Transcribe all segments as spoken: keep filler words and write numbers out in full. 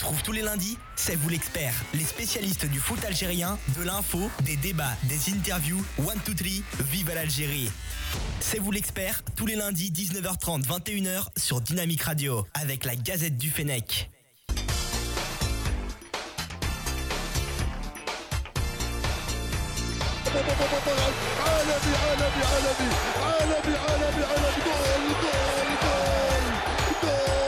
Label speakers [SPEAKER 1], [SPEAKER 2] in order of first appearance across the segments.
[SPEAKER 1] retrouve tous les lundis, c'est vous l'expert, les spécialistes du foot algérien, de l'info, des débats, des interviews, one, two, three, vive l'Algérie. C'est vous l'expert, tous les lundis dix-neuf heures trente, vingt et une heures sur Dynamique Radio, avec la Gazette du Fennec.
[SPEAKER 2] عالمي عالمي عالمي عالمي عالمي عالمي جول جول جول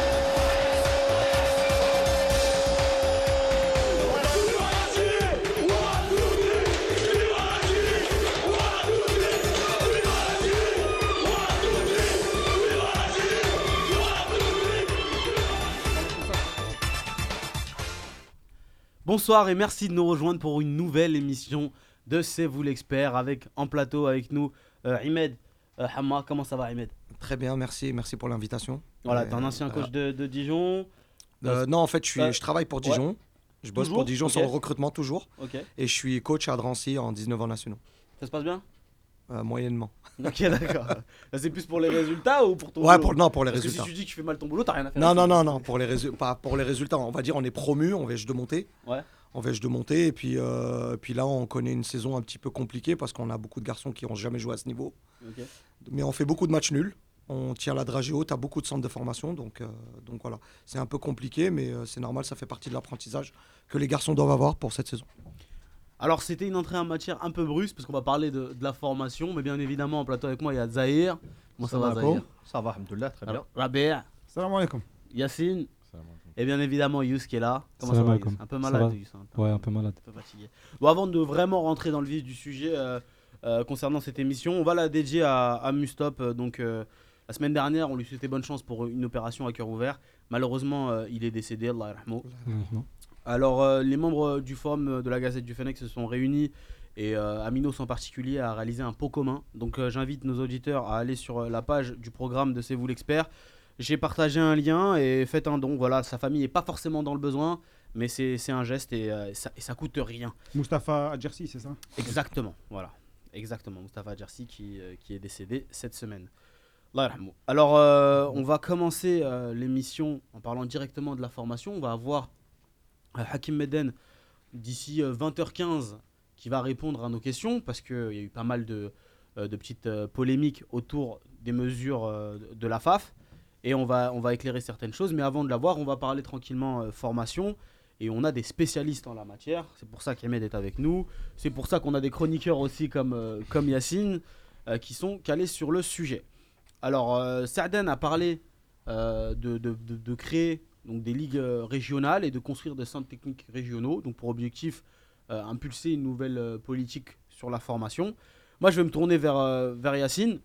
[SPEAKER 3] Bonsoir et merci de nous rejoindre pour une nouvelle émission de C'est vous l'expert, avec en plateau avec nous euh, Imed euh, Hamma. Comment ça va, Imed?
[SPEAKER 4] Très bien, merci, merci pour l'invitation.
[SPEAKER 3] Voilà, t'es un ancien coach de, de Dijon.
[SPEAKER 4] Euh, non, en fait, je, suis,
[SPEAKER 3] euh,
[SPEAKER 4] je travaille pour Dijon.
[SPEAKER 3] Ouais.
[SPEAKER 4] Je bosse
[SPEAKER 3] Toujours
[SPEAKER 4] pour Dijon
[SPEAKER 3] okay.
[SPEAKER 4] sur le recrutement toujours.
[SPEAKER 3] Ok.
[SPEAKER 4] Et je suis coach à Drancy en dix-neuf ans nationaux.
[SPEAKER 3] Ça se passe bien?
[SPEAKER 4] Euh, moyennement.
[SPEAKER 3] Ok, d'accord. C'est plus pour les résultats ou pour ton
[SPEAKER 4] Ouais,
[SPEAKER 3] boulot?
[SPEAKER 4] pour, non, pour les
[SPEAKER 3] Parce
[SPEAKER 4] résultats.
[SPEAKER 3] que si tu dis que tu fais mal ton boulot, t'as rien à faire.
[SPEAKER 4] Non, non, non, non, pour les, résu- pas pour les résultats. On va dire on est promu, on vèche de monter.
[SPEAKER 3] Ouais.
[SPEAKER 4] On vèche de monter. Et puis, euh, puis là, on connaît une saison un petit peu compliquée parce qu'on a beaucoup de garçons qui n'ont jamais joué à ce niveau.
[SPEAKER 3] Ok.
[SPEAKER 4] Mais on fait beaucoup de matchs nuls. On tient la dragée haute à beaucoup de centres de formation. Donc, euh, donc voilà, c'est un peu compliqué, mais euh, c'est normal, ça fait partie de l'apprentissage que les garçons doivent avoir pour cette saison.
[SPEAKER 3] Alors, c'était une entrée en matière un peu brusque parce qu'on va parler de, de la formation. Mais bien évidemment, en plateau avec moi, il y a Zahir. Comment ça, ça va, Zahir?
[SPEAKER 5] Ça va, alhamdoulilah, très bien.
[SPEAKER 3] Rabi'.
[SPEAKER 6] Salam alaikum.
[SPEAKER 3] Yacine.
[SPEAKER 5] Salam alaikum.
[SPEAKER 3] Et bien évidemment, Yous qui est là. Comment
[SPEAKER 6] Salam
[SPEAKER 3] ça va,
[SPEAKER 6] alaikum.
[SPEAKER 3] Yous? Un peu
[SPEAKER 6] Ça
[SPEAKER 3] malade,
[SPEAKER 6] va
[SPEAKER 3] Yous. Un peu,
[SPEAKER 6] Ouais, un peu malade.
[SPEAKER 3] un peu fatigué. Bon, avant de vraiment rentrer dans le vif du sujet euh, euh, concernant cette émission, on va la dédier à, à Mustop. Euh, donc, euh, la semaine dernière, on lui souhaitait bonne chance pour une opération à cœur ouvert. Malheureusement, euh, il est décédé, Allah yarhamou.
[SPEAKER 6] Mhm.
[SPEAKER 3] Alors, euh, les membres du forum de la Gazette du Fennec se sont réunis et euh, Aminos en particulier a réalisé un pot commun. Donc, euh, j'invite nos auditeurs à aller sur la page du programme de C'est vous l'expert. J'ai partagé un lien et faites un don. Voilà, sa famille n'est pas forcément dans le besoin, mais c'est, c'est un geste et, euh, ça, et ça coûte rien.
[SPEAKER 6] Mustapha Adjersi, c'est ça?
[SPEAKER 3] Exactement, voilà. Exactement, Mustapha Adjersi qui, euh, qui est décédé cette semaine. Allah yarhamou. Alors, euh, on va commencer euh, l'émission en parlant directement de la formation. On va avoir euh, Hakim Meden d'ici euh, vingt heures quinze qui va répondre à nos questions parce qu'il y a eu pas mal de, euh, de petites euh, polémiques autour des mesures euh, de la F A F. Et on va, on va éclairer certaines choses. Mais avant de l'avoir, on va parler tranquillement euh, formation. Et on a des spécialistes en la matière. C'est pour ça qu'Ahmed est avec nous. C'est pour ça qu'on a des chroniqueurs aussi comme, euh, comme Yacine euh, qui sont calés sur le sujet. Alors, euh, Saaden a parlé euh, de, de, de, de créer donc, des ligues euh, régionales et de construire des centres techniques régionaux. Donc, pour objectif, euh, impulser une nouvelle euh, politique sur la formation. Moi, je vais me tourner vers, euh, vers Yacine.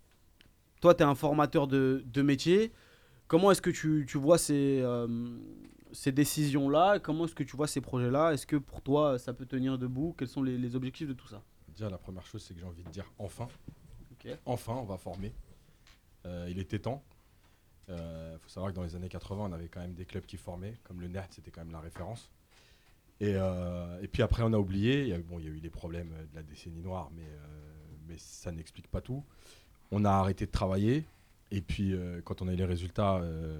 [SPEAKER 3] Toi, tu es un formateur de, de métier. Comment est-ce que tu, tu vois ces, euh, ces décisions-là? Comment est-ce que tu vois ces projets-là? Est-ce que pour toi, ça peut tenir debout? Quels sont les, les objectifs de tout ça?
[SPEAKER 5] Déjà, la première chose, c'est que j'ai envie de dire enfin.
[SPEAKER 3] Ok.
[SPEAKER 5] Enfin, on va former. Euh, il était temps. Il euh, faut savoir que dans les années quatre-vingts, on avait quand même des clubs qui formaient, comme le N E R T, c'était quand même la référence. Et, euh, et puis après, on a oublié. Il y a, bon, il y a eu les problèmes de la décennie noire, mais, euh, mais ça n'explique pas tout. On a arrêté de travailler. Et puis, euh, quand on a eu les résultats euh,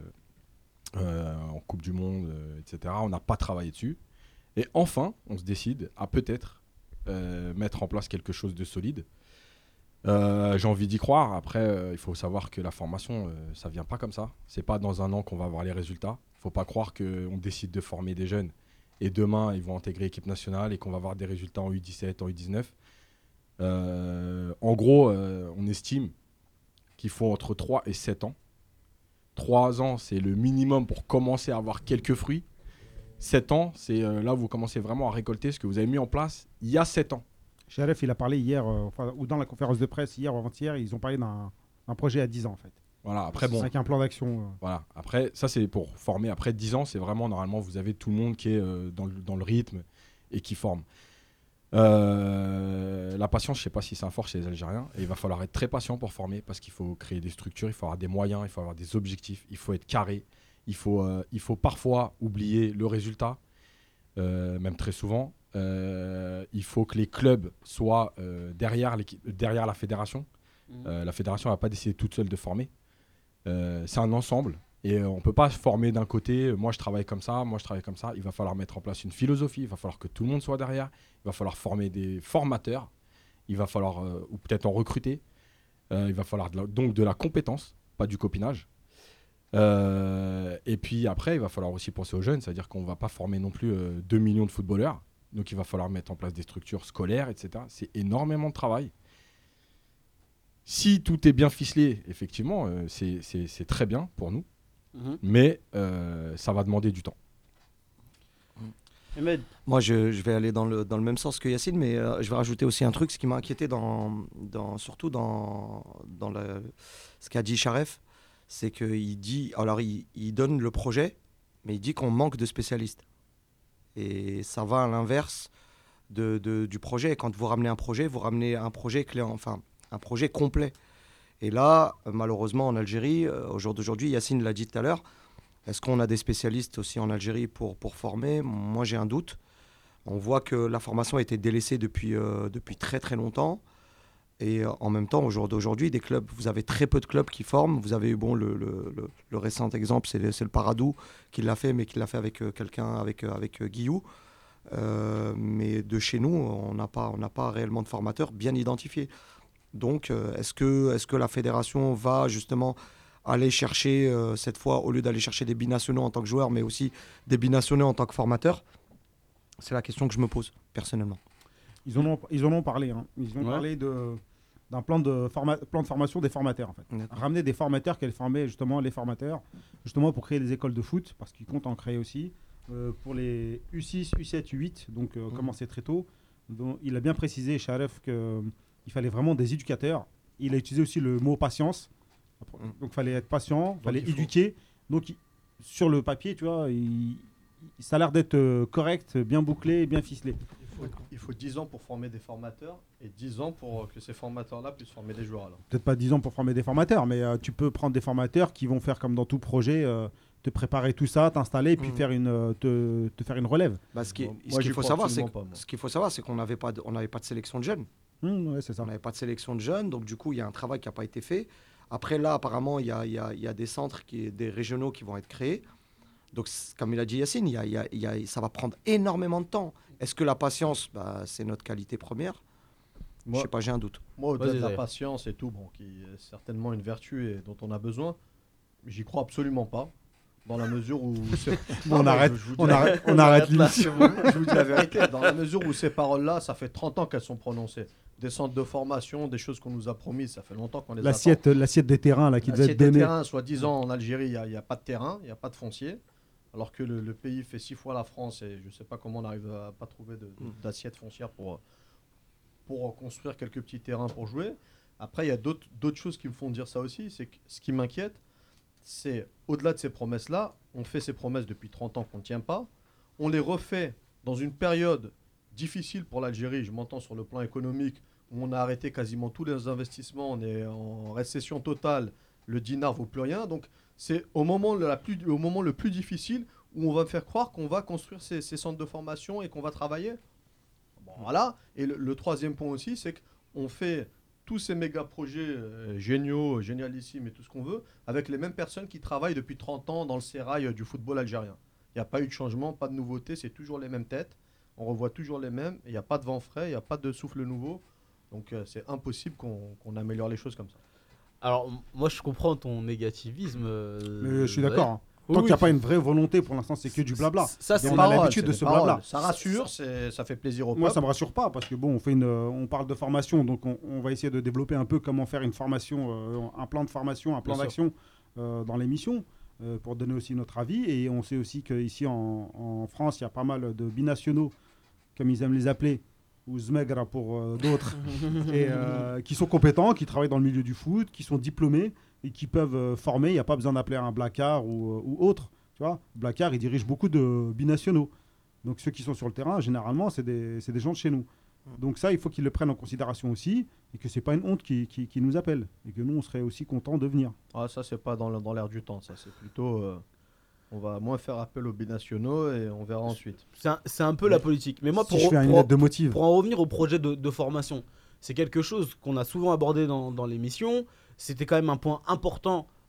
[SPEAKER 5] euh, en Coupe du Monde, euh, et cetera, on n'a pas travaillé dessus. Et enfin, on se décide à peut-être euh, mettre en place quelque chose de solide. Euh, j'ai envie d'y croire. Après, euh, il faut savoir que la formation, euh, ça ne vient pas comme ça. Ce n'est pas dans un an qu'on va avoir les résultats. Il ne faut pas croire qu'on décide de former des jeunes et demain, ils vont intégrer l'équipe nationale et qu'on va avoir des résultats en U dix-sept, en U dix-neuf. Euh, en gros, euh, on estime qu'il faut entre trois et sept ans. trois ans, c'est le minimum pour commencer à avoir quelques fruits. sept ans, c'est euh, là où vous commencez vraiment à récolter ce que vous avez mis en place il y a sept ans.
[SPEAKER 6] Sharef, il a parlé hier, euh, enfin, ou dans la conférence de presse hier ou avant-hier, ils ont parlé d'un, d'un projet à dix ans en fait.
[SPEAKER 5] Voilà, après bon.
[SPEAKER 6] Avec un plan d'action. Euh.
[SPEAKER 5] Voilà, après ça c'est pour former. Après dix ans, c'est vraiment normalement vous avez tout le monde qui est euh, dans, le, dans le rythme et qui forme. Euh, la patience, je ne sais pas si c'est un fort chez les Algériens. Et il va falloir être très patient pour former parce qu'il faut créer des structures, il faut avoir des moyens, il faut avoir des objectifs, il faut être carré. Il faut, euh, il faut parfois oublier le résultat, euh, même très souvent. Euh, il faut que les clubs soient euh, derrière, derrière la fédération. Mmh. Euh, la fédération ne va pas décider toute seule de former. Euh, c'est un ensemble. Et euh, on ne peut pas se former d'un côté, euh, moi je travaille comme ça, moi je travaille comme ça. Il va falloir mettre en place une philosophie, il va falloir que tout le monde soit derrière, il va falloir former des formateurs, il va falloir, euh, ou peut-être en recruter, euh, il va falloir de la- donc de la compétence, pas du copinage. Euh, et puis après, il va falloir aussi penser aux jeunes, c'est-à-dire qu'on ne va pas former non plus euh, deux millions de footballeurs, donc il va falloir mettre en place des structures scolaires, et cetera. C'est énormément de travail. Si tout est bien ficelé, effectivement, euh, c'est, c'est- c'est très bien pour nous.
[SPEAKER 3] Mhm.
[SPEAKER 5] Mais euh, ça va demander du temps.
[SPEAKER 3] Ahmed,
[SPEAKER 4] Moi, je, je vais aller dans le, dans le même sens que Yacine, mais euh, je vais rajouter aussi un truc, ce qui m'a inquiété, dans, dans, surtout dans, dans le- ce qu'a dit Charef, c'est qu'il dit, alors il, il donne le projet, mais il dit qu'on manque de spécialistes. Et ça va à l'inverse de, de- du projet. Quand vous ramenez un projet, vous ramenez un projet clé, enfin un projet complet. Et là, euh, malheureusement, en Algérie, euh, au jour d'aujourd'hui, Yacine l'a dit tout à l'heure, est-ce qu'on a des spécialistes aussi en Algérie pour, pour former? Moi, j'ai un doute. On voit que la formation a été délaissée depuis, euh, depuis très très longtemps. Et euh, en même temps, au jour d'aujourd'hui, des clubs, vous avez très peu de clubs qui forment. Vous avez eu bon, le, le, le- le récent exemple, c'est le, c'est le Paradou qui l'a fait, mais qui l'a fait avec euh, quelqu'un, avec, euh, avec euh, Guillou. Euh, mais de chez nous, on n'a pas, on n'a pas réellement de formateurs bien identifiés. Donc, euh, est-ce que, est-ce que la fédération va justement aller chercher, euh, cette fois, au lieu d'aller chercher des binationaux en tant que joueurs, mais aussi des binationaux en tant que formateurs? C'est la question que je me pose, personnellement.
[SPEAKER 6] Ils en ont, ils en ont parlé. Hein. Ils ont
[SPEAKER 3] Ouais.
[SPEAKER 6] parlé de, d'un plan de, forma- plan de formation des formateurs, en fait.
[SPEAKER 4] D'accord.
[SPEAKER 6] Ramener des formateurs qui allaient former justement les formateurs, justement pour créer des écoles de foot, parce qu'ils comptent en créer aussi, euh, pour les U six, U sept, U huit, donc euh,
[SPEAKER 4] Mhm.
[SPEAKER 6] commencer très tôt. Donc, il a bien précisé, Charef, qu'il fallait vraiment des éducateurs. Il a utilisé aussi le mot patience.
[SPEAKER 4] Mhm.
[SPEAKER 6] Donc il fallait être patient, il fallait
[SPEAKER 2] il faut-
[SPEAKER 6] éduquer. Donc il- sur le papier, tu vois, il- ça a l'air d'être euh, correct, bien bouclé, bien ficelé.
[SPEAKER 2] Il faut, il faut dix ans pour former des formateurs et dix ans pour que ces formateurs-là puissent former des joueurs. Alors.
[SPEAKER 6] Peut-être pas dix ans pour former des formateurs, mais euh, tu peux prendre des formateurs qui vont faire comme dans tout projet, euh, te préparer tout ça, t'installer, puis
[SPEAKER 4] Mhm.
[SPEAKER 6] faire une, euh, te, te faire une relève.
[SPEAKER 4] Bah, ce qui-
[SPEAKER 2] Moi,
[SPEAKER 4] ce
[SPEAKER 2] moi,
[SPEAKER 4] qu'il
[SPEAKER 2] j'y
[SPEAKER 4] faut
[SPEAKER 2] crois
[SPEAKER 4] savoir, c'est
[SPEAKER 2] absolument
[SPEAKER 4] que-
[SPEAKER 2] pas, moi.
[SPEAKER 4] ce qu'il faut savoir, c'est qu'on n'avait pas, de- on n'avait pas de sélection de jeunes.
[SPEAKER 6] Hum, ouais, c'est ça.
[SPEAKER 4] On n'avait pas de sélection de jeunes, donc du coup, il y a un travail qui n'a pas été fait. Après, là, apparemment, il y a, il y a- il y a des centres, qui, des régionaux qui vont être créés. Donc, c- comme il a dit Yacine, il y a- il y a- il y a- ça va prendre énormément de temps. Est-ce que la patience, bah, c'est notre qualité première? Je
[SPEAKER 2] Moi,
[SPEAKER 4] sais pas, j'ai un doute.
[SPEAKER 2] moi au-delà
[SPEAKER 3] Vas-y,
[SPEAKER 2] de la
[SPEAKER 3] Zahir.
[SPEAKER 2] patience et tout, bon, qui est certainement une vertu et dont on a besoin, j'y crois absolument pas. Dans la mesure où. c'est-
[SPEAKER 6] Bon, on
[SPEAKER 2] Non, mais
[SPEAKER 6] arrête,
[SPEAKER 2] je- je vous dis
[SPEAKER 6] on
[SPEAKER 2] la-
[SPEAKER 6] arrête, on arrête
[SPEAKER 3] là,
[SPEAKER 6] l'émission.
[SPEAKER 2] Je vous dis la vérité, dans la mesure où ces paroles-là, ça fait trente ans qu'elles sont prononcées. Des centres de formation, des choses qu'on nous a promises, ça fait longtemps qu'on les attend.
[SPEAKER 6] L'assiette, l'assiette des terrains là, qui devait être
[SPEAKER 2] L'assiette des
[SPEAKER 6] donnée.
[SPEAKER 2] terrains, soi-disant en Algérie, il n'y a, a pas de terrain, il n'y a pas de foncier. Alors que le, le pays fait six fois la France et je ne sais pas comment on arrive à pas trouver de- de- d'assiette foncière pour, pour construire quelques petits terrains pour jouer. Après, il y a d'autres d'autres choses qui me font dire ça aussi. C'est que ce qui m'inquiète, c'est au-delà de ces promesses-là, on fait ces promesses depuis trente ans qu'on ne tient pas. On les refait dans une période difficile pour l'Algérie, je m'entends sur le plan économique, où on a arrêté quasiment tous les investissements, on est en récession totale, le dinar vaut plus rien. Donc c'est au moment le, la plus, au moment le plus difficile où on va me faire croire qu'on va construire ces, ces centres de formation et qu'on va travailler. Bon, voilà. Et le, le troisième point aussi, c'est qu'on fait tous ces méga projets euh, géniaux, génialissimes et tout ce qu'on veut, avec les mêmes personnes qui travaillent depuis trente ans dans le sérail euh, du football algérien. Il n'y a pas eu de changement, pas de nouveauté, c'est toujours les mêmes têtes. On revoit toujours les mêmes. Il n'y a pas de vent frais, il n'y a pas de souffle nouveau. Donc euh, c'est impossible qu'on qu'on améliore les choses comme ça.
[SPEAKER 3] Alors, m- moi, je comprends ton négativisme. euh,
[SPEAKER 6] Mais je suis
[SPEAKER 3] Zahir.
[SPEAKER 6] d'accord. hein.
[SPEAKER 3] Oui,
[SPEAKER 6] Tant qu'il n'y a
[SPEAKER 3] oui,
[SPEAKER 6] pas une vraie volonté, pour l'instant, c'est que du blabla.
[SPEAKER 3] Ça,
[SPEAKER 6] Et
[SPEAKER 3] c'est
[SPEAKER 6] on a
[SPEAKER 2] paroles,
[SPEAKER 6] l'habitude
[SPEAKER 2] c'est
[SPEAKER 6] de
[SPEAKER 2] des
[SPEAKER 6] ce
[SPEAKER 2] paroles.
[SPEAKER 6] blabla.
[SPEAKER 2] Ça rassure, c'est- ça fait plaisir au
[SPEAKER 6] Moi,
[SPEAKER 2] peuple.
[SPEAKER 6] ça me rassure pas parce que bon, on fait une, euh, on parle de formation, donc on, on va essayer de développer un peu comment faire une formation, euh, un plan de formation, un plan
[SPEAKER 2] Bien
[SPEAKER 6] d'action euh, dans l'émission euh, pour donner aussi notre avis. Et on sait aussi qu'ici en, en France, il y a pas mal de binationaux, comme ils aiment les appeler, ou zmegra pour euh, d'autres, et euh, qui sont compétents, qui travaillent dans le milieu du foot, qui sont diplômés et qui peuvent euh, former. Il n'y a pas besoin d'appeler un blacard ou, euh, ou autre. Tu vois, Blacard, il dirige beaucoup de binationaux. Donc ceux qui sont sur le terrain, généralement, c'est des, c'est des gens de chez nous. Donc ça, il faut qu'ils le prennent en considération aussi et que c'est pas une honte qui, qui, qui nous appelle et que nous, on serait aussi contents de venir.
[SPEAKER 2] Ah, ça, c'est pas dans le- dans l'air du temps. Ça, c'est plutôt. euh, on va moins faire appel aux binationaux et on verra ensuite.
[SPEAKER 3] C'est un, c'est un peu la politique. Mais moi,
[SPEAKER 6] si
[SPEAKER 3] pour,
[SPEAKER 6] je fais une
[SPEAKER 3] pour-
[SPEAKER 6] lettre de motive,
[SPEAKER 3] pour en revenir au projet de, de formation, c'est quelque chose qu'on a souvent abordé dans, dans l'émission. C'était quand même un point important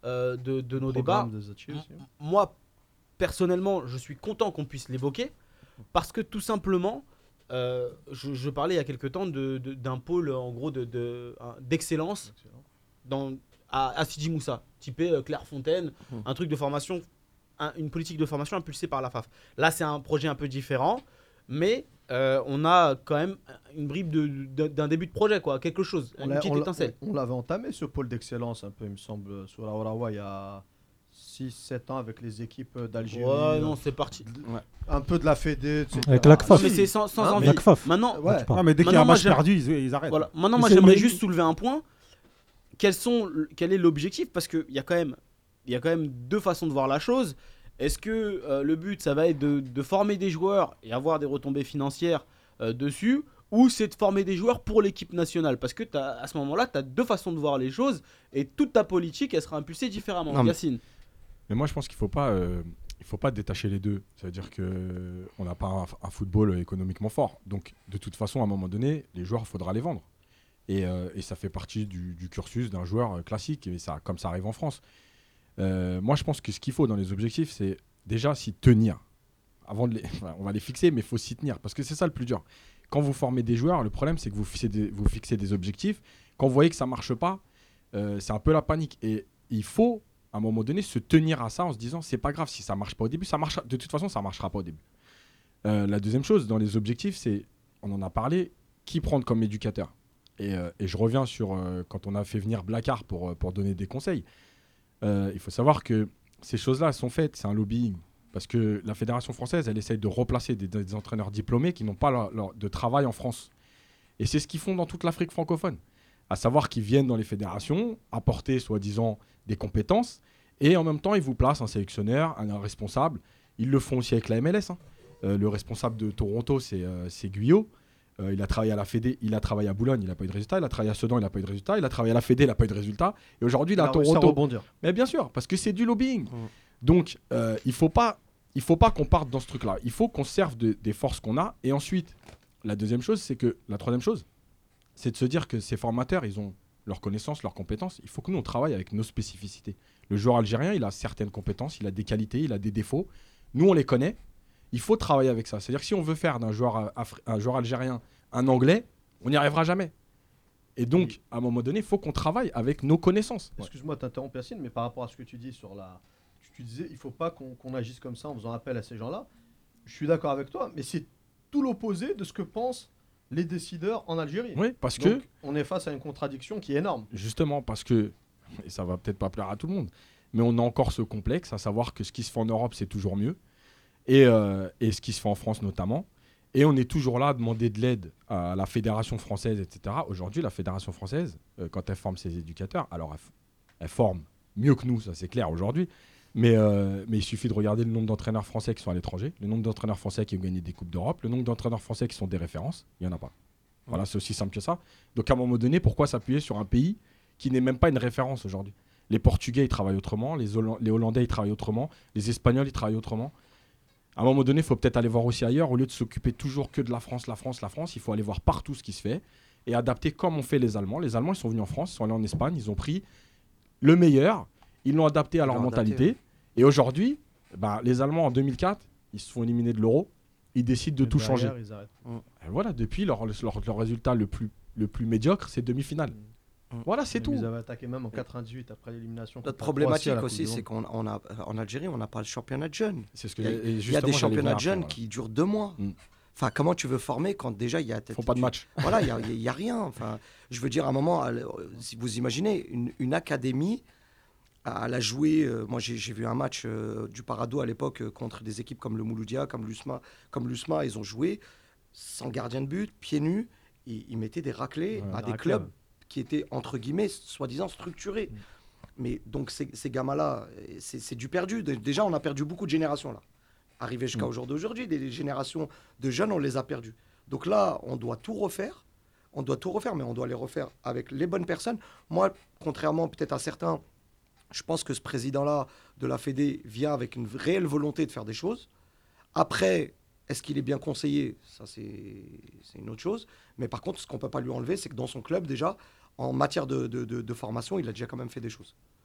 [SPEAKER 3] euh, de, de nos
[SPEAKER 2] Programme
[SPEAKER 3] débats.
[SPEAKER 2] de Zachi aussi.
[SPEAKER 3] M- Moi, personnellement, je suis content qu'on puisse l'évoquer parce que tout simplement, euh, je, je parlais il y a quelque temps de, de- d'un pôle en gros de, de- un- d'excellence
[SPEAKER 2] Excellent.
[SPEAKER 3] dans, à, à Sidi Moussa, typé euh, Clairefontaine,
[SPEAKER 4] Mmh.
[SPEAKER 3] un truc de formation, un- une politique de formation impulsée par la F A F. Là, c'est un projet un peu différent, mais euh, on a quand même une bribe de, de- d'un début de projet, quoi, quelque chose,
[SPEAKER 2] On
[SPEAKER 3] une
[SPEAKER 2] l'a-
[SPEAKER 3] petite
[SPEAKER 2] on l'a-
[SPEAKER 3] étincelle.
[SPEAKER 2] on- on l'avait entamé ce pôle d'excellence un peu, il me semble, sur la Orawa il y a six sept ans avec les équipes d'Algérie.
[SPEAKER 3] Ouais, non, c'est parti.
[SPEAKER 2] Un peu de la Fédé, et cetera.
[SPEAKER 7] Avec la C F A
[SPEAKER 3] Non,
[SPEAKER 7] F.
[SPEAKER 3] mais c'est sans, sans
[SPEAKER 2] Hein,
[SPEAKER 3] envie.
[SPEAKER 7] La C F A F.
[SPEAKER 3] Maintenant,
[SPEAKER 2] Ouais.
[SPEAKER 7] tu parles.
[SPEAKER 6] Ah, mais dès qu'il y a
[SPEAKER 3] Maintenant,
[SPEAKER 6] un
[SPEAKER 3] moi,
[SPEAKER 6] match
[SPEAKER 3] j'aime-
[SPEAKER 6] perdu, ils, ils arrêtent.
[SPEAKER 3] voilà. Maintenant,
[SPEAKER 7] Mais
[SPEAKER 3] moi,
[SPEAKER 7] c'est-
[SPEAKER 3] j'aimerais
[SPEAKER 7] mais-
[SPEAKER 3] juste soulever un point. Quels sont, quel est l'objectif? Parce qu'il y a quand même, il y a quand même deux façons de voir la chose. Est-ce que euh, le but, ça va être de, de former des joueurs et avoir des retombées financières euh, dessus, ou c'est de former des joueurs pour l'équipe nationale? Parce que t'as- à ce moment-là, tu as deux façons de voir les choses et toute ta politique, elle sera impulsée différemment.
[SPEAKER 4] Non, mais-
[SPEAKER 3] Yacine.
[SPEAKER 5] Mais moi, je pense qu'il faut pas, euh, il faut pas détacher les deux. Ça veut dire que on n'a pas un, un football économiquement fort. Donc, de toute façon, à un moment donné, les joueurs, il faudra les vendre. Et, euh, et ça fait partie du, du cursus d'un joueur euh, classique, et ça, comme ça arrive en France. Euh, moi, je pense que ce qu'il faut dans les objectifs, c'est déjà s'y tenir. Avant de les, enfin, on va les fixer, mais il faut s'y tenir, parce que c'est ça le plus dur. Quand vous formez des joueurs, le problème, c'est que vous fixez des, vous fixez des objectifs. Quand vous voyez que ça marche pas, euh, c'est un peu la panique. Et il faut à un moment donné se tenir à ça en se disant c'est pas grave si ça marche pas au début, ça marchera de toute façon, ça marchera pas au début. Euh, la deuxième chose dans les objectifs, c'est, on en a parlé, qui prendre comme éducateur. Et, euh, et je reviens sur euh, quand on a fait venir Blacard pour, euh, pour donner des conseils. Euh, il faut savoir que ces choses-là sont faites, c'est un lobbying. Parce que la Fédération française, elle essaye de replacer des, des entraîneurs diplômés qui n'ont pas leur- leur- de travail en France. Et c'est ce qu'ils font dans toute l'Afrique francophone. À savoir qu'ils viennent dans les fédérations, apporter soi-disant des compétences, et en même temps, ils vous placent un sélectionneur, un, un responsable. Ils le font aussi avec la M L S. Hein. Euh, le responsable de Toronto, c'est euh, c'est Guyot. Euh, il a travaillé à la Fédé, il a travaillé à Boulogne, il n'a pas eu de résultat. Il a travaillé à Sedan, il n'a pas eu de résultat. Il a travaillé à la Fédé, il n'a pas eu de résultat. Et aujourd'hui, il est à
[SPEAKER 2] a réussi à
[SPEAKER 5] Toronto.
[SPEAKER 2] rebondir.
[SPEAKER 5] Mais bien sûr, parce que c'est du lobbying.
[SPEAKER 4] Mm.
[SPEAKER 5] Donc, euh, il faut pas, il faut pas qu'on parte dans ce truc-là. Il faut qu'on se serve de- des forces qu'on a. Et ensuite, la deuxième chose, c'est que la troisième chose, c'est de se dire que ces formateurs, ils ont leurs connaissances, leurs compétences. Il faut que nous, on travaille avec nos spécificités. Le joueur algérien, il a certaines compétences, il a des qualités, il a des défauts. Nous, on les connaît. Il faut travailler avec ça. C'est-à-dire que si on veut faire d'un joueur, euh, afri- un joueur algérien un anglais, on n'y arrivera jamais. Et donc,
[SPEAKER 2] Oui.
[SPEAKER 5] à un moment donné, il faut qu'on travaille avec nos connaissances.
[SPEAKER 2] Excuse-moi de t'interrompre, Yacine, mais par rapport à ce que tu dis sur la. Tu, tu disais, il faut pas qu'on qu'on agisse comme ça en faisant appel à ces gens-là. Je suis d'accord avec toi, mais c'est tout l'opposé de ce que pensent les décideurs en Algérie.
[SPEAKER 5] Oui, parce que
[SPEAKER 2] Donc, on est face à une contradiction qui est énorme.
[SPEAKER 5] justement parce que, et ça va peut-être pas plaire à tout le monde, mais on a encore ce complexe, à savoir que ce qui se fait en Europe, c'est toujours mieux, et, euh, et ce qui se fait en France notamment, et on est toujours là à demander de l'aide à la Fédération française, et cetera. Aujourd'hui, la Fédération française, euh, quand elle forme ses éducateurs, alors elle, f- elle forme mieux que nous, ça c'est clair aujourd'hui, mais, euh, mais il suffit de regarder le nombre d'entraîneurs français qui sont à l'étranger, le nombre d'entraîneurs français qui ont gagné des Coupes d'Europe, le nombre d'entraîneurs français qui sont des références, il n'y en a pas. Voilà, c'est aussi simple que ça. Donc à un moment donné, pourquoi s'appuyer sur un pays qui n'est même pas une référence aujourd'hui? Les Portugais, ils travaillent autrement, les, Holland- les Hollandais, ils travaillent autrement, les Espagnols, ils travaillent autrement. À un moment donné, il faut peut-être aller voir aussi ailleurs, au lieu de s'occuper toujours que de la France, la France, la France, il faut aller voir partout ce qui se fait et adapter comme ont fait les Allemands. Les Allemands, ils sont venus en France, ils sont allés en Espagne, ils ont pris le meilleur, ils l'ont adapté à
[SPEAKER 4] Ils
[SPEAKER 5] leur
[SPEAKER 4] l'ont adapté,
[SPEAKER 5] mentalité. Et aujourd'hui, bah, les Allemands en deux mille quatre, ils se font éliminer de l'euro, ils décident de
[SPEAKER 2] Et
[SPEAKER 5] tout
[SPEAKER 2] derrière,
[SPEAKER 5] changer.
[SPEAKER 2] ils arrêtent.
[SPEAKER 5] Et voilà, depuis, leur, leur, leur résultat le plus, le plus médiocre, c'est demi-finale.
[SPEAKER 4] Mm.
[SPEAKER 5] Voilà, c'est
[SPEAKER 2] Même
[SPEAKER 5] tout.
[SPEAKER 2] Ils avaient attaqué même en quatre-vingt-dix-huit après l'élimination.
[SPEAKER 4] Notre
[SPEAKER 2] contre la Croatie
[SPEAKER 4] problématique
[SPEAKER 2] à la Coupe
[SPEAKER 4] aussi,
[SPEAKER 2] du
[SPEAKER 4] c'est
[SPEAKER 2] Monde.
[SPEAKER 4] qu'on on a, en Algérie, on n'a pas le championnat de jeunes.
[SPEAKER 5] C'est ce que
[SPEAKER 4] Il y a,
[SPEAKER 5] et
[SPEAKER 4] il y a
[SPEAKER 5] justement,
[SPEAKER 4] des
[SPEAKER 5] j'allais
[SPEAKER 4] championnats
[SPEAKER 5] venir
[SPEAKER 4] de jeunes
[SPEAKER 5] après,
[SPEAKER 4] qui durent deux mois.
[SPEAKER 5] Mm.
[SPEAKER 4] Enfin, comment tu veux former quand déjà il y a...
[SPEAKER 5] voilà. Font pas de match.
[SPEAKER 4] Voilà, il n'y a, il y a rien. Enfin, je veux dire, à un moment, euh, si vous imaginez, une, une académie, elle a joué. euh, moi, j'ai j'ai vu un match euh, du Parado à l'époque euh, contre des équipes comme le Mouloudia, comme l'U S M A. Comme l'U S M A, ils ont joué sans gardien de but, pieds nus. Ils, ils mettaient des raclés
[SPEAKER 5] Ouais,
[SPEAKER 4] à
[SPEAKER 2] des
[SPEAKER 4] des
[SPEAKER 2] raclés,
[SPEAKER 4] clubs
[SPEAKER 2] ouais.
[SPEAKER 4] qui étaient, entre guillemets, soi-disant structurés.
[SPEAKER 2] Mm.
[SPEAKER 4] Mais donc, ces, ces gamins-là, euh, c'est c'est du perdu. Dé- Déjà, on a perdu beaucoup de générations, là. Arrivé jusqu'à
[SPEAKER 5] Mm.
[SPEAKER 4] au jour d'aujourd'hui, des générations de jeunes, on les a perdues. Donc là, on doit tout refaire. On doit tout refaire, mais on doit les refaire avec les bonnes personnes. Moi, contrairement peut-être à certains, je pense que ce président-là de la Fédé vient avec une réelle volonté de faire des choses. Après, est-ce qu'il est bien conseillé? Ça, c'est c'est une autre chose. Mais par contre, ce qu'on ne peut pas lui enlever, c'est que dans son club, déjà, en matière de, de- de- de formation, il a déjà quand même fait des choses.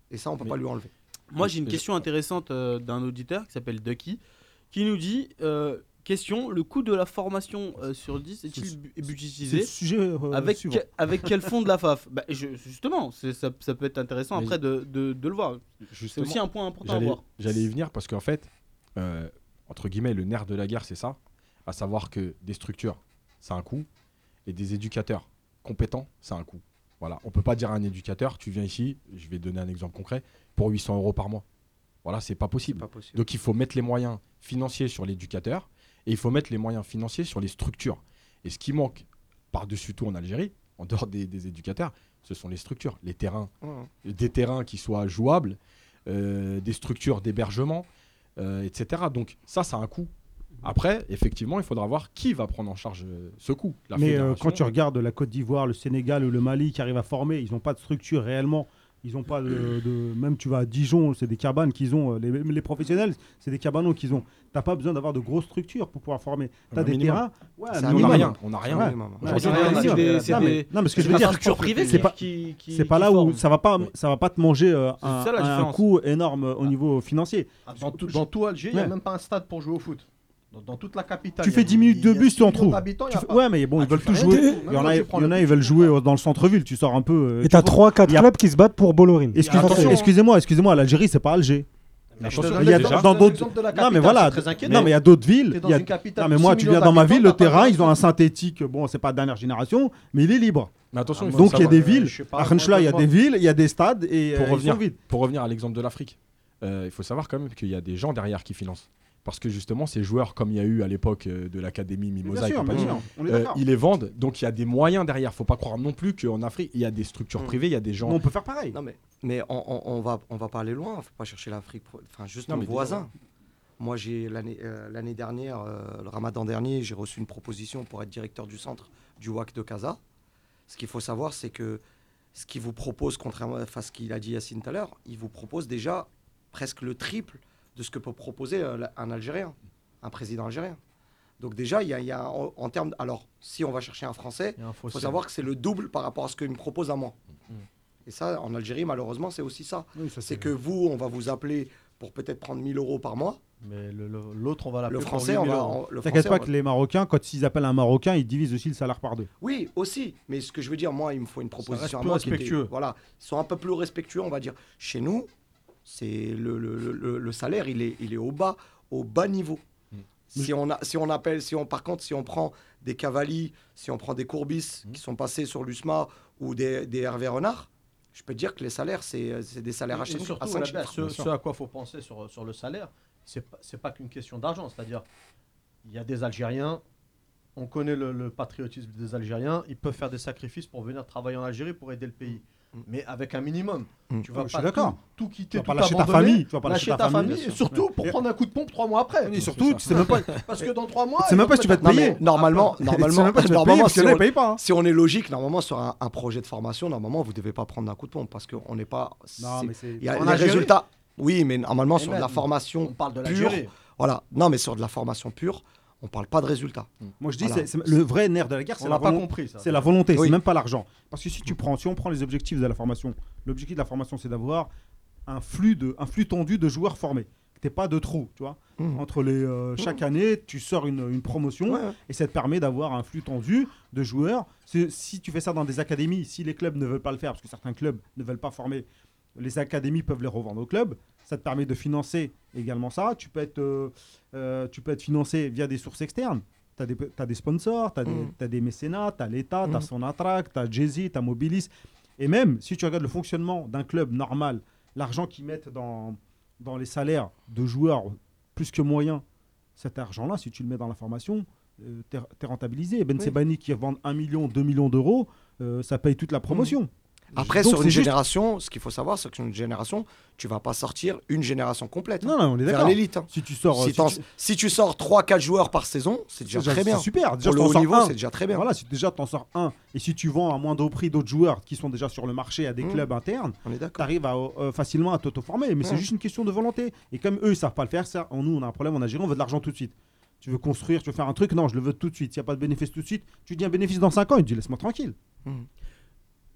[SPEAKER 4] Et ça, on peut
[SPEAKER 5] Mais-
[SPEAKER 4] pas lui enlever.
[SPEAKER 3] Moi, j'ai une
[SPEAKER 5] Mais-
[SPEAKER 3] question intéressante euh, d'un auditeur qui s'appelle Ducky, qui nous dit euh, question, le coût de la formation euh, sur dix est-il
[SPEAKER 6] C'est-
[SPEAKER 3] bu-
[SPEAKER 6] C'est le
[SPEAKER 3] budgétisé
[SPEAKER 6] sujet euh,
[SPEAKER 3] avec,
[SPEAKER 6] suivant.
[SPEAKER 3] que- avec quel fonds de la F A F bah, je- Justement, c'est- ça, ça peut être intéressant
[SPEAKER 5] Mais-
[SPEAKER 3] après de, de- de le voir. C'est
[SPEAKER 5] Justement,
[SPEAKER 3] aussi un point important à
[SPEAKER 5] J'allais
[SPEAKER 3] voir.
[SPEAKER 5] j'allais y venir parce qu'en fait, euh, entre guillemets, le nerf de la guerre, c'est ça. À savoir que des structures, ça a un coût. Et des éducateurs compétents, ça a un coût. Voilà. On peut pas dire à un éducateur, tu viens ici, je vais donner un exemple concret, pour huit cents euros par mois. Voilà, c'est pas
[SPEAKER 4] C'est
[SPEAKER 5] possible.
[SPEAKER 4] pas possible.
[SPEAKER 5] Donc il faut mettre les moyens financiers sur l'éducateur et il faut mettre les moyens financiers sur les structures. Et ce qui manque par-dessus tout en Algérie, en dehors des, des éducateurs, ce sont les structures, les terrains.
[SPEAKER 4] Ouais.
[SPEAKER 5] Des terrains qui soient jouables, euh, des structures d'hébergement, euh, et cetera. Donc ça, ça a un coût. Après, effectivement, il faudra voir qui va prendre en charge euh, ce coût. La
[SPEAKER 6] Mais euh,
[SPEAKER 5] fédération.
[SPEAKER 6] quand tu regardes la Côte d'Ivoire, le Sénégal ou le Mali qui arrivent à former, ils n'ont pas de structure réellement. Ils n'ont pas de, de- Même tu vas à Dijon, c'est des cabanes qu'ils ont. euh, Les, les professionnels, c'est des cabanos qu'ils ont. Tu n'as pas besoin d'avoir de grosses structures pour pouvoir former. Tu as
[SPEAKER 5] Un
[SPEAKER 6] des
[SPEAKER 5] minimum.
[SPEAKER 6] terrains. Ouais,
[SPEAKER 4] C'est
[SPEAKER 6] un
[SPEAKER 4] un
[SPEAKER 5] on n'a
[SPEAKER 6] minimum.
[SPEAKER 5] rien. On n'a rien.
[SPEAKER 6] Ouais.
[SPEAKER 4] Minimum.
[SPEAKER 6] Ouais,
[SPEAKER 3] Aujourd'hui,
[SPEAKER 6] c'est
[SPEAKER 3] on
[SPEAKER 6] un
[SPEAKER 3] a-
[SPEAKER 6] minimum.
[SPEAKER 3] c'est des- c'est
[SPEAKER 6] Non, mais-
[SPEAKER 3] des-
[SPEAKER 6] non, mais ce que je
[SPEAKER 3] c'est
[SPEAKER 6] veux
[SPEAKER 3] des
[SPEAKER 6] dire,
[SPEAKER 3] structures privées
[SPEAKER 6] c'est
[SPEAKER 3] qui-
[SPEAKER 6] pas-
[SPEAKER 3] qui, qui-
[SPEAKER 6] c'est pas
[SPEAKER 3] qui
[SPEAKER 6] là où
[SPEAKER 3] forment.
[SPEAKER 6] ça va pas,
[SPEAKER 5] Oui.
[SPEAKER 6] ça va pas te manger euh,
[SPEAKER 3] C'est
[SPEAKER 6] un,
[SPEAKER 3] ça, la
[SPEAKER 6] un
[SPEAKER 3] différence.
[SPEAKER 6] coût énorme euh, au niveau financier.
[SPEAKER 2] Dans tout, dans tout Alger, il n'y a
[SPEAKER 6] Ouais.
[SPEAKER 2] même pas un stade pour jouer au foot. Dans, dans toute la capitale.
[SPEAKER 6] Tu
[SPEAKER 2] il y a-
[SPEAKER 6] fais dix minutes
[SPEAKER 2] il y
[SPEAKER 6] de
[SPEAKER 2] a
[SPEAKER 6] bus,
[SPEAKER 2] six
[SPEAKER 6] tu en
[SPEAKER 2] millions
[SPEAKER 6] trouves.
[SPEAKER 2] d'habitants, il y
[SPEAKER 6] Tu
[SPEAKER 2] a
[SPEAKER 6] fais-
[SPEAKER 2] pas-
[SPEAKER 6] Ouais, mais bon,
[SPEAKER 2] Ah,
[SPEAKER 6] ils veulent
[SPEAKER 2] tu
[SPEAKER 6] tous
[SPEAKER 2] fais
[SPEAKER 6] jouer.
[SPEAKER 2] rien du tout.
[SPEAKER 6] Il y
[SPEAKER 2] Même
[SPEAKER 6] en
[SPEAKER 2] quand
[SPEAKER 6] a,
[SPEAKER 2] tu prends
[SPEAKER 6] il y en
[SPEAKER 2] le
[SPEAKER 6] a,
[SPEAKER 2] bus,
[SPEAKER 6] ils veulent
[SPEAKER 2] tu
[SPEAKER 6] jouer
[SPEAKER 2] fais
[SPEAKER 6] euh, dans le centre-ville. Tu sors un peu. euh,
[SPEAKER 7] Et
[SPEAKER 6] tu
[SPEAKER 7] t'as
[SPEAKER 6] vois.
[SPEAKER 7] trois quatre
[SPEAKER 6] il y a-
[SPEAKER 7] clubs qui se battent pour Bollorine.
[SPEAKER 6] Excuse-
[SPEAKER 2] Attention.
[SPEAKER 6] Excusez-moi, excusez-moi, l'Algérie, c'est pas Alger.
[SPEAKER 2] Mais je te
[SPEAKER 5] Attention,
[SPEAKER 2] donne
[SPEAKER 6] il y a
[SPEAKER 2] l'exemple-
[SPEAKER 6] dans
[SPEAKER 2] je te donne
[SPEAKER 6] d'autres-
[SPEAKER 2] l'exemple de la
[SPEAKER 6] Non, mais
[SPEAKER 2] capitale,
[SPEAKER 6] voilà.
[SPEAKER 2] c'est très inquiétant.
[SPEAKER 6] Non, mais il y a d'autres villes.
[SPEAKER 2] T'es
[SPEAKER 6] il
[SPEAKER 2] dans
[SPEAKER 6] y a-
[SPEAKER 2] une capitale
[SPEAKER 6] Non,
[SPEAKER 2] de
[SPEAKER 6] mais moi,
[SPEAKER 2] six
[SPEAKER 6] tu
[SPEAKER 2] millions
[SPEAKER 6] viens dans ma
[SPEAKER 2] d'habitants,
[SPEAKER 6] ville, le
[SPEAKER 2] t'as pas
[SPEAKER 6] terrain,
[SPEAKER 2] un
[SPEAKER 6] ils ont un
[SPEAKER 2] foot.
[SPEAKER 6] synthétique. Bon, c'est pas dernière génération, mais il est libre.
[SPEAKER 5] Mais attention, il faut
[SPEAKER 6] Donc il y a
[SPEAKER 5] savoir-
[SPEAKER 6] des
[SPEAKER 2] euh,
[SPEAKER 6] villes.
[SPEAKER 2] je sais pas,
[SPEAKER 6] À Khenchla, il y a
[SPEAKER 2] moi,
[SPEAKER 6] des villes, il y a des stades et
[SPEAKER 5] Pour
[SPEAKER 6] euh, ils
[SPEAKER 5] revenir,
[SPEAKER 6] sont vides.
[SPEAKER 5] pour revenir à l'exemple de l'Afrique, euh, il faut savoir quand même qu'il y a des gens derrière qui financent. Parce que justement, ces joueurs, comme il y a eu à l'époque euh, de l'Académie Mimosa
[SPEAKER 6] Bien
[SPEAKER 5] et
[SPEAKER 6] sûr, bien
[SPEAKER 5] compagnie,
[SPEAKER 6] sûr. On est
[SPEAKER 5] euh,
[SPEAKER 6] d'accord.
[SPEAKER 5] ils les vendent. Donc il y a des moyens derrière. Faut pas croire non plus qu'en Afrique, il y a des structures
[SPEAKER 4] Mm.
[SPEAKER 5] privées, il y a des
[SPEAKER 6] Nous,
[SPEAKER 5] gens.
[SPEAKER 6] on peut faire pareil.
[SPEAKER 4] Non, mais, mais on, on, on va, on va pas aller loin, faut pas chercher l'Afrique, pro- enfin juste
[SPEAKER 5] Non,
[SPEAKER 4] nos
[SPEAKER 5] mais déjà,
[SPEAKER 4] voisins. Moi, j'ai l'année euh, l'année dernière, euh, le ramadan dernier, j'ai reçu une proposition pour être directeur du centre du W A C de Casa. Ce qu'il faut savoir, c'est que ce qu'il vous propose, contrairement à ce qu'il a dit Yacine tout à l'heure, il vous propose déjà presque le triple de ce que peut proposer euh, un Algérien, un président algérien. Donc déjà, il y a, il y a en, en termes... Alors, si on va chercher un Français,
[SPEAKER 2] Il y a un
[SPEAKER 4] il faut
[SPEAKER 2] fossé.
[SPEAKER 4] savoir que c'est le double par rapport à ce qu'il me propose à moi.
[SPEAKER 2] Mm.
[SPEAKER 4] Et ça, en Algérie, malheureusement, c'est aussi ça.
[SPEAKER 6] Oui, ça,
[SPEAKER 4] C'est que vous, on va vous appeler pour peut-être prendre mille euros par mois.
[SPEAKER 2] Mais le- le- l'autre, on va l'appeler
[SPEAKER 4] Le
[SPEAKER 2] pour
[SPEAKER 4] français,
[SPEAKER 2] huit
[SPEAKER 4] on
[SPEAKER 2] mille
[SPEAKER 4] va...
[SPEAKER 2] euros.
[SPEAKER 4] on- le
[SPEAKER 6] T'inquiète
[SPEAKER 4] français,
[SPEAKER 6] pas
[SPEAKER 4] on
[SPEAKER 6] que
[SPEAKER 4] va-
[SPEAKER 6] les Marocains, quand ils appellent un Marocain, ils divisent aussi le salaire par deux.
[SPEAKER 4] Oui, aussi. Mais ce que je veux dire, moi, il me faut une
[SPEAKER 2] reste
[SPEAKER 4] proposition à
[SPEAKER 2] plus
[SPEAKER 4] moi qui était-
[SPEAKER 2] respectueux.
[SPEAKER 4] Voilà. Ils sont un peu plus respectueux, on va dire. Chez nous, c'est le, le, le- le- le salaire, il est, il est au bas, au bas niveau.
[SPEAKER 5] Mm.
[SPEAKER 4] Si on, a, si on appelle, si on, par contre, si on prend des Cavalli, si on prend des Courbis
[SPEAKER 5] Mm.
[SPEAKER 4] qui sont passés sur l'U S M A ou des, des Hervé Renard, je peux te dire que les salaires, c'est c'est des salaires à
[SPEAKER 2] Et
[SPEAKER 4] cinq
[SPEAKER 2] surtout,
[SPEAKER 4] à cinq
[SPEAKER 2] là,
[SPEAKER 4] chiffres.
[SPEAKER 2] ce,
[SPEAKER 5] bien sûr.
[SPEAKER 2] ce à quoi il faut penser sur, sur le salaire, c'est pas, c'est pas qu'une question d'argent. C'est-à-dire, il y a des Algériens, on connaît le, le patriotisme des Algériens, ils peuvent faire des sacrifices pour venir travailler en Algérie pour aider le pays.
[SPEAKER 4] Mm.
[SPEAKER 2] Mais avec un minimum.
[SPEAKER 4] Mm.
[SPEAKER 2] Tu vas
[SPEAKER 6] Je suis
[SPEAKER 2] pas
[SPEAKER 6] d'accord.
[SPEAKER 2] tout, tout
[SPEAKER 6] Tu
[SPEAKER 2] quitter,
[SPEAKER 6] vas
[SPEAKER 2] tout
[SPEAKER 6] pas lâcher ta
[SPEAKER 2] abandonner,
[SPEAKER 6] famille. Tu vas pas lâcher ta famille.
[SPEAKER 2] et surtout pour
[SPEAKER 6] Et-
[SPEAKER 2] prendre un coup de pompe trois mois après.
[SPEAKER 6] Et surtout, tu sais même pas, tu
[SPEAKER 2] Parce que dans trois mois.
[SPEAKER 6] sais même pas si tu vas te
[SPEAKER 4] Non,
[SPEAKER 6] payer.
[SPEAKER 4] mais normalement,
[SPEAKER 6] Tu sais
[SPEAKER 4] normalement,
[SPEAKER 6] même pas si tu vas te payer
[SPEAKER 4] normalement,
[SPEAKER 6] parce que
[SPEAKER 4] si
[SPEAKER 6] là,
[SPEAKER 4] on-
[SPEAKER 6] ils payent pas. hein.
[SPEAKER 4] si on est logique, normalement, sur un, un projet de formation, normalement, vous ne devez pas prendre un coup de pompe parce qu'on n'est pas.
[SPEAKER 6] Non,
[SPEAKER 4] c'est-
[SPEAKER 6] mais c'est.
[SPEAKER 4] Il y a
[SPEAKER 2] En
[SPEAKER 4] les
[SPEAKER 2] Algérie.
[SPEAKER 4] résultats. Oui, mais normalement,
[SPEAKER 2] Et
[SPEAKER 4] sur de
[SPEAKER 2] même,
[SPEAKER 4] la
[SPEAKER 2] On
[SPEAKER 4] formation
[SPEAKER 2] parle de
[SPEAKER 4] pure.
[SPEAKER 2] l'Algérie.
[SPEAKER 4] Voilà. Non, mais sur de la formation pure, on ne parle pas de résultats.
[SPEAKER 6] Moi, je dis,
[SPEAKER 4] Voilà.
[SPEAKER 6] c'est- c'est- le vrai nerf de la guerre,
[SPEAKER 2] On
[SPEAKER 6] c'est la
[SPEAKER 2] l'a pas
[SPEAKER 6] volonté.
[SPEAKER 2] compris ça.
[SPEAKER 6] C'est la volonté,
[SPEAKER 4] Oui.
[SPEAKER 6] c'est même pas l'argent. Parce que si tu prends, si on prend les objectifs de la formation, l'objectif de la formation, c'est d'avoir un flux de, un flux tendu de joueurs formés. Que t'aies pas de trou, tu vois.
[SPEAKER 4] Mmh.
[SPEAKER 6] Entre les, euh, chaque année, tu sors une, une promotion
[SPEAKER 4] Ouais, ouais.
[SPEAKER 6] et ça te permet d'avoir un flux tendu de joueurs. C'est- Si tu fais ça dans des académies, si les clubs ne veulent pas le faire, parce que certains clubs ne veulent pas former, les académies peuvent les revendre aux clubs. Ça te permet de financer également ça. Tu peux être, euh, euh, tu peux être financé via des sources externes. Tu as des, t'as des sponsors, tu as,
[SPEAKER 4] Mm.
[SPEAKER 6] des mécénats, tu as l'État, tu as
[SPEAKER 4] Mm.
[SPEAKER 6] Sonatrach, tu as Jay-Z, tu as Mobilis. Et même si tu regardes le fonctionnement d'un club normal, l'argent qu'ils mettent dans, dans les salaires de joueurs plus que moyens, cet argent-là, si tu le mets dans la formation, euh, t'es t'es rentabilisé. Ben
[SPEAKER 4] Oui.
[SPEAKER 6] Sebani qui vend un million, deux millions d'euros, euh, ça paye toute la promotion.
[SPEAKER 4] Après,
[SPEAKER 6] Donc,
[SPEAKER 4] sur
[SPEAKER 6] c'est
[SPEAKER 4] une
[SPEAKER 6] juste-
[SPEAKER 4] génération, ce qu'il faut savoir, c'est que sur une génération, tu vas pas sortir une génération complète.
[SPEAKER 6] Non, non, on est
[SPEAKER 4] vers
[SPEAKER 6] d'accord.
[SPEAKER 4] l'élite. hein.
[SPEAKER 6] Si tu sors,
[SPEAKER 4] Si,
[SPEAKER 6] si
[SPEAKER 4] t'en-
[SPEAKER 6] tu-
[SPEAKER 4] si tu sors trois quatre joueurs par saison, c'est déjà
[SPEAKER 6] c'est
[SPEAKER 4] très bien.
[SPEAKER 6] C'est super. Déjà,
[SPEAKER 4] Pour le
[SPEAKER 6] t'en
[SPEAKER 4] haut
[SPEAKER 6] sors
[SPEAKER 4] niveau,
[SPEAKER 6] un.
[SPEAKER 4] c'est déjà très bien.
[SPEAKER 6] Voilà, si déjà tu en sors un, et si tu vends à moindre prix d'autres joueurs qui sont déjà sur le marché à des
[SPEAKER 4] Mm.
[SPEAKER 6] clubs internes,
[SPEAKER 4] On est
[SPEAKER 6] tu
[SPEAKER 4] d'accord.
[SPEAKER 6] arrives facilement à t'auto-former. Mais c'est
[SPEAKER 4] Ouais.
[SPEAKER 6] juste une question de volonté. Et comme eux, ils savent pas le faire, ça, en nous, on a un problème en Algérie, on veut de l'argent tout de suite. Tu veux construire, tu veux faire un truc, non, je le veux tout de suite. S'il n'y a pas de bénéfice tout de suite, tu dis un bénéfice dans cinq ans, il te dit laisse-moi tranquille.
[SPEAKER 4] Mhm.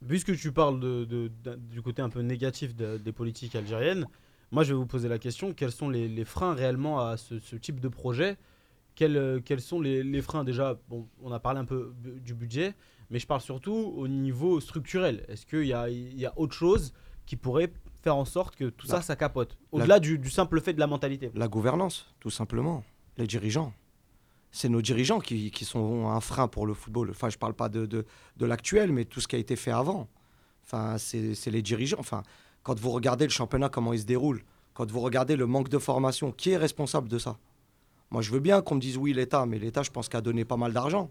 [SPEAKER 3] puisque tu parles de, de, de- du côté un peu négatif de- des politiques algériennes, moi je vais vous poser la question, quels sont les, les freins réellement à ce, ce type de projet? quels, euh, quels sont les, les freins déjà? Bon, on a parlé un peu bu- du budget, mais je parle surtout au niveau structurel. Est-ce qu'il y a, il y a autre chose qui pourrait faire en sorte que tout
[SPEAKER 4] La-
[SPEAKER 3] ça, ça capote? Au-delà du, du simple fait de la mentalité.
[SPEAKER 4] La gouvernance, tout simplement. Les dirigeants. C'est nos dirigeants qui, qui sont un frein pour le football. Enfin, je ne parle pas de, de, de l'actuel, mais tout ce qui a été fait avant. Enfin, c'est c'est les dirigeants. Enfin, quand vous regardez le championnat, comment il se déroule, quand vous regardez le manque de formation, qui est responsable de ça? Moi, je veux bien qu'on me dise oui, l'État, mais l'État, je pense qu'a donné pas mal d'argent.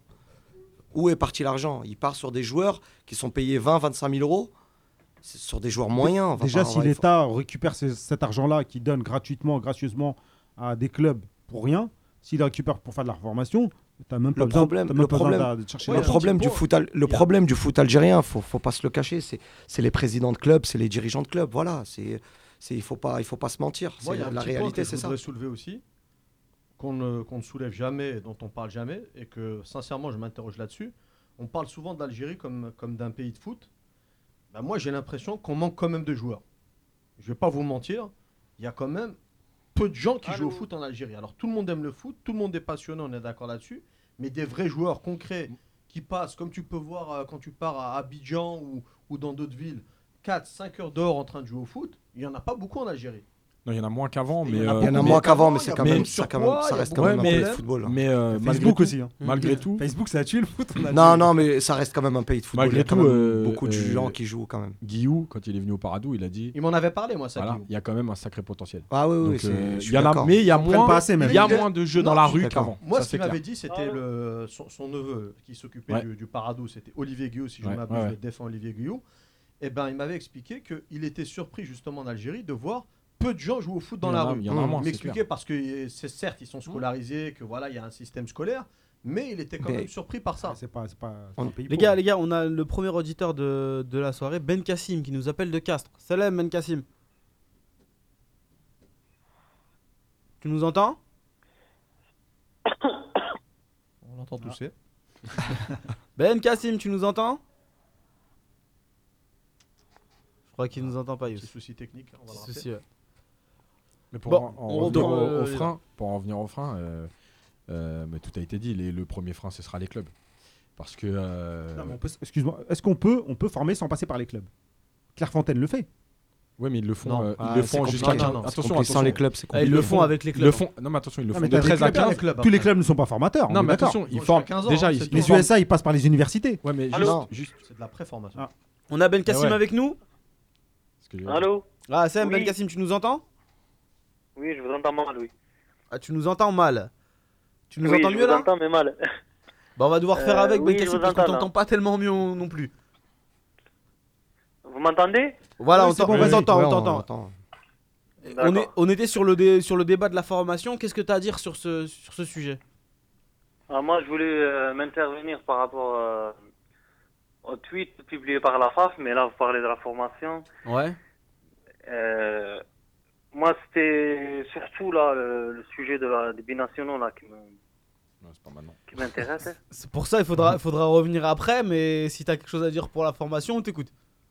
[SPEAKER 4] Où est parti l'argent? Il part sur des joueurs qui sont payés vingt, vingt-cinq mille euros. C'est sur des joueurs moyens. on va
[SPEAKER 6] Déjà,
[SPEAKER 4] pas- on
[SPEAKER 6] si
[SPEAKER 4] va-
[SPEAKER 6] l'État récupère ce- cet argent-là, qu'il donne gratuitement, gracieusement à des clubs pour rien, s'il le récupère pour faire de la formation, tu n'as même pas
[SPEAKER 4] Le
[SPEAKER 6] besoin,
[SPEAKER 4] problème-
[SPEAKER 6] t'as même
[SPEAKER 4] le
[SPEAKER 6] pas besoin
[SPEAKER 4] problème-
[SPEAKER 6] d'a- de chercher
[SPEAKER 2] Ouais,
[SPEAKER 4] Le
[SPEAKER 6] l'argent.
[SPEAKER 4] problème,
[SPEAKER 2] un
[SPEAKER 4] du
[SPEAKER 2] petit
[SPEAKER 4] foot, al- le
[SPEAKER 2] il y a-
[SPEAKER 4] problème du foot algérien, faut, faut pas se le cacher, c'est c'est les présidents de clubs, c'est les dirigeants de clubs. Voilà, c'est c'est il faut pas il faut pas se mentir.
[SPEAKER 2] Moi,
[SPEAKER 4] C'est-
[SPEAKER 2] il y a un
[SPEAKER 4] la
[SPEAKER 2] petit point
[SPEAKER 4] réalité,
[SPEAKER 2] que
[SPEAKER 4] c'est
[SPEAKER 2] je
[SPEAKER 4] ça.
[SPEAKER 2] voudrais soulever aussi, qu'on ne, qu'on ne soulève jamais, et dont on parle jamais, et que sincèrement, je m'interroge là-dessus. On parle souvent d'Algérie comme, comme d'un pays de foot. Ben, moi, j'ai l'impression qu'on manque quand même de joueurs. Je vais pas vous mentir, il y a quand même peu de gens qui
[SPEAKER 7] Allô
[SPEAKER 2] jouent au foot en Algérie. Alors, tout le monde aime le foot, tout le monde est passionné, on est d'accord là-dessus, mais des vrais joueurs concrets qui passent, comme tu peux voir euh, quand tu pars à Abidjan ou, ou dans d'autres villes, quatre cinq heures dehors en train de jouer au foot, il n'y en a pas beaucoup en Algérie.
[SPEAKER 5] Non, il y en a moins qu'avant,
[SPEAKER 2] Et
[SPEAKER 5] mais,
[SPEAKER 2] il y en a
[SPEAKER 5] euh,
[SPEAKER 4] Il y en a
[SPEAKER 2] beaucoup,
[SPEAKER 4] moins
[SPEAKER 2] mais
[SPEAKER 4] qu'avant, mais
[SPEAKER 2] il y
[SPEAKER 4] c'est
[SPEAKER 2] a
[SPEAKER 4] quand
[SPEAKER 2] beaucoup
[SPEAKER 4] même
[SPEAKER 2] de
[SPEAKER 4] ça, quand
[SPEAKER 2] surpoids,
[SPEAKER 4] même, ça
[SPEAKER 2] il y a
[SPEAKER 4] reste quand
[SPEAKER 2] beaucoup
[SPEAKER 4] même
[SPEAKER 5] de
[SPEAKER 4] un pays de
[SPEAKER 2] problèmes.
[SPEAKER 4] football.
[SPEAKER 5] mais, euh, malgré
[SPEAKER 6] Facebook
[SPEAKER 5] tout,
[SPEAKER 6] aussi. hein.
[SPEAKER 5] malgré tout,
[SPEAKER 6] Facebook, ça a tué le foot. en Algérie.
[SPEAKER 4] Non, non, mais ça reste quand même un pays de football.
[SPEAKER 5] Malgré
[SPEAKER 4] Il y a quand
[SPEAKER 5] tout,
[SPEAKER 4] même
[SPEAKER 5] euh,
[SPEAKER 4] beaucoup de
[SPEAKER 5] euh,
[SPEAKER 4] gens qui jouent quand même.
[SPEAKER 5] Guillou, quand il est venu au Paradou, il a dit
[SPEAKER 2] Il m'en avait parlé, moi, ça.
[SPEAKER 5] voilà,
[SPEAKER 2] Guillaume.
[SPEAKER 5] il y a quand même un sacré potentiel.
[SPEAKER 4] Ah oui, oui,
[SPEAKER 5] Donc,
[SPEAKER 4] c'est-
[SPEAKER 5] euh,
[SPEAKER 4] je
[SPEAKER 5] il
[SPEAKER 4] suis
[SPEAKER 5] y en a,
[SPEAKER 4] d'accord.
[SPEAKER 5] mais il y a
[SPEAKER 6] Ils en prennent
[SPEAKER 5] moins,
[SPEAKER 6] pas assez, même.
[SPEAKER 5] il y a
[SPEAKER 2] Mais-
[SPEAKER 5] moins de jeux
[SPEAKER 2] Non,
[SPEAKER 5] dans la
[SPEAKER 2] je suis
[SPEAKER 5] rue
[SPEAKER 4] d'accord.
[SPEAKER 5] qu'avant.
[SPEAKER 2] Moi,
[SPEAKER 5] Ça,
[SPEAKER 2] ce
[SPEAKER 5] c'est
[SPEAKER 2] qu'il m'avait
[SPEAKER 5] clair.
[SPEAKER 2] dit, c'était le, son, son neveu qui s'occupait
[SPEAKER 5] Ouais.
[SPEAKER 2] du, du Paradou, c'était Olivier Guillou, si je
[SPEAKER 5] Ouais,
[SPEAKER 2] ne m'abuse,
[SPEAKER 5] ouais, ouais.
[SPEAKER 2] le défunt Olivier Guillou. Et ben, il m'avait expliqué qu'il était surpris justement en Algérie de voir peu de gens jouer au foot dans
[SPEAKER 5] Il y
[SPEAKER 2] la
[SPEAKER 5] en a-
[SPEAKER 2] rue.
[SPEAKER 5] il y en a
[SPEAKER 4] Mmh.
[SPEAKER 5] moins,
[SPEAKER 2] Il
[SPEAKER 5] c'est
[SPEAKER 2] m'expliquait
[SPEAKER 5] clair.
[SPEAKER 2] parce que c'est certes ils sont scolarisés, que voilà il y a un système scolaire, mais il était quand
[SPEAKER 4] Mais-
[SPEAKER 2] même surpris par ça.
[SPEAKER 6] Ah, C'est pas, c'est pas, c'est
[SPEAKER 4] On-
[SPEAKER 6] pas un pays
[SPEAKER 3] Les
[SPEAKER 6] pauvre.
[SPEAKER 3] gars, les gars, on a le premier auditeur de, de la soirée, Ben Kassim, qui nous appelle de Castres. Salam Ben Kassim. Tu nous entends?
[SPEAKER 2] On l'entend tousser.
[SPEAKER 3] Ben Kassim, tu nous entends? Je crois qu'il nous entend pas,
[SPEAKER 2] Petit
[SPEAKER 3] Youssef.
[SPEAKER 2] souci technique, on va le
[SPEAKER 3] Petit
[SPEAKER 2] rappeler.
[SPEAKER 3] souci, ouais.
[SPEAKER 5] Mais pour
[SPEAKER 3] Bon,
[SPEAKER 5] en, en
[SPEAKER 3] on
[SPEAKER 5] revenir
[SPEAKER 3] reprend,
[SPEAKER 5] au,
[SPEAKER 3] euh,
[SPEAKER 5] au
[SPEAKER 3] les
[SPEAKER 5] frein, pour en revenir au frein, euh, euh, mais tout a été dit. Les- le premier frein, ce sera les clubs, parce que euh,
[SPEAKER 6] Non, mais on peut- Excuse-moi, est-ce qu'on peut, on peut former sans passer par les clubs? Clairefontaine le fait.
[SPEAKER 5] ouais, mais ils le font,
[SPEAKER 2] Non.
[SPEAKER 5] euh,
[SPEAKER 4] Ah,
[SPEAKER 5] ils le
[SPEAKER 4] c'est
[SPEAKER 5] font
[SPEAKER 4] compliqué.
[SPEAKER 5] jusqu'à
[SPEAKER 2] Non, non, non,
[SPEAKER 4] C'est
[SPEAKER 5] attention,
[SPEAKER 4] compliqué. Sans
[SPEAKER 5] attention.
[SPEAKER 4] les clubs, c'est
[SPEAKER 3] Ah,
[SPEAKER 4] compliqué.
[SPEAKER 3] ils le font avec les
[SPEAKER 5] Ils
[SPEAKER 3] clubs.
[SPEAKER 5] le font. Non, mais attention, ils le
[SPEAKER 6] Non,
[SPEAKER 5] font
[SPEAKER 6] mais
[SPEAKER 5] de
[SPEAKER 6] t'as des
[SPEAKER 5] treize à
[SPEAKER 6] clubs,
[SPEAKER 5] quinze.
[SPEAKER 2] clubs,
[SPEAKER 6] Tous les
[SPEAKER 2] après.
[SPEAKER 6] clubs ne sont pas formateurs. on
[SPEAKER 5] Non,
[SPEAKER 6] est
[SPEAKER 5] mais
[SPEAKER 6] d'accord.
[SPEAKER 5] attention, ils
[SPEAKER 2] Jusqu'à
[SPEAKER 5] forment.
[SPEAKER 2] quinze ans,
[SPEAKER 5] Déjà,
[SPEAKER 2] hein,
[SPEAKER 5] ils,
[SPEAKER 2] c'est
[SPEAKER 5] ils
[SPEAKER 2] tout.
[SPEAKER 6] Les
[SPEAKER 5] forment-
[SPEAKER 6] U S A, ils passent par les universités.
[SPEAKER 5] Ouais, mais
[SPEAKER 7] Allô
[SPEAKER 5] juste, juste
[SPEAKER 2] C'est de la préformation.
[SPEAKER 6] Ah.
[SPEAKER 3] On a Ben Kassim
[SPEAKER 5] ouais.
[SPEAKER 3] avec nous?
[SPEAKER 5] ce que j'ai-
[SPEAKER 7] Allô?
[SPEAKER 3] Ah, Sam,
[SPEAKER 7] Oui.
[SPEAKER 3] Ben Kassim, tu nous entends?
[SPEAKER 7] Oui, je vous entends mal, oui.
[SPEAKER 3] Ah, tu nous entends mal. Tu nous
[SPEAKER 7] oui,
[SPEAKER 3] entends
[SPEAKER 7] je
[SPEAKER 3] mieux
[SPEAKER 7] vous
[SPEAKER 3] là?
[SPEAKER 7] entends, mais mal.
[SPEAKER 3] Bah, on va devoir faire
[SPEAKER 7] Euh,
[SPEAKER 3] avec
[SPEAKER 7] oui,
[SPEAKER 3] Ben
[SPEAKER 7] je
[SPEAKER 3] Kassim
[SPEAKER 7] vous
[SPEAKER 3] parce qu'on
[SPEAKER 7] entends, là.
[SPEAKER 3] t'entend pas tellement mieux non plus.
[SPEAKER 7] Vous m'entendez?
[SPEAKER 3] Voilà,
[SPEAKER 6] Oui,
[SPEAKER 3] on
[SPEAKER 6] c'est
[SPEAKER 3] t'en-
[SPEAKER 6] bon,
[SPEAKER 3] on
[SPEAKER 6] vas-y.
[SPEAKER 3] t'entend,
[SPEAKER 4] Ouais,
[SPEAKER 3] on t'entend.
[SPEAKER 4] entend.
[SPEAKER 3] On,
[SPEAKER 7] D'accord.
[SPEAKER 3] est, on était sur le, dé- sur le débat de la formation. Qu'est-ce que tu as à dire sur ce, sur ce sujet?
[SPEAKER 7] Alors moi, je voulais euh, m'intervenir par rapport euh, au tweet publié par la F A F, mais là, vous parlez de la formation.
[SPEAKER 3] Ouais.
[SPEAKER 7] Euh, moi, c'était surtout là le, le sujet de la, des binationaux là qui me-
[SPEAKER 5] Non, c'est pas maintenant.
[SPEAKER 7] qui m'intéresse.
[SPEAKER 3] C'est pour ça il faudra, faudra revenir après, mais si tu as quelque chose à dire pour la formation, on t'écoute.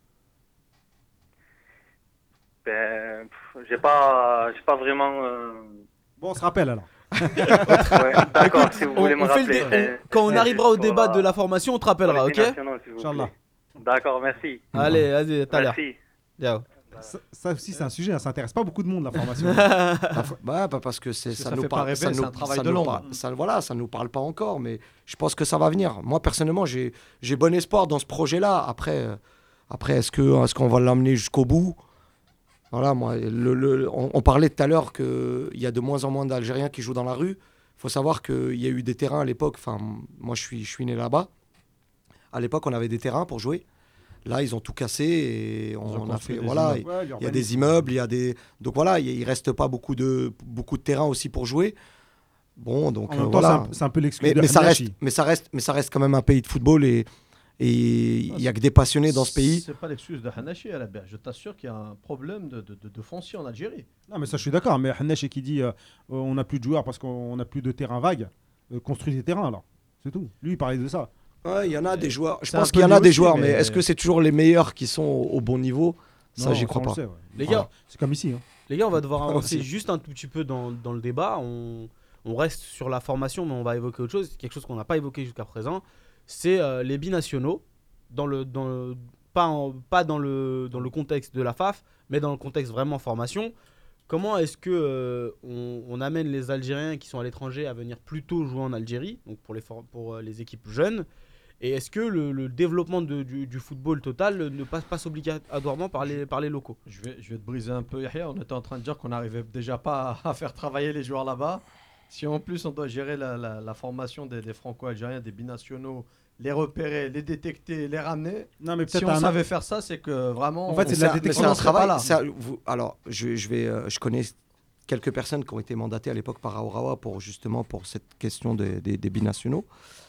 [SPEAKER 7] Ben, pff, j'ai pas, j'ai pas vraiment. euh,
[SPEAKER 6] Bon, on se rappelle alors.
[SPEAKER 7] ouais, d'accord, si vous
[SPEAKER 3] On-
[SPEAKER 7] voulez me
[SPEAKER 3] on fait le
[SPEAKER 7] rappeler.
[SPEAKER 3] dé-
[SPEAKER 7] c'est-
[SPEAKER 3] on- quand on
[SPEAKER 7] c'est
[SPEAKER 3] arrivera au
[SPEAKER 7] sur
[SPEAKER 3] débat
[SPEAKER 7] la-
[SPEAKER 3] de la formation, on te
[SPEAKER 7] sur
[SPEAKER 3] rappellera,
[SPEAKER 7] les
[SPEAKER 3] ok?
[SPEAKER 7] binationaux, s'il vous plaît.
[SPEAKER 6] Inch'Allah.
[SPEAKER 7] D'accord, merci.
[SPEAKER 3] Allez, vas-y, tout à l'heure.
[SPEAKER 7] Merci.
[SPEAKER 3] Ciao.
[SPEAKER 6] Ça, ça aussi, c'est un sujet, hein, ça intéresse pas beaucoup de monde, la formation.
[SPEAKER 4] La fo- bah, bah, parce que c'est
[SPEAKER 2] Parce que
[SPEAKER 4] ça,
[SPEAKER 2] ça
[SPEAKER 4] nous
[SPEAKER 2] fait pas
[SPEAKER 4] parle,
[SPEAKER 2] rêver,
[SPEAKER 4] ça
[SPEAKER 2] c'est
[SPEAKER 4] nous,
[SPEAKER 2] un travail
[SPEAKER 4] ça
[SPEAKER 2] de
[SPEAKER 4] nous
[SPEAKER 2] longue.
[SPEAKER 4] parle- ça, voilà, ça nous parle pas encore, mais je pense que ça va venir. Moi personnellement, j'ai j'ai bon espoir dans ce projet-là. Après, euh, après, est-ce que est-ce qu'on va l'amener jusqu'au bout? Voilà, moi, le, le- on, on parlait tout à l'heure qu'il y a de moins en moins d'Algériens qui jouent dans la rue. Il faut savoir qu'il y a eu des terrains à l'époque. Enfin, moi, je suis je suis né là-bas. À l'époque, on avait des terrains pour jouer. Là, ils ont tout cassé et on,
[SPEAKER 2] Ils ont
[SPEAKER 4] on a
[SPEAKER 2] construit
[SPEAKER 4] fait
[SPEAKER 2] des
[SPEAKER 4] voilà.
[SPEAKER 2] immeubles.
[SPEAKER 6] Ouais,
[SPEAKER 4] Il y a des immeubles, il y a des. Donc voilà, il ne reste pas beaucoup de, beaucoup de terrain aussi pour jouer. Bon, donc
[SPEAKER 6] En
[SPEAKER 4] euh,
[SPEAKER 6] même temps,
[SPEAKER 4] voilà.
[SPEAKER 6] c'est un- c'est un peu l'excuse
[SPEAKER 4] Mais,
[SPEAKER 6] de
[SPEAKER 4] mais ça reste,
[SPEAKER 6] Hanashi.
[SPEAKER 4] mais, ça reste, mais ça reste quand même un pays de football et et il n'y a que des passionnés dans ce pays.
[SPEAKER 2] C'est pas l'excuse de Hanashi à la berge. Je t'assure qu'il y a un problème de, de, de- de foncier en Algérie.
[SPEAKER 6] Non, mais ça, je suis d'accord. Mais Hanashi qui dit euh, euh, on n'a plus de joueurs parce qu'on n'a plus de terrain vague, euh, construit des terrains alors. C'est tout. Lui, il parlait de ça.
[SPEAKER 4] Ouais, il y en a des joueurs. Je
[SPEAKER 2] C'est un
[SPEAKER 4] pense
[SPEAKER 2] peu
[SPEAKER 4] qu'il y en a
[SPEAKER 2] lié
[SPEAKER 4] des
[SPEAKER 2] aussi,
[SPEAKER 4] joueurs,
[SPEAKER 2] mais-
[SPEAKER 4] mais est-ce que c'est toujours les meilleurs qui sont au, au bon niveau? Ça,
[SPEAKER 6] Non,
[SPEAKER 4] j'y crois
[SPEAKER 6] on le
[SPEAKER 4] pas.
[SPEAKER 6] sait, ouais.
[SPEAKER 3] Les
[SPEAKER 6] Voilà.
[SPEAKER 3] gars,
[SPEAKER 6] C'est comme ici. hein.
[SPEAKER 3] Les gars, on va devoir
[SPEAKER 4] Ah,
[SPEAKER 3] avancer
[SPEAKER 4] aussi.
[SPEAKER 3] juste un tout petit peu dans, dans le débat. On, on reste sur la formation, mais on va évoquer autre chose. Quelque chose qu'on n'a pas évoqué jusqu'à présent, c'est euh, les binationaux, dans le, dans le, pas, en- pas dans, le, dans le contexte de la F A F, mais dans le contexte vraiment formation. Comment est-ce que euh, on, on amène les Algériens qui sont à l'étranger à venir plus tôt jouer en Algérie, donc pour les, for- pour euh, les équipes jeunes? Et est-ce que le, le développement de- du, du football total ne passe, passe obligatoirement par les, par les locaux?
[SPEAKER 2] Je vais, je vais te briser un peu, Yahya. On était en train de dire qu'on n'arrivait déjà pas à, à faire travailler les joueurs là-bas. Si en plus on doit gérer la, la- la formation des, des Franco-Algériens, des binationaux, les repérer, les détecter, les ramener.
[SPEAKER 6] Non, mais
[SPEAKER 2] Si
[SPEAKER 6] peut-être
[SPEAKER 2] on
[SPEAKER 6] un.
[SPEAKER 2] savait faire ça, c'est que vraiment.
[SPEAKER 6] En fait,
[SPEAKER 2] on-
[SPEAKER 6] c'est de
[SPEAKER 4] Mais
[SPEAKER 6] la
[SPEAKER 4] mais
[SPEAKER 6] détection,
[SPEAKER 4] c'est un
[SPEAKER 2] on serait pas
[SPEAKER 4] travail.
[SPEAKER 2] là.
[SPEAKER 4] ça, vous- alors, je, je vais, euh, je connais quelques personnes qui ont été mandatées à l'époque par Aourawa pour justement pour cette question des, des- des binationaux.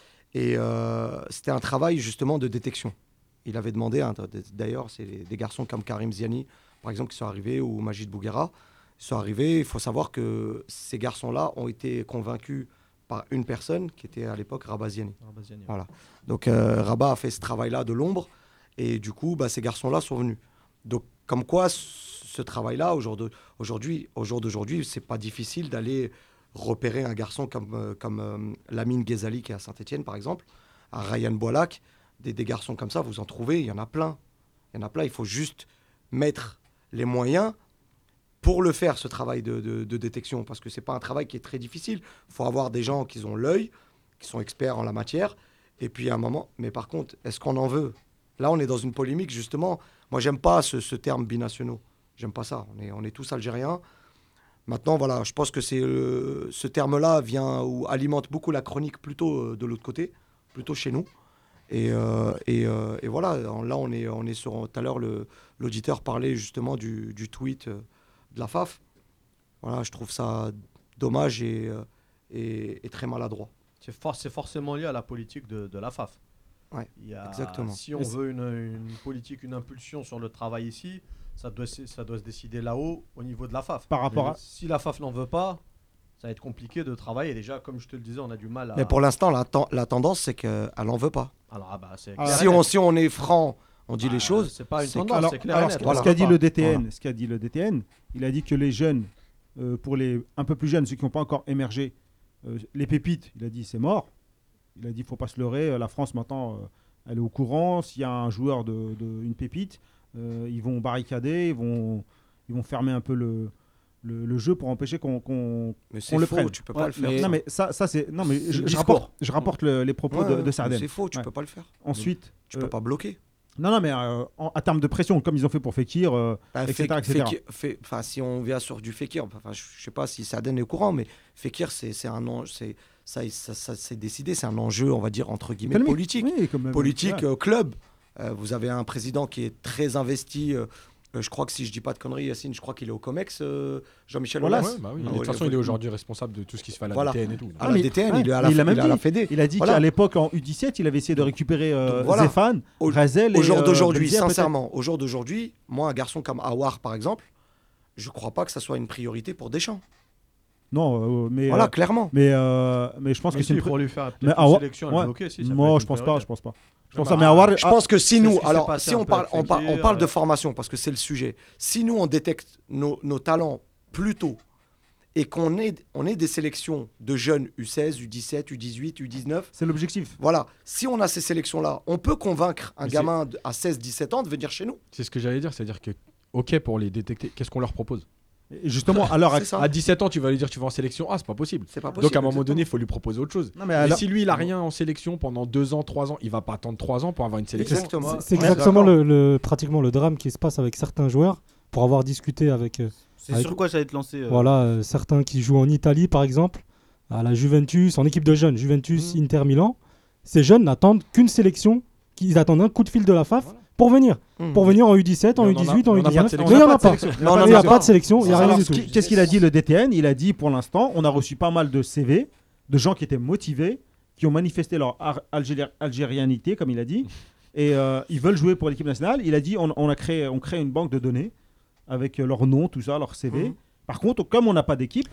[SPEAKER 4] Et euh, c'était un travail justement de détection. Il avait demandé, hein, d'ailleurs, c'est des garçons comme Karim Ziani, par exemple, qui sont arrivés, ou Majid Bouguera, sont arrivés. Il faut savoir que ces garçons-là ont été convaincus par une personne qui était à l'époque Rabat Ziani.
[SPEAKER 2] Ah, vas-y, Yannick.
[SPEAKER 4] Voilà. Donc euh, Rabat a fait ce travail-là de l'ombre et du coup, bah, ces garçons-là sont venus. Donc comme quoi, ce travail-là, au jour de- aujourd'hui, au jour d'aujourd'hui, c'est pas difficile d'aller repérer un garçon comme, euh, comme euh, Lamine Ghezali qui est à Saint-Etienne, par exemple, à Ryan Boilac, des, des garçons comme ça, vous en trouvez, il y en a plein. Il y en a plein, il faut juste mettre les moyens pour le faire, ce travail de, de- de détection, parce que c'est pas un travail qui est très difficile. Il faut avoir des gens qui ont l'œil, qui sont experts en la matière, et puis à un moment, mais par contre, est-ce qu'on en veut? Là, on est dans une polémique, justement. Moi, j'aime pas ce, ce terme binationaux. J'aime pas ça. On est, on est tous algériens. Maintenant, voilà, je pense que c'est euh, ce terme-là vient ou alimente beaucoup la chronique plutôt euh, de l'autre côté, plutôt chez nous. Et, euh, et, euh, et voilà, là, on est, on est sur. Tout à l'heure, le- l'auditeur parlait justement du, du tweet euh, de la F A F. Voilà, je trouve ça dommage et, euh, et, et très maladroit.
[SPEAKER 2] C'est for- c'est forcément lié à la politique de, de la F A F.
[SPEAKER 4] Ouais,
[SPEAKER 2] Il y a-
[SPEAKER 4] exactement.
[SPEAKER 2] Si on
[SPEAKER 8] Mais c'est-
[SPEAKER 2] veut une, une politique, une impulsion sur le travail ici, ça doit, se- ça doit se décider là-haut, au niveau de la F A F.
[SPEAKER 6] Par rapport à.
[SPEAKER 2] Si la F A F n'en veut pas, ça va être compliqué de travailler. Déjà, comme je te le disais, on a du mal à.
[SPEAKER 4] Mais pour l'instant, la, ten- la tendance, c'est qu'elle n'en veut pas.
[SPEAKER 2] Alors, ah bah, c'est
[SPEAKER 6] Ah,
[SPEAKER 2] clair et
[SPEAKER 4] Si
[SPEAKER 2] net.
[SPEAKER 4] on, si on est franc, on dit
[SPEAKER 2] Bah,
[SPEAKER 4] les choses.
[SPEAKER 2] C'est pas une
[SPEAKER 4] c'est
[SPEAKER 2] tendance,
[SPEAKER 6] Alors,
[SPEAKER 2] c'est clair
[SPEAKER 6] alors,
[SPEAKER 2] et
[SPEAKER 6] ce
[SPEAKER 2] net.
[SPEAKER 6] qu'a-
[SPEAKER 4] Voilà.
[SPEAKER 6] ce qu'a dit le D T N,
[SPEAKER 4] Voilà.
[SPEAKER 6] ce qu'a dit le D T N, il a dit que les jeunes, euh, pour les un peu plus jeunes, ceux qui n'ont pas encore émergé, euh, les pépites, il a dit c'est mort. Il a dit faut pas se leurrer. euh, La France maintenant, euh, elle est au courant. S'il y a un joueur de, de- une pépite, euh, ils vont barricader, ils vont, ils vont fermer un peu le, le, le jeu pour empêcher qu'on qu'on
[SPEAKER 4] Mais c'est
[SPEAKER 6] on le
[SPEAKER 4] faux,
[SPEAKER 6] prenne.
[SPEAKER 4] tu peux
[SPEAKER 3] Ouais,
[SPEAKER 4] pas le faire.
[SPEAKER 3] mais-
[SPEAKER 6] non mais ça, ça c'est non mais
[SPEAKER 3] C'est
[SPEAKER 6] je,
[SPEAKER 3] le
[SPEAKER 6] je
[SPEAKER 3] discours.
[SPEAKER 6] rapporte, je rapporte le- les propos
[SPEAKER 4] Ouais,
[SPEAKER 6] de,
[SPEAKER 4] ouais,
[SPEAKER 6] de Sardaigne.
[SPEAKER 4] C'est faux, tu
[SPEAKER 6] Ouais.
[SPEAKER 4] peux pas le faire.
[SPEAKER 6] Ensuite,
[SPEAKER 4] Tu
[SPEAKER 6] euh,
[SPEAKER 4] peux pas bloquer.
[SPEAKER 6] non non mais euh, en- à termes de pression, comme ils ont fait pour Fekir, euh,
[SPEAKER 4] Bah,
[SPEAKER 6] et cetera,
[SPEAKER 4] Fek-
[SPEAKER 6] et cetera.
[SPEAKER 4] Fekir- Fe- enfin, si on vient sur du Fekir, enfin, je je sais pas si Saden est au courant, mais Fekir, c'est c'est un en- c'est ça, ça, ça c'est décidé, c'est un enjeu, on va dire entre guillemets
[SPEAKER 6] Économique.
[SPEAKER 4] politique,
[SPEAKER 6] Oui, comme-
[SPEAKER 4] politique
[SPEAKER 6] ouais.
[SPEAKER 4] euh, club. Euh, vous avez un président qui est très investi. euh, euh, je crois que si je dis pas de conneries, Yacine, je crois qu'il est au Comex, euh, Jean-Michel
[SPEAKER 6] Voilà,
[SPEAKER 4] Aulas.
[SPEAKER 5] Ouais, bah oui.
[SPEAKER 4] Ah
[SPEAKER 5] De toute
[SPEAKER 4] ouais,
[SPEAKER 5] façon,
[SPEAKER 4] ouais.
[SPEAKER 5] il est aujourd'hui responsable de tout ce qui se fait à la
[SPEAKER 4] Voilà.
[SPEAKER 5] D T N et tout.
[SPEAKER 4] À
[SPEAKER 6] Ah,
[SPEAKER 4] la
[SPEAKER 6] mais-
[SPEAKER 4] D T N,
[SPEAKER 6] ouais,
[SPEAKER 4] il est à
[SPEAKER 6] mais
[SPEAKER 4] la,
[SPEAKER 6] il l'a même
[SPEAKER 4] il est à la
[SPEAKER 6] dit.
[SPEAKER 4] Fédé.
[SPEAKER 6] Il a dit
[SPEAKER 4] Voilà.
[SPEAKER 6] qu'à l'époque, en U dix-sept, il avait essayé de récupérer euh,
[SPEAKER 4] Donc, voilà.
[SPEAKER 6] Zéphane,
[SPEAKER 4] Au-
[SPEAKER 6] Razel et
[SPEAKER 4] Au jour
[SPEAKER 6] euh,
[SPEAKER 4] d'aujourd'hui,
[SPEAKER 6] Benzia, peut-être.
[SPEAKER 4] sincèrement, au jour d'aujourd'hui, moi, un garçon comme Awar, par exemple, je crois pas que ça soit une priorité pour Deschamps.
[SPEAKER 6] Non, euh, mais,
[SPEAKER 4] Voilà,
[SPEAKER 6] euh,
[SPEAKER 4] clairement.
[SPEAKER 6] mais, euh, mais je pense
[SPEAKER 2] Mais
[SPEAKER 6] que c'est
[SPEAKER 2] si,
[SPEAKER 6] une.
[SPEAKER 2] pour lui faire
[SPEAKER 6] Mais
[SPEAKER 2] peut-être une
[SPEAKER 6] Awa-
[SPEAKER 2] sélection
[SPEAKER 6] ouais.
[SPEAKER 2] à bloquer, si, ça peut
[SPEAKER 6] Moi,
[SPEAKER 2] être
[SPEAKER 6] je
[SPEAKER 2] une
[SPEAKER 6] pense pas,
[SPEAKER 2] priorité.
[SPEAKER 6] je pense pas. Je
[SPEAKER 2] Non,
[SPEAKER 6] pense
[SPEAKER 2] bah,
[SPEAKER 6] ça, mais Awar,
[SPEAKER 4] Je pense que si
[SPEAKER 2] c'est ce
[SPEAKER 4] nous,
[SPEAKER 2] qui s'est
[SPEAKER 4] alors
[SPEAKER 2] passé
[SPEAKER 4] si
[SPEAKER 2] un
[SPEAKER 4] on
[SPEAKER 2] peu
[SPEAKER 4] parle,
[SPEAKER 2] avec
[SPEAKER 4] on, par- on
[SPEAKER 2] Fekir,
[SPEAKER 4] parle de
[SPEAKER 2] euh.
[SPEAKER 4] formation parce que c'est le sujet. Si nous on détecte nos, nos talents plus tôt et qu'on ait, on ait des sélections de jeunes U seize, U dix-sept, U dix-huit, U dix-neuf,
[SPEAKER 6] c'est l'objectif.
[SPEAKER 4] voilà. Si on a ces sélections-là, on peut convaincre un
[SPEAKER 5] Mais
[SPEAKER 4] gamin de- à seize, dix-sept ans de venir chez nous.
[SPEAKER 5] C'est ce que j'allais dire, c'est-à-dire que, ok, pour les détecter, qu'est-ce qu'on leur propose?
[SPEAKER 6] Et justement, alors,
[SPEAKER 4] C'est ça.
[SPEAKER 5] À dix-sept ans, tu vas lui dire tu vas en sélection A, c'est pas possible.
[SPEAKER 4] C'est pas possible.
[SPEAKER 5] Donc à un moment
[SPEAKER 4] exactement.
[SPEAKER 5] donné, il faut lui proposer autre chose.
[SPEAKER 6] non, mais
[SPEAKER 5] Mais
[SPEAKER 6] alors-
[SPEAKER 5] si lui, il a rien en sélection pendant deux ans, trois ans, il va pas attendre trois ans pour avoir une sélection.
[SPEAKER 4] Exactement.
[SPEAKER 8] C'est- C'est
[SPEAKER 4] Ouais,
[SPEAKER 8] exactement
[SPEAKER 4] d'accord.
[SPEAKER 8] le, le- pratiquement le drame qui se passe avec certains joueurs. Pour avoir discuté avec euh,
[SPEAKER 3] C'est
[SPEAKER 8] Avec-
[SPEAKER 3] sur quoi j'allais te lancer euh,
[SPEAKER 8] voilà, euh, certains qui jouent en Italie, par exemple, à la Juventus, en équipe de jeunes, Juventus,
[SPEAKER 4] Mhm.
[SPEAKER 8] Inter Milan. Ces jeunes n'attendent qu'une sélection, qu'ils attendent un coup de fil de la F A F
[SPEAKER 5] Voilà.
[SPEAKER 8] pour venir.
[SPEAKER 4] Mmh.
[SPEAKER 8] Pour venir en U dix-sept, en
[SPEAKER 5] Mais
[SPEAKER 8] U
[SPEAKER 5] on en a-
[SPEAKER 8] dix-huit, en
[SPEAKER 5] on
[SPEAKER 8] U
[SPEAKER 5] en a pas de
[SPEAKER 8] dix-neuf.
[SPEAKER 5] sélection.
[SPEAKER 8] Mais il n'y en a
[SPEAKER 6] pas
[SPEAKER 8] pas.
[SPEAKER 6] de sélection.
[SPEAKER 4] Non, non,
[SPEAKER 8] Il n'y a
[SPEAKER 4] non,
[SPEAKER 8] pas
[SPEAKER 4] non.
[SPEAKER 8] de sélection, il n'y a
[SPEAKER 6] Alors,
[SPEAKER 8] rien du
[SPEAKER 6] ce
[SPEAKER 8] tout.
[SPEAKER 6] qui- Qu'est-ce qu'il a dit le D T N? Il a dit pour l'instant, on a reçu pas mal de C V de gens qui étaient motivés, qui ont manifesté leur ar- algéri- algérianité, comme il a dit, et euh, ils veulent jouer pour l'équipe nationale. Il a dit on, on a créé, on crée une banque de données avec euh, leur nom, tout ça, leur C V.
[SPEAKER 4] Mhm.
[SPEAKER 6] Par contre, comme on n'a pas d'équipe,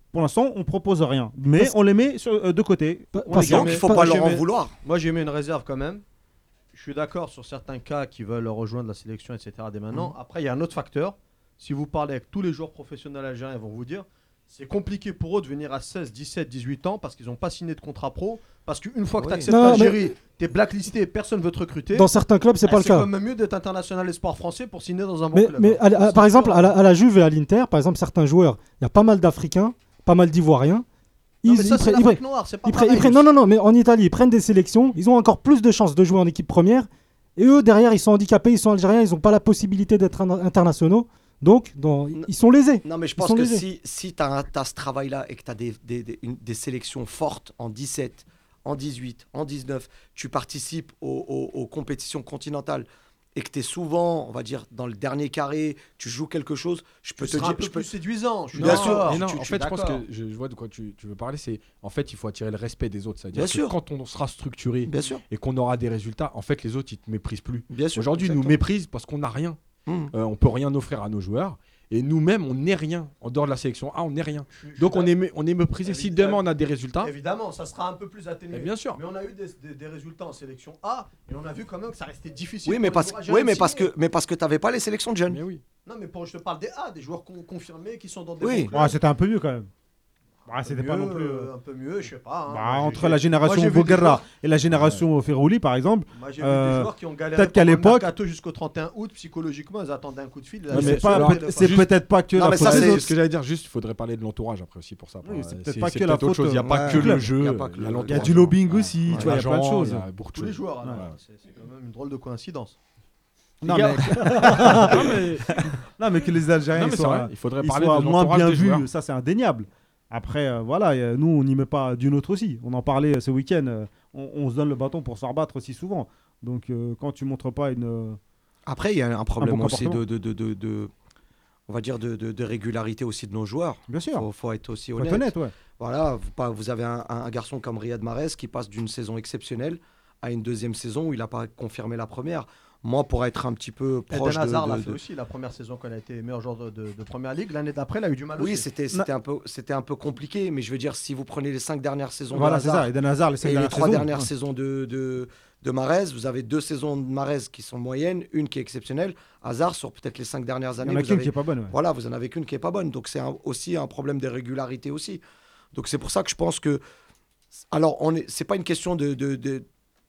[SPEAKER 6] pour l'instant, on propose rien. Mais
[SPEAKER 8] Parce-
[SPEAKER 6] on les met sur, euh, de côté.
[SPEAKER 8] Pa-
[SPEAKER 6] On
[SPEAKER 8] parce
[SPEAKER 6] les
[SPEAKER 8] que-
[SPEAKER 6] garde.
[SPEAKER 4] Donc il faut
[SPEAKER 2] Moi,
[SPEAKER 4] pas
[SPEAKER 2] j'ai
[SPEAKER 4] leur en
[SPEAKER 2] mis-
[SPEAKER 4] vouloir.
[SPEAKER 2] Moi, j'ai mis une réserve quand même. Je suis d'accord sur certains cas qui veulent rejoindre la sélection, et cetera dès maintenant. Après, il y a un autre facteur. Si vous parlez avec tous les joueurs professionnels algériens, ils vont vous dire c'est compliqué pour eux de venir à seize, dix-sept, dix-huit ans parce qu'ils n'ont pas signé de contrat pro. Parce qu'une fois que
[SPEAKER 4] Oui.
[SPEAKER 2] tu acceptes
[SPEAKER 8] Non, mais-
[SPEAKER 2] l'Algérie, tu es blacklisté et personne ne veut te recruter.
[SPEAKER 8] Dans certains clubs, c'est
[SPEAKER 2] eh,
[SPEAKER 8] pas le
[SPEAKER 2] C'est
[SPEAKER 8] cas.
[SPEAKER 2] quand même mieux d'être international espoir français pour signer dans un bon
[SPEAKER 8] Mais,
[SPEAKER 2] club.
[SPEAKER 8] mais
[SPEAKER 2] hein.
[SPEAKER 8] à la- à-
[SPEAKER 2] C'est
[SPEAKER 8] par exemple,
[SPEAKER 2] différent.
[SPEAKER 8] à la, à la Juve et à l'Inter, par exemple, certains joueurs, il y a pas mal d'Africains, pas mal d'Ivoiriens.
[SPEAKER 2] Non,
[SPEAKER 8] Ils,
[SPEAKER 2] mais ça,
[SPEAKER 8] ils
[SPEAKER 2] c'est
[SPEAKER 8] prennent- ils
[SPEAKER 2] l'Afrique
[SPEAKER 8] prennent-
[SPEAKER 2] noire, c'est pas
[SPEAKER 8] ils prennent- ils
[SPEAKER 2] pareil.
[SPEAKER 8] prennent- non, non, non, mais en Italie, ils prennent des sélections, ils ont encore plus de chances de jouer en équipe première. Et eux, derrière, ils sont handicapés, ils sont algériens, ils n'ont pas la possibilité d'être in- internationaux. Donc, dans- ils sont lésés.
[SPEAKER 4] Non, mais je
[SPEAKER 8] Ils
[SPEAKER 4] pense
[SPEAKER 8] sont
[SPEAKER 4] que
[SPEAKER 8] lésés.
[SPEAKER 4] si, si tu as, ce travail-là et que tu as des, des, des, une- des sélections fortes en dix-sept, en dix-huit, en dix-neuf, tu participes aux, aux- aux compétitions continentales et que tu es souvent, on va dire, dans le dernier carré, tu joues quelque chose, je peux
[SPEAKER 2] Tu
[SPEAKER 4] te
[SPEAKER 2] seras
[SPEAKER 4] dire.
[SPEAKER 2] un peu
[SPEAKER 4] je peux-
[SPEAKER 2] plus séduisant. Je suis
[SPEAKER 4] Bien
[SPEAKER 2] d'accord.
[SPEAKER 4] sûr.
[SPEAKER 5] Mais non,
[SPEAKER 2] Tu-
[SPEAKER 5] en
[SPEAKER 2] je suis
[SPEAKER 5] fait, je pense
[SPEAKER 2] d'accord.
[SPEAKER 5] que je, je vois de quoi tu, tu veux parler. C'est en fait, il faut attirer le respect des autres. C'est-à-dire
[SPEAKER 4] Bien
[SPEAKER 5] que
[SPEAKER 4] sûr.
[SPEAKER 5] quand on sera structuré
[SPEAKER 4] Bien sûr,
[SPEAKER 5] et qu'on aura des résultats, en fait, les autres, ils te méprisent plus.
[SPEAKER 4] bien sûr.
[SPEAKER 5] Aujourd'hui, ils nous
[SPEAKER 4] exactement.
[SPEAKER 5] méprisent parce qu'on n'a rien.
[SPEAKER 4] Mmh.
[SPEAKER 5] Euh, on peut rien offrir à nos joueurs. Et nous-mêmes, on n'est rien. En dehors de la sélection A, on n'est rien.
[SPEAKER 2] Je suis- je
[SPEAKER 5] Donc,
[SPEAKER 2] suis
[SPEAKER 5] on est, mé- on est méprisé. Si demain, on a des résultats,
[SPEAKER 2] Évidemment, ça sera un peu plus atténué.
[SPEAKER 5] eh bien sûr.
[SPEAKER 2] Mais on a eu des, des- des résultats en sélection A et on a vu quand même que ça restait difficile.
[SPEAKER 4] Oui,
[SPEAKER 2] pour
[SPEAKER 4] mais
[SPEAKER 2] les
[SPEAKER 4] parce,
[SPEAKER 2] joueurs
[SPEAKER 4] oui,
[SPEAKER 2] algériens
[SPEAKER 4] mais
[SPEAKER 2] de
[SPEAKER 4] parce
[SPEAKER 2] signer.
[SPEAKER 4] que, mais parce que tu n'avais pas les sélections de jeunes.
[SPEAKER 5] Mais oui.
[SPEAKER 2] Non, mais pour, je te parle des A, des joueurs con- confirmés qui sont dans des
[SPEAKER 4] Oui.
[SPEAKER 2] bons clubs.
[SPEAKER 6] Ouais, c'était un peu mieux quand même. Ouais, c'était pas
[SPEAKER 2] Mieux,
[SPEAKER 6] non plus. euh,
[SPEAKER 2] euh, Un peu mieux, je sais pas. hein.
[SPEAKER 6] bah,
[SPEAKER 2] Moi, j'ai-
[SPEAKER 6] entre
[SPEAKER 2] j'ai-
[SPEAKER 6] la génération
[SPEAKER 2] moi, j'ai vu des
[SPEAKER 6] Boguerra
[SPEAKER 2] joueurs-
[SPEAKER 6] et la génération Ferrouli, par exemple.
[SPEAKER 2] Moi, j'ai vu
[SPEAKER 6] Euh,
[SPEAKER 2] des joueurs qui ont galéré
[SPEAKER 6] peut-être qu'à
[SPEAKER 2] pendant le
[SPEAKER 6] l'époque-
[SPEAKER 2] mercato jusqu'au trente et un août, psychologiquement, ils attendaient un coup de fil. Là,
[SPEAKER 6] mais
[SPEAKER 2] ils
[SPEAKER 6] c'est
[SPEAKER 2] sont
[SPEAKER 6] pas-
[SPEAKER 2] sur le
[SPEAKER 6] peut-
[SPEAKER 2] téléphone.
[SPEAKER 6] c'est
[SPEAKER 5] Juste-
[SPEAKER 6] peut-être pas que
[SPEAKER 4] Non,
[SPEAKER 6] la
[SPEAKER 4] mais
[SPEAKER 6] faute
[SPEAKER 4] ça,
[SPEAKER 6] des
[SPEAKER 4] c'est-
[SPEAKER 5] C'est
[SPEAKER 6] autres.
[SPEAKER 5] ce que j'allais dire. Juste, il faudrait parler de l'entourage après aussi pour ça.
[SPEAKER 6] Oui,
[SPEAKER 5] Euh,
[SPEAKER 6] c'est peut-être pas que la
[SPEAKER 5] peut-être autre
[SPEAKER 6] faute,
[SPEAKER 5] chose. Il n'y a
[SPEAKER 6] euh,
[SPEAKER 5] pas
[SPEAKER 4] ouais,
[SPEAKER 5] que le
[SPEAKER 6] club.
[SPEAKER 5] jeu.
[SPEAKER 4] Il y a pas que
[SPEAKER 5] il y a
[SPEAKER 4] le-
[SPEAKER 5] l'entourage.
[SPEAKER 6] Il y a du lobbying
[SPEAKER 5] Ouais.
[SPEAKER 6] aussi,
[SPEAKER 5] Ouais.
[SPEAKER 6] tu vois, il y a plein de
[SPEAKER 5] L'agent,
[SPEAKER 6] choses.
[SPEAKER 5] il y a beaucoup de
[SPEAKER 2] Tous les
[SPEAKER 5] choses.
[SPEAKER 2] joueurs, alors,
[SPEAKER 6] Ouais.
[SPEAKER 2] c'est c'est quand même une drôle de coïncidence.
[SPEAKER 6] Non,
[SPEAKER 5] Les gars-
[SPEAKER 6] mais...
[SPEAKER 5] Non, mais-
[SPEAKER 6] non, mais que les Algériens
[SPEAKER 5] non, mais
[SPEAKER 6] ils
[SPEAKER 5] c'est
[SPEAKER 6] soient,
[SPEAKER 5] vrai. Il faudrait
[SPEAKER 6] ils
[SPEAKER 5] parler
[SPEAKER 6] soient
[SPEAKER 5] de
[SPEAKER 6] moins
[SPEAKER 5] l'entourage
[SPEAKER 6] bien
[SPEAKER 5] des joueurs.
[SPEAKER 6] vus, ça c'est indéniable. Après, euh, voilà, y a- nous on n'y met pas d'une autre aussi. On en parlait euh, ce week-end. euh, on, on se donne le bâton pour se faire battre aussi souvent. Donc euh, quand tu montres pas une. euh,
[SPEAKER 4] Après, il y a un problème
[SPEAKER 6] bon
[SPEAKER 4] aussi
[SPEAKER 6] comportement.
[SPEAKER 4] de, de, de, de- de- on va dire de, de- de régularité aussi de nos joueurs.
[SPEAKER 6] Bien sûr,
[SPEAKER 4] Faut, faut être aussi
[SPEAKER 6] faut
[SPEAKER 4] honnête.
[SPEAKER 6] être honnête, ouais.
[SPEAKER 4] Voilà, vous, pas- vous avez un, un garçon comme Riyad Mahrez qui passe d'une saison exceptionnelle à une deuxième saison où il n'a pas confirmé la première. Moi, pour être un petit peu proche
[SPEAKER 2] Eden
[SPEAKER 4] de,
[SPEAKER 2] Hazard
[SPEAKER 4] de-
[SPEAKER 2] l'a
[SPEAKER 4] de-
[SPEAKER 2] fait aussi la première saison qu'on a été meilleur joueur de, de- de première ligue. L'année d'après, il a eu du mal
[SPEAKER 4] Oui,
[SPEAKER 2] aussi.
[SPEAKER 4] c'était c'était un peu c'était un peu compliqué, mais je veux dire, si vous prenez les cinq dernières saisons
[SPEAKER 6] Voilà,
[SPEAKER 4] de
[SPEAKER 6] c'est
[SPEAKER 4] Hazard
[SPEAKER 6] ça. Eden Hazard, les cinq
[SPEAKER 4] et les
[SPEAKER 6] dernières
[SPEAKER 4] trois
[SPEAKER 6] saisons,
[SPEAKER 4] dernières
[SPEAKER 6] ouais.
[SPEAKER 4] saisons de, de, de Mahrez, vous avez deux saisons de Mahrez qui sont moyennes, une qui est exceptionnelle. Hazard, sur peut-être les cinq dernières
[SPEAKER 6] Il y
[SPEAKER 4] années,
[SPEAKER 6] en a
[SPEAKER 4] vous
[SPEAKER 6] qu'une
[SPEAKER 4] avez-
[SPEAKER 6] qui est pas bonne. Ouais.
[SPEAKER 4] voilà, vous en avez qu'une qui est pas bonne. Donc c'est un- aussi un problème de régularité aussi. Donc c'est pour ça que je pense que, alors on est, c'est pas une question de, de, de-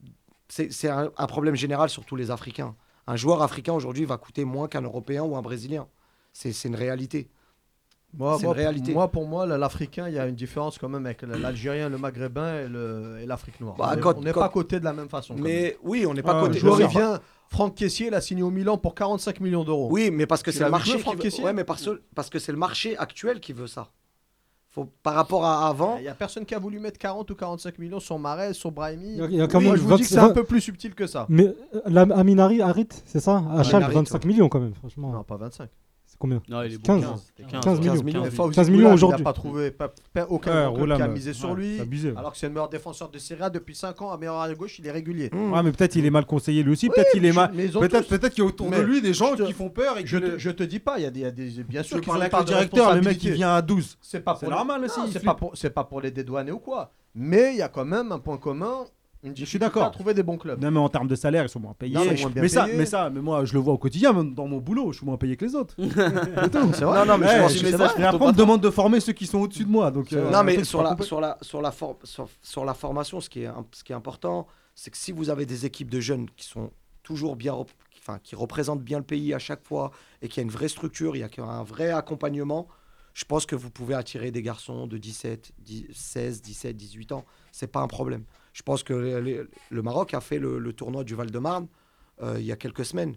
[SPEAKER 4] c'est c'est un, un problème général sur tous les Africains. Un joueur africain aujourd'hui va coûter moins qu'un Européen ou un Brésilien. C'est c'est une réalité.
[SPEAKER 2] Moi,
[SPEAKER 4] C'est
[SPEAKER 2] moi,
[SPEAKER 4] une réalité.
[SPEAKER 2] moi, pour moi, l'Africain, il y a une différence quand même avec l'Algérien, le Maghrébin et le- et l'Afrique noire.
[SPEAKER 4] Bah,
[SPEAKER 2] on est-
[SPEAKER 4] quand-
[SPEAKER 2] on n'est
[SPEAKER 4] quand-
[SPEAKER 2] pas cotés de la même façon. quand même.
[SPEAKER 4] Mais oui, on n'est pas
[SPEAKER 6] Ah,
[SPEAKER 4] côté.
[SPEAKER 2] le joueur,
[SPEAKER 4] on
[SPEAKER 2] il
[SPEAKER 4] n'est pas-
[SPEAKER 2] vient. Franck Caissier, il a signé au Milan pour quarante-cinq millions d'euros.
[SPEAKER 4] Oui, mais parce que
[SPEAKER 2] Tu
[SPEAKER 4] c'est le
[SPEAKER 2] l'as vu
[SPEAKER 4] marché.
[SPEAKER 2] jouer,
[SPEAKER 4] qui
[SPEAKER 2] Franck
[SPEAKER 4] veut-
[SPEAKER 2] Caissier
[SPEAKER 4] Ouais, mais parce, parce que c'est le marché actuel qui veut ça. Faut, par rapport à avant.
[SPEAKER 2] Il n'y a personne qui a voulu mettre quarante ou quarante-cinq millions sur Mahrez, sur Brahimi.
[SPEAKER 8] Il y a- il y a quand
[SPEAKER 2] Oui,
[SPEAKER 8] même
[SPEAKER 2] moi, je vous dis que c'est
[SPEAKER 8] vingt-
[SPEAKER 2] un peu plus subtil que ça.
[SPEAKER 8] Mais euh, la, Aminari, Harit, c'est ça À Schalke,
[SPEAKER 4] Harit,
[SPEAKER 8] vingt-cinq
[SPEAKER 4] ouais.
[SPEAKER 8] millions quand même, franchement.
[SPEAKER 2] Non, pas vingt-cinq.
[SPEAKER 8] C'est combien
[SPEAKER 3] Non, il est
[SPEAKER 8] quinze.
[SPEAKER 3] bon. C'était quinze,
[SPEAKER 8] quinze
[SPEAKER 3] ouais.
[SPEAKER 8] millions.
[SPEAKER 4] millions.
[SPEAKER 2] Et Fawzi
[SPEAKER 8] quinze
[SPEAKER 2] Boulal,
[SPEAKER 8] millions
[SPEAKER 2] il
[SPEAKER 8] aujourd'hui.
[SPEAKER 2] n'a pas trouvé pas, pas aucun
[SPEAKER 6] Ouais,
[SPEAKER 2] grand club
[SPEAKER 6] Roulam,
[SPEAKER 2] qui a misé sur
[SPEAKER 6] ouais,
[SPEAKER 2] lui.
[SPEAKER 6] c'est abusé.
[SPEAKER 2] Alors que c'est le meilleur défenseur de Serie A depuis cinq ans, à meilleur arrière gauche, il est régulier.
[SPEAKER 4] Hmm.
[SPEAKER 6] Ouais, mais peut-être il est mal conseillé lui aussi.
[SPEAKER 2] Oui,
[SPEAKER 6] Peut-être il est
[SPEAKER 2] je-
[SPEAKER 6] mal.
[SPEAKER 2] mais ils ont
[SPEAKER 6] Peut-être
[SPEAKER 2] tous-
[SPEAKER 6] peut-être qu'il y a autour de
[SPEAKER 2] Mais
[SPEAKER 6] lui des gens
[SPEAKER 2] je te-
[SPEAKER 6] qui font peur et
[SPEAKER 2] Je
[SPEAKER 6] que.
[SPEAKER 2] te, je te dis pas, il y a des, il y a des bien sûr
[SPEAKER 6] Je
[SPEAKER 2] qu'ils
[SPEAKER 6] parle
[SPEAKER 2] ont
[SPEAKER 6] avec
[SPEAKER 2] pas
[SPEAKER 6] le
[SPEAKER 2] de
[SPEAKER 6] directeur, le mec qui
[SPEAKER 2] responsabilité.
[SPEAKER 6] vient à douze.
[SPEAKER 2] C'est pas
[SPEAKER 6] C'est
[SPEAKER 2] pour les-
[SPEAKER 6] normal
[SPEAKER 2] Non,
[SPEAKER 6] aussi.
[SPEAKER 2] c'est
[SPEAKER 6] il
[SPEAKER 2] pas
[SPEAKER 6] flippe.
[SPEAKER 2] pour c'est pas pour les dédouaner ou quoi. Mais il y a quand même un point commun. Une
[SPEAKER 6] suis
[SPEAKER 2] difficulté
[SPEAKER 6] d'accord.
[SPEAKER 2] à trouver des bons clubs.
[SPEAKER 6] Non, mais en termes de salaire, ils sont moins payés.
[SPEAKER 2] Non, ils sont moins bien
[SPEAKER 6] mais, ça,
[SPEAKER 2] payés.
[SPEAKER 6] mais ça, mais moi, je le vois au quotidien, même dans mon boulot, je suis moins payé que les autres.
[SPEAKER 2] C'est vrai.
[SPEAKER 4] Non, non, mais
[SPEAKER 6] Ouais,
[SPEAKER 4] je pense
[SPEAKER 6] je-
[SPEAKER 4] que
[SPEAKER 6] mais
[SPEAKER 4] c'est
[SPEAKER 6] ça,
[SPEAKER 4] vrai.
[SPEAKER 6] mais après, on me demande de former ceux qui sont au-dessus de moi. Donc,
[SPEAKER 2] C'est
[SPEAKER 6] euh,
[SPEAKER 2] vrai.
[SPEAKER 4] Non,
[SPEAKER 6] un
[SPEAKER 4] mais
[SPEAKER 6] truc
[SPEAKER 4] sur
[SPEAKER 6] pas
[SPEAKER 4] la,
[SPEAKER 6] compris.
[SPEAKER 4] sur, la, sur, la for- sur, sur la formation, ce qui est, im- ce qui est important, c'est que si vous avez des équipes de jeunes qui sont toujours bien, rep- enfin, qui représentent bien le pays à chaque fois et qu'il y a une vraie structure, il y a un vrai accompagnement, je pense que vous pouvez attirer des garçons de dix-sept, dix, seize, dix-sept, dix-huit ans. C'est pas un problème. Je pense que le, le- le Maroc a fait le, le tournoi du Val-de-Marne euh, il y a quelques semaines.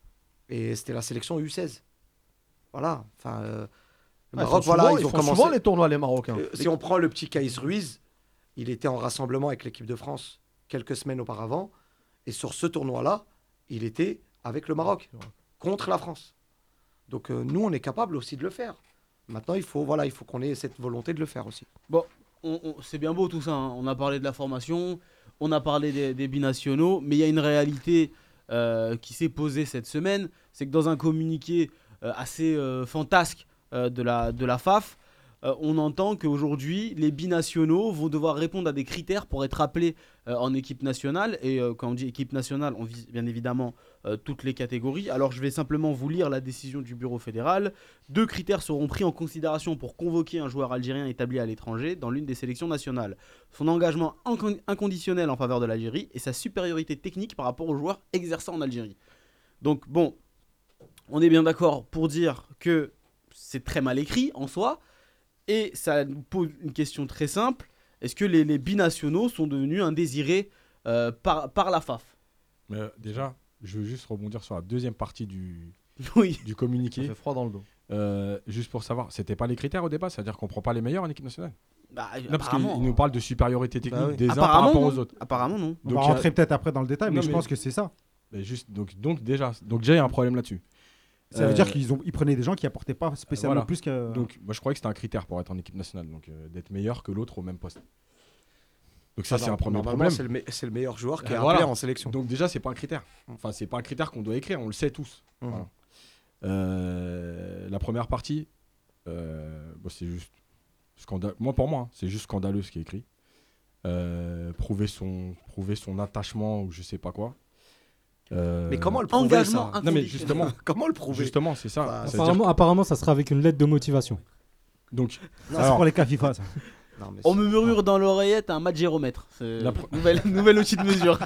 [SPEAKER 4] Et c'était la sélection U seize. Voilà. Enfin, euh, le
[SPEAKER 2] Ouais, ils
[SPEAKER 4] Maroc,
[SPEAKER 2] font
[SPEAKER 4] voilà,
[SPEAKER 2] souvent-
[SPEAKER 4] ils ont
[SPEAKER 2] font
[SPEAKER 4] commencé.
[SPEAKER 2] souvent les tournois les Marocains.
[SPEAKER 4] Euh, si on prend le petit Caïs Ruiz, il était en rassemblement avec l'équipe de France quelques semaines auparavant. Et sur ce tournoi-là, il était avec le Maroc, contre la France. Donc euh, nous, on est capable aussi de le faire. Maintenant, il faut, voilà, il faut qu'on ait cette volonté de le faire aussi.
[SPEAKER 3] On- on- c'est bien beau tout ça, hein. On a parlé de la formation, on a parlé des, des binationaux, mais il y a une réalité euh, qui s'est posée cette semaine, c'est que dans un communiqué euh, assez euh, fantasque euh, de, la, de la F A F, euh, on entend qu'aujourd'hui, les binationaux vont devoir répondre à des critères pour être appelés euh, en équipe nationale. Et euh, quand on dit équipe nationale, on vise bien évidemment euh, toutes les catégories. Alors je vais simplement vous lire la décision du bureau fédéral. Deux critères seront pris en considération pour convoquer un joueur algérien établi à l'étranger dans l'une des sélections nationales. Son engagement incon- inconditionnel en faveur de l'Algérie et sa supériorité technique par rapport aux joueurs exerçant en Algérie. Donc bon, on est bien d'accord pour dire que c'est très mal écrit en soi. Et ça nous pose une question très simple. Est-ce que les, les binationaux sont devenus indésirés euh, par, par la F A F?
[SPEAKER 5] Mais euh, déjà, je veux juste rebondir sur la deuxième partie du,
[SPEAKER 3] Oui.
[SPEAKER 5] du
[SPEAKER 2] Ça
[SPEAKER 5] communiqué.
[SPEAKER 2] fait froid dans le dos.
[SPEAKER 5] Euh, juste pour savoir, c'était pas les critères au départ, c'est-à-dire qu'on prend pas les meilleurs en équipe nationale.
[SPEAKER 3] Bah,
[SPEAKER 5] Non, parce qu'il
[SPEAKER 3] apparemment,
[SPEAKER 5] il nous parle de supériorité technique
[SPEAKER 4] Bah oui.
[SPEAKER 5] des uns par
[SPEAKER 3] apparemment,
[SPEAKER 5] rapport
[SPEAKER 3] non.
[SPEAKER 5] aux autres.
[SPEAKER 3] Apparemment, non.
[SPEAKER 6] On
[SPEAKER 5] Donc,
[SPEAKER 6] va
[SPEAKER 5] il y a-
[SPEAKER 6] rentrer peut-être après dans le détail, mais
[SPEAKER 5] Non,
[SPEAKER 6] je
[SPEAKER 5] mais-
[SPEAKER 6] pense que c'est ça.
[SPEAKER 5] Mais juste, donc, donc déjà, donc déjà il y a un problème là-dessus.
[SPEAKER 6] Ça veut
[SPEAKER 5] Euh,
[SPEAKER 6] dire qu'ils ont, ils prenaient des gens qui apportaient pas spécialement
[SPEAKER 5] voilà.
[SPEAKER 6] plus que.
[SPEAKER 5] Donc, moi je croyais que c'était un critère pour être en équipe nationale, donc euh, d'être meilleur que l'autre au même poste. Donc ça
[SPEAKER 4] Ah
[SPEAKER 5] c'est
[SPEAKER 4] non,
[SPEAKER 5] un premier
[SPEAKER 4] normalement,
[SPEAKER 5] problème.
[SPEAKER 4] C'est le, me- c'est le meilleur joueur qui est
[SPEAKER 5] Euh,
[SPEAKER 4] appelé
[SPEAKER 5] voilà.
[SPEAKER 4] en sélection.
[SPEAKER 5] Donc déjà c'est pas un critère. Enfin c'est pas un critère qu'on doit écrire, on le sait tous.
[SPEAKER 4] Mhm.
[SPEAKER 5] Voilà. Euh, la première partie, euh, bon, c'est juste scandaleux. Moi pour moi, hein, c'est juste scandaleux ce qui est écrit. Euh, prouver son, prouver son attachement ou je sais pas quoi. Euh,
[SPEAKER 4] Mais comment le prouver
[SPEAKER 3] Engagement
[SPEAKER 4] ça
[SPEAKER 5] Non mais
[SPEAKER 3] inconditionnel.
[SPEAKER 5] justement,
[SPEAKER 4] Comment le prouver
[SPEAKER 5] justement c'est ça.
[SPEAKER 4] Enfin,
[SPEAKER 5] C'est-à-dire-
[SPEAKER 8] Apparemment, apparemment, ça sera avec une lettre de motivation.
[SPEAKER 5] donc
[SPEAKER 6] Non,
[SPEAKER 5] Alors-
[SPEAKER 6] c'est pour les cas FIFA, ça.
[SPEAKER 4] Non, mais
[SPEAKER 3] On
[SPEAKER 4] c'est-
[SPEAKER 3] me murmure dans l'oreillette un matchgéromètre. C'est
[SPEAKER 5] La pro-
[SPEAKER 3] nouvelle, nouvelle outil de mesure.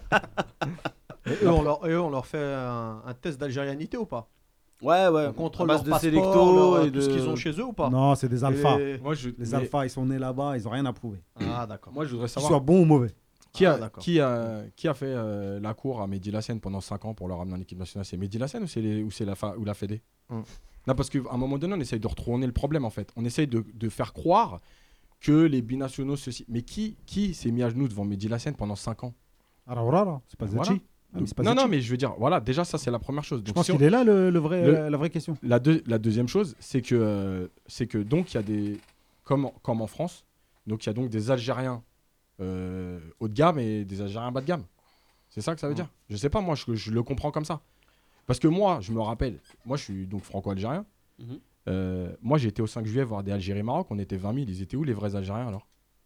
[SPEAKER 2] Et eux, on leur, et eux, on leur fait un, un test d'algérianité ou pas?
[SPEAKER 3] Ouais, ouais.
[SPEAKER 2] On contrôle
[SPEAKER 3] à
[SPEAKER 2] leur
[SPEAKER 3] base de
[SPEAKER 2] passeport,
[SPEAKER 3] sélecto
[SPEAKER 2] leur-
[SPEAKER 3] et
[SPEAKER 2] tout
[SPEAKER 3] de...
[SPEAKER 2] ce qu'ils ont chez eux ou pas?
[SPEAKER 6] Non, c'est des alphas.
[SPEAKER 2] Et-
[SPEAKER 5] moi je,
[SPEAKER 6] Les
[SPEAKER 5] mais-
[SPEAKER 6] alphas, ils sont nés là-bas, ils ont rien à prouver.
[SPEAKER 2] Ah d'accord.
[SPEAKER 5] moi je voudrais
[SPEAKER 6] Qu'ils
[SPEAKER 5] savoir
[SPEAKER 6] soient bons ou mauvais.
[SPEAKER 5] qui a,
[SPEAKER 2] Ah, d'accord.
[SPEAKER 5] qui a, qui a fait euh, la cour à Mehdi Lassène pendant cinq ans pour le ramener en équipe nationale. C'est Mehdi Lassène ou c'est les- ou c'est la fa, ou la Fédé?
[SPEAKER 4] Mm.
[SPEAKER 5] Non parce qu'à un moment donné on essaye de retourner le problème en fait. On essaye de, de faire croire que les binationaux ceci. Mais qui qui s'est mis à genoux devant Mehdi Lassène pendant cinq ans?
[SPEAKER 6] Araoura, c'est pas
[SPEAKER 5] Voilà.
[SPEAKER 6] Zetchi. Ah, mais c'est pas
[SPEAKER 5] Non non
[SPEAKER 6] Zetchi.
[SPEAKER 5] mais je veux dire voilà déjà ça c'est la première chose.
[SPEAKER 6] Je
[SPEAKER 5] Donc,
[SPEAKER 6] pense
[SPEAKER 5] si on-
[SPEAKER 6] qu'il est là le, le vrai,
[SPEAKER 5] Le-
[SPEAKER 6] la, la vraie question.
[SPEAKER 5] La, deux- la deuxième chose, c'est que, euh, c'est que donc il y a des, comme, en- comme en France, donc il y a donc des Algériens euh, haut de gamme et des Algériens bas de gamme. C'est ça que ça veut
[SPEAKER 4] Ouais.
[SPEAKER 5] dire. Je sais pas, moi je, je le comprends comme ça. Parce que moi, je me rappelle, moi je suis donc franco-algérien.
[SPEAKER 3] Mhm.
[SPEAKER 5] Euh, moi j'ai été au cinq juillet voir des Algérie-Maroc, on était vingt mille, ils étaient où les vrais Algériens alors?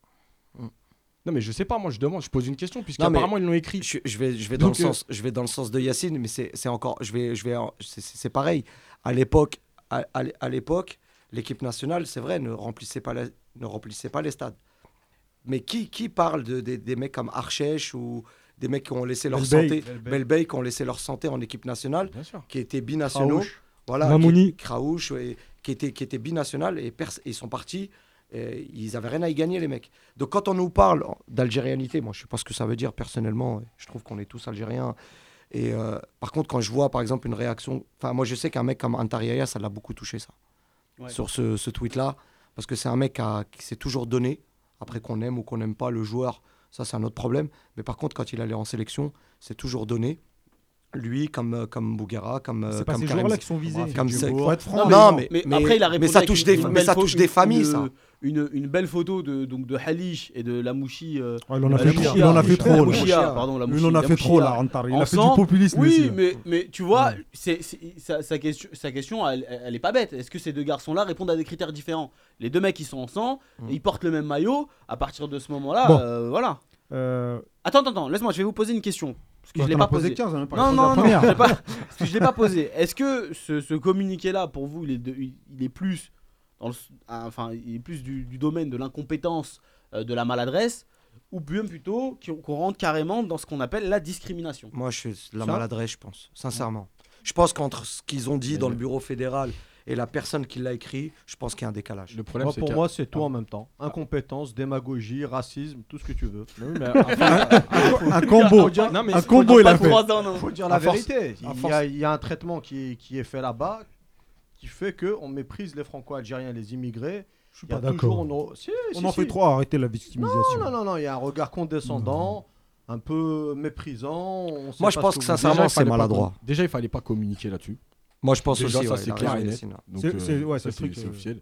[SPEAKER 4] Mm.
[SPEAKER 5] Non mais je sais pas, moi je demande, je pose une question,
[SPEAKER 4] Non, mais-
[SPEAKER 5] puisqu'apparemment ils l'ont écrit.
[SPEAKER 4] Je, je vais, je vais dans
[SPEAKER 5] Donc,
[SPEAKER 4] le
[SPEAKER 5] euh,
[SPEAKER 4] sens, je vais dans le sens de Yacine, mais c'est c'est encore, je vais, je vais, en- c'est- c'est c'est pareil. À l'époque, à, à l'é- à l'époque, l'équipe nationale, c'est vrai, ne remplissait pas, la- ne remplissait pas les stades. Mais qui, qui parle de, des- des mecs comme Archèche ou des mecs qui ont laissé leur
[SPEAKER 6] Belbey.
[SPEAKER 4] santé,
[SPEAKER 2] Belbey.
[SPEAKER 4] Belbey, qui ont laissé leur santé en équipe nationale,
[SPEAKER 5] Bien sûr.
[SPEAKER 4] qui étaient binationaux,
[SPEAKER 2] Kraouch.
[SPEAKER 4] voilà,
[SPEAKER 8] Mamouni.
[SPEAKER 4] qui, Kraouch, ouais, qui étaient, qui étaient binationales et pers- ils sont partis. Et ils avaient rien à y gagner, les mecs. Donc, quand on nous parle d'algérianité, moi, je sais pas ce que ça veut dire personnellement. Je trouve qu'on est tous algériens. Et euh, par contre, quand je vois, par exemple, une réaction. Enfin, moi, je sais qu'un mec comme Antariaya, ça l'a beaucoup touché, ça.
[SPEAKER 3] Ouais.
[SPEAKER 4] Sur ce, ce tweet-là. Parce que c'est un mec qui, a- qui s'est toujours donné. Après, qu'on aime ou qu'on n'aime pas le joueur, ça, c'est un autre problème. Mais par contre, quand il allait en sélection, c'est toujours donné. Lui, comme, euh, comme Bougara, comme. euh,
[SPEAKER 6] C'est pas
[SPEAKER 4] comme
[SPEAKER 6] ces
[SPEAKER 4] Karim
[SPEAKER 6] joueurs-là qui sont visés.
[SPEAKER 4] comme
[SPEAKER 6] Il
[SPEAKER 4] c'est-
[SPEAKER 6] faut être franc.
[SPEAKER 4] Non, mais,
[SPEAKER 3] Mais,
[SPEAKER 4] mais,
[SPEAKER 3] après, il a
[SPEAKER 4] mais
[SPEAKER 3] répondu
[SPEAKER 4] ça
[SPEAKER 3] avec
[SPEAKER 4] touche
[SPEAKER 3] une-
[SPEAKER 4] des,
[SPEAKER 3] une
[SPEAKER 4] mais
[SPEAKER 3] belle
[SPEAKER 4] ça
[SPEAKER 3] photo-
[SPEAKER 4] touche des familles,
[SPEAKER 3] une,
[SPEAKER 4] ça.
[SPEAKER 3] Une, une belle photo de, donc, de Halish et de Lamouchi. Euh,
[SPEAKER 6] Ouais, il en a
[SPEAKER 3] euh,
[SPEAKER 6] fait
[SPEAKER 3] Lamouchia.
[SPEAKER 6] trop, il en a fait
[SPEAKER 3] Lamouchia,
[SPEAKER 6] trop. là.
[SPEAKER 3] Lamouchia, pardon,
[SPEAKER 6] Il
[SPEAKER 3] Lamouchi,
[SPEAKER 6] en a fait
[SPEAKER 3] Lamouchia.
[SPEAKER 6] trop, là, Antar. Il a fait du
[SPEAKER 3] Ensemble,
[SPEAKER 6] populisme
[SPEAKER 3] Oui,
[SPEAKER 6] aussi. là.
[SPEAKER 3] mais, mais tu vois,
[SPEAKER 6] Ouais.
[SPEAKER 3] c'est, c'est- sa, sa question, sa question elle, elle est pas bête. Est-ce que ces deux garçons-là répondent à des critères différents? Les deux mecs, ils sont ensemble,
[SPEAKER 4] Mm.
[SPEAKER 3] ils portent le même maillot. À partir de ce moment-là,
[SPEAKER 6] Bon.
[SPEAKER 3] euh, voilà.
[SPEAKER 6] Euh,
[SPEAKER 3] Attends, attends, attends, laisse-moi, je vais vous poser une question. Parce que
[SPEAKER 6] bah,
[SPEAKER 3] je l'ai
[SPEAKER 6] t'en
[SPEAKER 3] pas
[SPEAKER 6] as posé
[SPEAKER 3] posée.
[SPEAKER 6] quinze, on a même pas
[SPEAKER 3] Non,
[SPEAKER 6] répondu à
[SPEAKER 3] non,
[SPEAKER 6] la
[SPEAKER 3] non,
[SPEAKER 6] première.
[SPEAKER 3] je l'ai pas, parce que je l'ai pas posé. Est-ce que ce, ce communiqué-là, pour vous, il est, de- il est plus, dans le, enfin, il est plus du, du domaine de l'incompétence, euh, de la maladresse, ou bien plutôt qu'on qu'on rentre carrément dans ce qu'on appelle la discrimination?
[SPEAKER 4] Moi, je suis la
[SPEAKER 2] Ça
[SPEAKER 4] maladresse, je pense, sincèrement. Je pense qu'entre ce qu'ils ont dit
[SPEAKER 5] Mais
[SPEAKER 4] dans
[SPEAKER 5] le-
[SPEAKER 4] le bureau fédéral et la personne qui l'a écrit, je pense qu'il y a un décalage.
[SPEAKER 5] Le problème
[SPEAKER 2] Moi,
[SPEAKER 5] c'est
[SPEAKER 2] pour
[SPEAKER 5] qu'il y a-
[SPEAKER 2] moi, c'est tout en même temps. Incompétence, démagogie, racisme, tout ce que tu veux.
[SPEAKER 5] Mais oui, mais enfin,
[SPEAKER 6] Un combo.
[SPEAKER 2] Faut dire-
[SPEAKER 5] non, mais
[SPEAKER 6] Un
[SPEAKER 5] faut
[SPEAKER 6] combo,
[SPEAKER 5] dire-
[SPEAKER 6] il a
[SPEAKER 3] Pas
[SPEAKER 6] fait.
[SPEAKER 3] trois ans, non.
[SPEAKER 2] Il faut dire
[SPEAKER 5] À
[SPEAKER 2] la
[SPEAKER 5] force-
[SPEAKER 2] vérité.
[SPEAKER 5] à
[SPEAKER 2] Il y,
[SPEAKER 5] force-
[SPEAKER 2] a, il y a un traitement qui est, qui est fait là-bas qui fait qu'on méprise les franco-algériens, les immigrés.
[SPEAKER 6] Je suis
[SPEAKER 2] Il y a
[SPEAKER 6] pas
[SPEAKER 2] toujours
[SPEAKER 6] d'accord.
[SPEAKER 2] nos- Si,
[SPEAKER 6] On
[SPEAKER 2] si,
[SPEAKER 6] en
[SPEAKER 2] si.
[SPEAKER 6] fait trop, arrêtez la victimisation.
[SPEAKER 2] Non, non, non, non, il y a un regard condescendant, un peu méprisant. on sait
[SPEAKER 4] Moi, je
[SPEAKER 2] pas
[SPEAKER 4] pense
[SPEAKER 2] ce
[SPEAKER 4] que
[SPEAKER 2] vous
[SPEAKER 4] sincèrement,
[SPEAKER 5] Déjà, il
[SPEAKER 4] c'est
[SPEAKER 5] fallait pas
[SPEAKER 4] maladroit.
[SPEAKER 5] com- Déjà, il fallait pas communiquer là-dessus.
[SPEAKER 4] Moi, je pense
[SPEAKER 5] Déjà,
[SPEAKER 4] aussi.
[SPEAKER 5] ça,
[SPEAKER 4] ouais,
[SPEAKER 5] c'est
[SPEAKER 4] il a
[SPEAKER 5] clair
[SPEAKER 4] raison,
[SPEAKER 5] et net.
[SPEAKER 4] Yacine.
[SPEAKER 5] Donc,
[SPEAKER 6] C'est-
[SPEAKER 5] euh,
[SPEAKER 6] c'est- ouais,
[SPEAKER 5] ça,
[SPEAKER 6] c'est le truc,
[SPEAKER 5] c'est
[SPEAKER 6] euh,
[SPEAKER 5] officiel.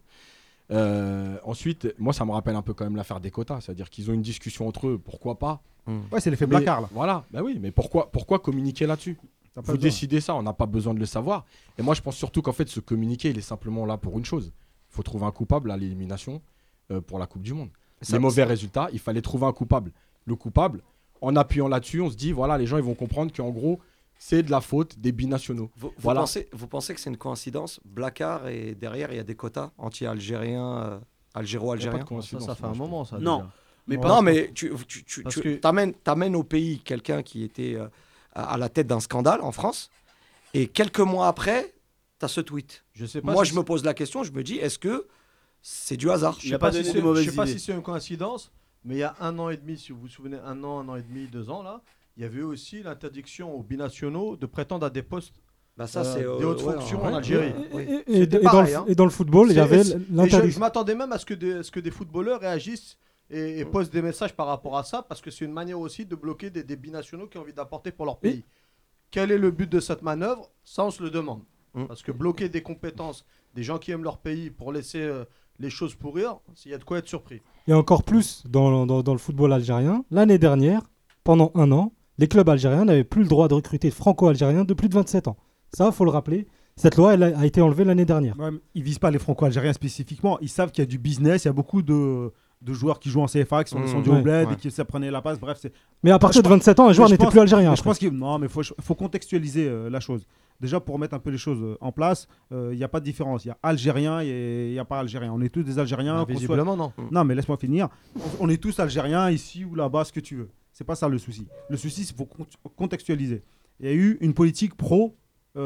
[SPEAKER 5] Euh, ensuite, moi, ça me rappelle un peu quand même l'affaire des quotas. C'est-à-dire qu'ils ont une discussion entre eux. Pourquoi pas?
[SPEAKER 6] Ouais, c'est l'effet
[SPEAKER 5] Mais-
[SPEAKER 6] Blacard, là.
[SPEAKER 5] Voilà, bah oui, mais pourquoi, pourquoi communiquer là-dessus?
[SPEAKER 6] T'as pas
[SPEAKER 5] Vous
[SPEAKER 6] besoin.
[SPEAKER 5] décidez ça, on n'a pas besoin de le savoir. Et moi, je pense surtout qu'en fait, ce communiqué, il est simplement là pour une chose. faut trouver un coupable à l'élimination euh, pour la Coupe du Monde.
[SPEAKER 4] Ça,
[SPEAKER 5] Les mauvais
[SPEAKER 4] ça-
[SPEAKER 5] résultats, il fallait trouver un coupable. Le coupable, en appuyant là-dessus, on se dit, voilà, les gens ils vont comprendre qu'en gros, c'est de la faute des binationaux.
[SPEAKER 4] Vous, vous
[SPEAKER 5] Voilà.
[SPEAKER 4] pensez, vous pensez que c'est une coïncidence Blacard et derrière il y a des quotas anti-algériens, euh,
[SPEAKER 5] Il y a pas
[SPEAKER 4] algéro-algériens.
[SPEAKER 5] de
[SPEAKER 2] Ça,
[SPEAKER 5] coïncidence,
[SPEAKER 2] ça fait
[SPEAKER 5] moi,
[SPEAKER 2] un
[SPEAKER 5] je
[SPEAKER 2] moment, ça.
[SPEAKER 3] Non.
[SPEAKER 2] déjà.
[SPEAKER 3] Mais
[SPEAKER 2] Non,
[SPEAKER 3] parce
[SPEAKER 4] Non,
[SPEAKER 3] que-
[SPEAKER 4] mais tu, tu, tu,
[SPEAKER 2] Parce
[SPEAKER 4] tu
[SPEAKER 2] que-
[SPEAKER 4] t'amènes, t'amènes au pays quelqu'un qui était euh, à, à la tête d'un scandale en France, et quelques mois après, tu as ce tweet.
[SPEAKER 2] Je sais pas
[SPEAKER 4] Moi,
[SPEAKER 2] si
[SPEAKER 4] je me pose la question, je me dis, est-ce que c'est du hasard
[SPEAKER 2] Je
[SPEAKER 3] Il
[SPEAKER 2] sais
[SPEAKER 3] a
[SPEAKER 2] pas,
[SPEAKER 3] pas
[SPEAKER 2] si
[SPEAKER 3] donné
[SPEAKER 2] c'est,
[SPEAKER 3] de mauvaises
[SPEAKER 2] je sais pas
[SPEAKER 3] idées.
[SPEAKER 2] si c'est une coïncidence, mais il y a un an et demi, si vous vous souvenez, un an, un an et demi, deux ans là, il y avait aussi l'interdiction aux binationaux de prétendre à des postes
[SPEAKER 4] Bah, ça,
[SPEAKER 2] euh,
[SPEAKER 4] c'est,
[SPEAKER 2] des
[SPEAKER 4] euh,
[SPEAKER 2] hautes
[SPEAKER 4] ouais,
[SPEAKER 2] fonctions
[SPEAKER 4] ouais,
[SPEAKER 2] en Algérie.
[SPEAKER 8] Et,
[SPEAKER 4] ouais.
[SPEAKER 8] et- et-
[SPEAKER 2] C'était
[SPEAKER 8] et dans
[SPEAKER 2] pareil,
[SPEAKER 8] le,
[SPEAKER 2] hein.
[SPEAKER 8] et dans le football, il y
[SPEAKER 2] C'est-
[SPEAKER 8] avait
[SPEAKER 2] et- et je, je
[SPEAKER 8] l'interdiction.
[SPEAKER 2] m'attendais même à ce que des, à ce que des footballeurs réagissent et, et posent des messages par rapport à ça, parce que c'est une manière aussi de bloquer des, des binationaux qui ont envie d'apporter pour leur pays. Quel est le but de cette manœuvre? Ça, on se le demande.
[SPEAKER 4] Mm.
[SPEAKER 2] Parce que bloquer des compétences des gens qui aiment leur pays pour laisser euh, les choses pourrir, il y a de quoi être surpris.
[SPEAKER 8] Et encore plus dans, dans- dans le football algérien. L'année dernière, pendant un an, les clubs algériens n'avaient plus le droit de recruter de franco-algériens de plus de vingt-sept ans. Ça, il faut le rappeler. Cette loi, elle a, a été enlevée l'année dernière.
[SPEAKER 6] Ouais, mais ils visent pas les franco-algériens spécifiquement. Ils savent qu'il y a du business. Il y a beaucoup de, de joueurs qui jouent en C F A, qui sont
[SPEAKER 4] Mmh,
[SPEAKER 6] descendus
[SPEAKER 8] ouais,
[SPEAKER 6] au bled
[SPEAKER 4] ouais.
[SPEAKER 6] et qui s'apprenaient la passe. Bref, c'est.
[SPEAKER 8] Mais à partir
[SPEAKER 6] je
[SPEAKER 8] de
[SPEAKER 6] pense-
[SPEAKER 8] vingt-sept ans, un joueur
[SPEAKER 6] Mais je
[SPEAKER 8] n'était
[SPEAKER 6] pense-
[SPEAKER 8] plus algérien.
[SPEAKER 6] mais je
[SPEAKER 8] après.
[SPEAKER 6] pense qu'il non, mais faut, faut contextualiser euh, la chose. Déjà, pour mettre un peu les choses euh, en place, euh, il n'y a pas de différence. Il y a Algérien et il n'y a pas Algérien. On est tous des Algériens.
[SPEAKER 2] Bah,
[SPEAKER 6] qu'on soit-
[SPEAKER 2] visiblement, non.
[SPEAKER 6] Non, mais laisse-moi finir. On, on est tous Algériens ici ou là-bas, ce que tu veux. C'est pas ça le souci. Le souci, c'est qu'il faut con- contextualiser. Il y a eu une politique pro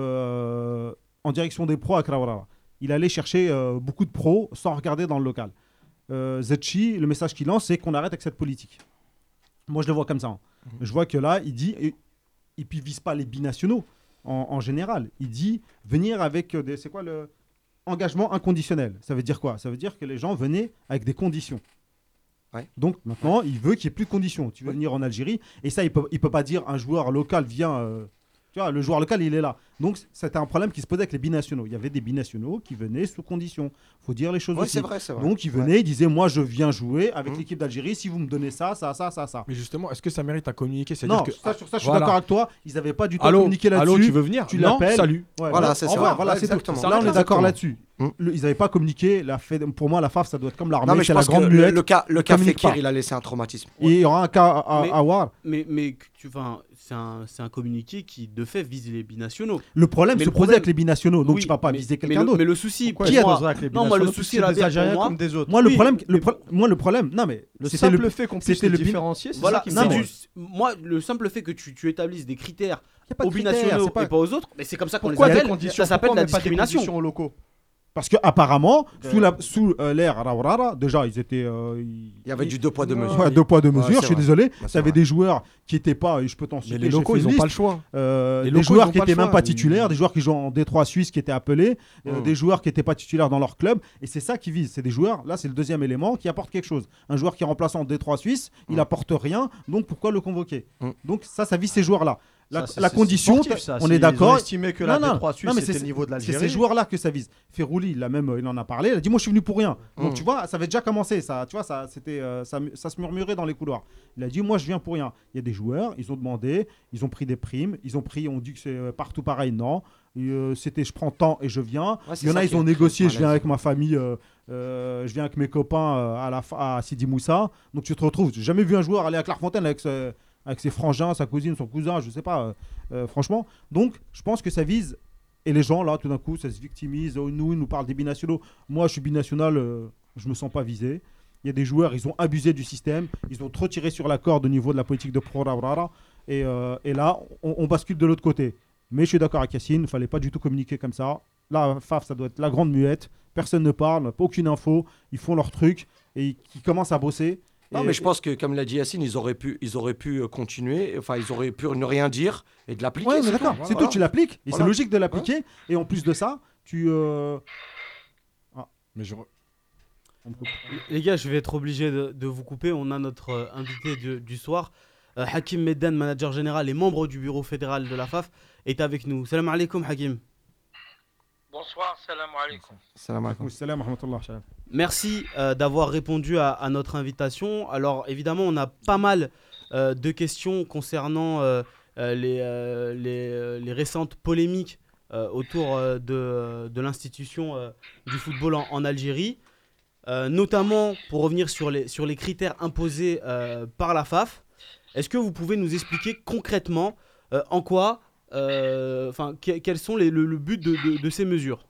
[SPEAKER 6] euh, en direction des pros à Krawara. Il allait chercher euh, beaucoup de pros sans regarder dans le local. Euh, Zetchi, le message qu'il lance, c'est qu'on arrête avec cette politique. Moi, je le vois comme ça. hein. Je vois que là, il dit, et, et puis il vise pas les binationaux en, en général. Il dit venir avec des, c'est quoi le engagement inconditionnel. Ça veut dire quoi? Ça veut dire que les gens venaient avec des conditions.
[SPEAKER 4] Ouais.
[SPEAKER 6] Donc maintenant, il veut qu'il n'y ait plus de conditions. Tu veux
[SPEAKER 4] Ouais.
[SPEAKER 6] venir en Algérie et ça, il peut, il peut pas dire un joueur local vient. euh, tu vois, le joueur local, il est là. Donc c'était un problème qui se posait avec les binationaux. Il y avait des binationaux qui venaient sous conditions. Faut dire les choses
[SPEAKER 4] Ouais,
[SPEAKER 6] aussi.
[SPEAKER 4] c'est vrai, c'est vrai.
[SPEAKER 6] Donc ils
[SPEAKER 4] Ouais.
[SPEAKER 6] venaient, ils disaient moi je viens jouer avec
[SPEAKER 4] Mhm.
[SPEAKER 6] l'équipe d'Algérie. Si vous me donnez ça, ça, ça, ça, ça.
[SPEAKER 5] Mais justement, est-ce que ça mérite à communiquer?
[SPEAKER 6] Non,
[SPEAKER 5] C'est-à-dire que
[SPEAKER 6] ça, sur ça, je suis
[SPEAKER 5] voilà.
[SPEAKER 6] d'accord avec toi. Ils n'avaient pas du tout à
[SPEAKER 5] Allô,
[SPEAKER 6] communiquer là-dessus.
[SPEAKER 5] allô, tu veux venir?
[SPEAKER 6] Tu
[SPEAKER 5] Non,
[SPEAKER 6] l'appelles.
[SPEAKER 5] salut.
[SPEAKER 6] Ouais,
[SPEAKER 4] Voilà,
[SPEAKER 6] là,
[SPEAKER 4] c'est
[SPEAKER 6] au
[SPEAKER 4] ça.
[SPEAKER 6] revoir, voilà,
[SPEAKER 4] Ouais,
[SPEAKER 6] c'est tout.
[SPEAKER 4] exactement.
[SPEAKER 6] Là, on est
[SPEAKER 5] Exactement.
[SPEAKER 6] d'accord là-dessus.
[SPEAKER 4] Mm.
[SPEAKER 6] Le- Ils n'avaient pas communiqué. La fait, pour moi, la F A F, ça doit être comme
[SPEAKER 4] Non,
[SPEAKER 6] l'armée,
[SPEAKER 4] mais je
[SPEAKER 6] c'est la
[SPEAKER 4] pense que
[SPEAKER 6] grande
[SPEAKER 4] le,
[SPEAKER 6] muette.
[SPEAKER 4] le cas, le cas
[SPEAKER 6] communique
[SPEAKER 4] Fekir,
[SPEAKER 6] pas.
[SPEAKER 4] il a laissé un traumatisme.
[SPEAKER 6] Et il y aura un cas à, à-
[SPEAKER 3] Mais-
[SPEAKER 6] à voir.
[SPEAKER 3] Mais, mais que tu, enfin, c'est un, c'est un communiqué qui, de fait, vise les binationaux.
[SPEAKER 6] Le problème
[SPEAKER 3] Mais
[SPEAKER 6] se
[SPEAKER 3] le
[SPEAKER 6] posait
[SPEAKER 3] problème-
[SPEAKER 6] avec les binationaux, donc
[SPEAKER 3] Oui,
[SPEAKER 6] tu vas pas
[SPEAKER 3] mais-
[SPEAKER 6] viser
[SPEAKER 3] mais
[SPEAKER 6] quelqu'un
[SPEAKER 3] le-
[SPEAKER 6] d'autre.
[SPEAKER 3] Mais le souci,
[SPEAKER 2] Pourquoi
[SPEAKER 3] pour
[SPEAKER 2] il
[SPEAKER 3] moi,
[SPEAKER 2] poserait avec les
[SPEAKER 3] non, moi, le
[SPEAKER 2] binationaux,
[SPEAKER 3] souci,
[SPEAKER 2] puisque
[SPEAKER 3] là,
[SPEAKER 2] c'est des
[SPEAKER 3] pour
[SPEAKER 2] Algériens
[SPEAKER 3] moi-
[SPEAKER 2] comme des autres.
[SPEAKER 6] Moi, le
[SPEAKER 3] Oui,
[SPEAKER 6] problème,
[SPEAKER 3] mais-
[SPEAKER 6] le pro- moi, le problème, non mais
[SPEAKER 2] Le
[SPEAKER 6] c'était
[SPEAKER 2] simple
[SPEAKER 6] le-
[SPEAKER 2] fait qu'on puisse
[SPEAKER 6] c'était
[SPEAKER 2] les
[SPEAKER 6] le bin-
[SPEAKER 2] différencier, c'est
[SPEAKER 3] Voilà,
[SPEAKER 2] ça qui
[SPEAKER 3] c'est
[SPEAKER 6] Non,
[SPEAKER 2] me
[SPEAKER 6] mais-
[SPEAKER 3] du- moi, le simple fait que tu, tu établisses des critères
[SPEAKER 6] y a pas de
[SPEAKER 3] aux
[SPEAKER 6] critères,
[SPEAKER 3] binationaux
[SPEAKER 6] c'est pas-
[SPEAKER 3] et pas aux autres, mais c'est comme ça qu'on les
[SPEAKER 2] Pourquoi des
[SPEAKER 3] appelle.
[SPEAKER 2] conditions?
[SPEAKER 3] Ça s'appelle
[SPEAKER 2] Pourquoi
[SPEAKER 3] la
[SPEAKER 2] on met pas des
[SPEAKER 3] discrimination.
[SPEAKER 2] conditions aux locaux?
[SPEAKER 6] Parce que apparemment,
[SPEAKER 2] Euh,
[SPEAKER 6] sous la sous euh, l'ère Raurara, déjà ils étaient. euh, ils-
[SPEAKER 4] Il y avait du deux poids, deux
[SPEAKER 2] Ouais,
[SPEAKER 4] mesures.
[SPEAKER 6] Ouais, deux poids deux
[SPEAKER 4] Ouais,
[SPEAKER 6] mesures.
[SPEAKER 4] c'est
[SPEAKER 6] je suis
[SPEAKER 4] vrai.
[SPEAKER 6] désolé.
[SPEAKER 4] Ouais, c'est
[SPEAKER 6] T'avais
[SPEAKER 4] vrai.
[SPEAKER 6] des joueurs qui étaient pas, et je peux t'en citer.
[SPEAKER 5] Mais les
[SPEAKER 6] j'ai
[SPEAKER 5] locaux,
[SPEAKER 6] fait
[SPEAKER 5] ils
[SPEAKER 6] une
[SPEAKER 5] n'ont pas le
[SPEAKER 6] liste.
[SPEAKER 5] choix.
[SPEAKER 6] Euh,
[SPEAKER 5] Les
[SPEAKER 6] des
[SPEAKER 5] locaux,
[SPEAKER 6] joueurs
[SPEAKER 5] ils ont
[SPEAKER 6] qui
[SPEAKER 5] pas le
[SPEAKER 6] étaient même
[SPEAKER 5] choix.
[SPEAKER 6] pas titulaires,
[SPEAKER 5] Ils-
[SPEAKER 6] des joueurs qui jouent en D trois Suisse qui étaient appelés, euh,
[SPEAKER 4] Mm.
[SPEAKER 6] des joueurs qui n'étaient pas titulaires dans leur club. Et c'est ça qui vise. C'est des joueurs, là c'est le deuxième élément, qui apporte quelque chose. Un joueur qui est remplaçant en D trois Suisse, il
[SPEAKER 4] Mm.
[SPEAKER 6] apporte rien, donc pourquoi le convoquer?
[SPEAKER 4] Mm.
[SPEAKER 6] Donc ça, ça vise ces joueurs-là. La,
[SPEAKER 2] Ça, c'est-
[SPEAKER 6] la
[SPEAKER 2] c'est
[SPEAKER 6] condition,
[SPEAKER 2] sportif, ça.
[SPEAKER 6] on
[SPEAKER 2] Si
[SPEAKER 6] est
[SPEAKER 2] ils
[SPEAKER 6] d'accord.
[SPEAKER 2] ont estimé que la
[SPEAKER 6] Non, non,
[SPEAKER 2] D trois Suisse
[SPEAKER 6] non, mais
[SPEAKER 2] c'était
[SPEAKER 6] c'est-
[SPEAKER 2] le niveau de
[SPEAKER 6] C'est
[SPEAKER 2] l'Algérie.
[SPEAKER 6] ces joueurs-là que ça vise. Ferrouli, il a même, euh, il en a parlé. Il a dit moi je suis venu pour rien. Donc
[SPEAKER 4] Mm.
[SPEAKER 6] tu vois, ça avait déjà commencé. Ça, tu vois, ça, c'était, euh, ça, ça se murmurait dans les couloirs. Il a dit moi je viens pour rien. Il y a des joueurs, ils ont demandé, ils ont pris des primes, ils ont pris, on dit que c'est euh, partout pareil. Non, Et, euh, c'était je prends temps et je viens.
[SPEAKER 4] Ouais, c'est
[SPEAKER 6] Il y en
[SPEAKER 4] ça
[SPEAKER 6] a,
[SPEAKER 4] qui
[SPEAKER 6] ils ont
[SPEAKER 4] est
[SPEAKER 6] négocié.
[SPEAKER 4] très
[SPEAKER 6] Je viens
[SPEAKER 4] malaise.
[SPEAKER 6] avec ma famille. euh, euh, je viens avec mes copains euh, à la fa- à Sidi Moussa. Donc tu te retrouves. J'ai jamais vu un joueur aller à Clairefontaine avec ce- avec ses frangins, sa cousine, son cousin, je sais pas, euh, euh, franchement. Donc, je pense que ça vise. Et les gens, là, tout d'un coup, ça se victimise. Oh, nous, ils nous parlent des binationaux. Moi, je suis binational, euh, je me sens pas visé. Il y a des joueurs, ils ont abusé du système. Ils ont trop tiré sur la corde au niveau de la politique de Pro Raurara. Et, euh, et là, on, on bascule de l'autre côté. Mais je suis d'accord avec Yacine, il ne fallait pas du tout communiquer comme ça. Là, F A F, ça doit être la grande muette. Personne ne parle, pas aucune info. Ils font leur truc et ils commencent à bosser.
[SPEAKER 4] Non,
[SPEAKER 6] Et-
[SPEAKER 4] mais je pense que, comme l'a dit Yacine, ils auraient pu, ils auraient pu euh, continuer, enfin, ils auraient pu ne rien dire et de l'appliquer.
[SPEAKER 6] Ouais, mais
[SPEAKER 4] c'est
[SPEAKER 6] d'accord,
[SPEAKER 4] tout.
[SPEAKER 6] c'est
[SPEAKER 4] Voilà.
[SPEAKER 6] tout, tu l'appliques. Et
[SPEAKER 4] Voilà.
[SPEAKER 6] c'est logique de l'appliquer. Et en plus de ça, tu. euh,
[SPEAKER 5] Mais je...
[SPEAKER 6] on me coupe.
[SPEAKER 3] Les gars, je vais être obligé de, de vous couper. On a notre euh, invité du, du soir, euh, Hakim Meddan, manager général et membre du bureau fédéral de la F A F, est avec nous. Salam alaikum, Hakim.
[SPEAKER 9] Bonsoir, salam alaikum.
[SPEAKER 4] Salam alaikum.
[SPEAKER 6] Salam wa rahmatullah.
[SPEAKER 3] Merci euh, d'avoir répondu à, à notre invitation. Alors évidemment, on a pas mal euh, de questions concernant euh, euh, les, euh, les, euh, les récentes polémiques euh, autour euh, de, de l'institution euh, du football en, en Algérie, euh, notamment pour revenir sur les, sur les critères imposés euh, par la F A F. Est-ce que vous pouvez nous expliquer concrètement euh, en quoi, euh, enfin, que, quels sont les, le, le but de, de, de ces mesures?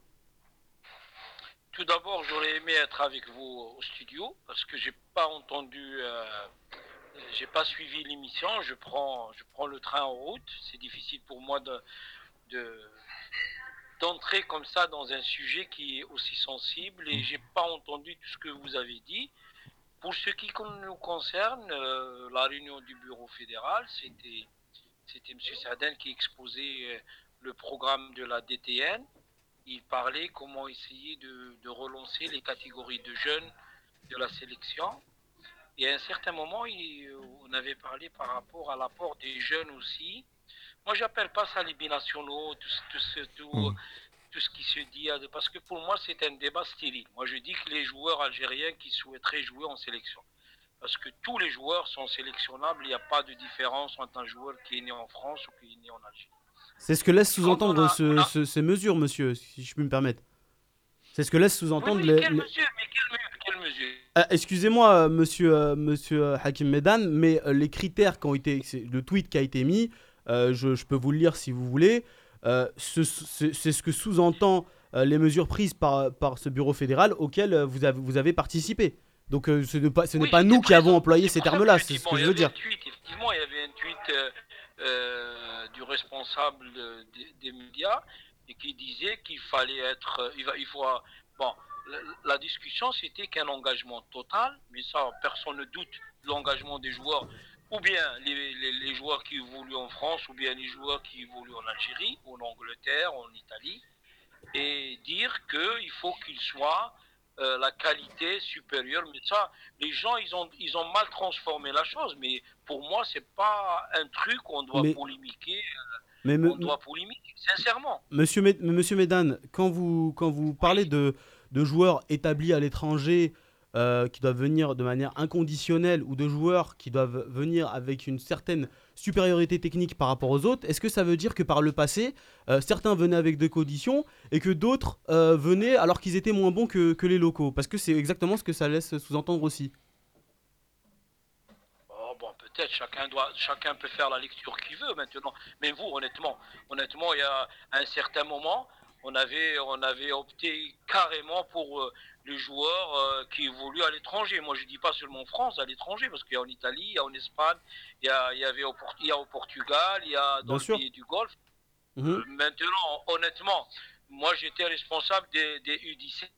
[SPEAKER 9] Tout d'abord, j'aurais aimé être avec vous au studio parce que j'ai pas entendu, euh, j'ai pas suivi l'émission. Je prends, je prends le train en route. C'est difficile pour moi de, de d'entrer comme ça dans un sujet qui est aussi sensible et j'ai pas entendu tout ce que vous avez dit. Pour ce qui nous concerne, euh, la réunion du bureau fédéral, c'était c'était M. Saadane qui exposait le programme de la D T N. Il parlait comment essayer de, de relancer les catégories de jeunes de la sélection. Et à un certain moment, il, on avait parlé par rapport à l'apport des jeunes aussi. Moi, j'appelle pas ça les binationaux, tout, tout, ce, tout, mmh. tout ce qui se dit, parce que pour moi, c'est un débat stérile. Moi, je dis que les joueurs algériens qui souhaiteraient jouer en sélection, parce que tous les joueurs sont sélectionnables, il n'y a pas de différence entre un joueur qui est né en France ou qui est né en Algérie.
[SPEAKER 3] C'est ce que laisse sous-entendre ce, a... ce, ces mesures, monsieur, si je puis me permettre. C'est ce que laisse sous-entendre...
[SPEAKER 9] Oui, mais
[SPEAKER 3] les,
[SPEAKER 9] quelle
[SPEAKER 3] les...
[SPEAKER 9] mesure, mais quelle, quelle mesure
[SPEAKER 3] euh, Excusez-moi, monsieur, euh, monsieur Hakim Medan, mais euh, les critères qui ont été... Le tweet qui a été mis, euh, je, je peux vous le lire si vous voulez, euh, ce, ce, c'est ce que sous-entend euh, les mesures prises par, par ce bureau fédéral auquel euh, vous, avez, vous avez participé. Donc euh, ce n'est pas, ce n'est
[SPEAKER 9] oui,
[SPEAKER 3] pas nous qui avons employé
[SPEAKER 9] c'est
[SPEAKER 3] ces termes-là, c'est ce que je veux dire.
[SPEAKER 9] Tweet, effectivement, il y avait un tweet euh, euh, du responsable de, de, des médias et qui disait qu'il fallait être, il, va, il faut, bon, la, la discussion c'était qu'un engagement total, mais ça personne ne doute de l'engagement des joueurs, ou bien les, les, les joueurs qui évoluent en France, ou bien les joueurs qui évoluent en Algérie, ou en Angleterre, en Italie, et dire qu'il faut qu'ils soient Euh, la qualité supérieure, mais ça, les gens, ils ont, ils ont mal transformé la chose, mais pour moi, c'est pas un truc qu'on doit mais, polémiquer, euh, mais me, on doit polémiquer, sincèrement.
[SPEAKER 3] Monsieur, Med, Monsieur Medan, quand vous, quand vous parlez oui. de, de joueurs établis à l'étranger euh, qui doivent venir de manière inconditionnelle ou de joueurs qui doivent venir avec une certaine supériorité technique par rapport aux autres, est-ce que ça veut dire que par le passé, euh, certains venaient avec des conditions et que d'autres euh, venaient alors qu'ils étaient moins bons que, que les locaux? Parce que c'est exactement ce que ça laisse sous-entendre aussi.
[SPEAKER 9] Oh, bon, peut-être, chacun, doit, chacun peut faire la lecture qu'il veut maintenant. Mais vous, honnêtement, honnêtement, il y a un certain moment, on avait, on avait opté carrément pour euh, les joueurs euh, qui évoluent à l'étranger. Moi, je ne dis pas seulement en France, à l'étranger, parce qu'il y a en Italie, il y a en Espagne, il y a, il y avait au, il y a au Portugal, il y a dans Bien le sûr. pays du Golfe. Mmh. Euh, maintenant, honnêtement, moi, j'étais responsable des, des U dix-sept.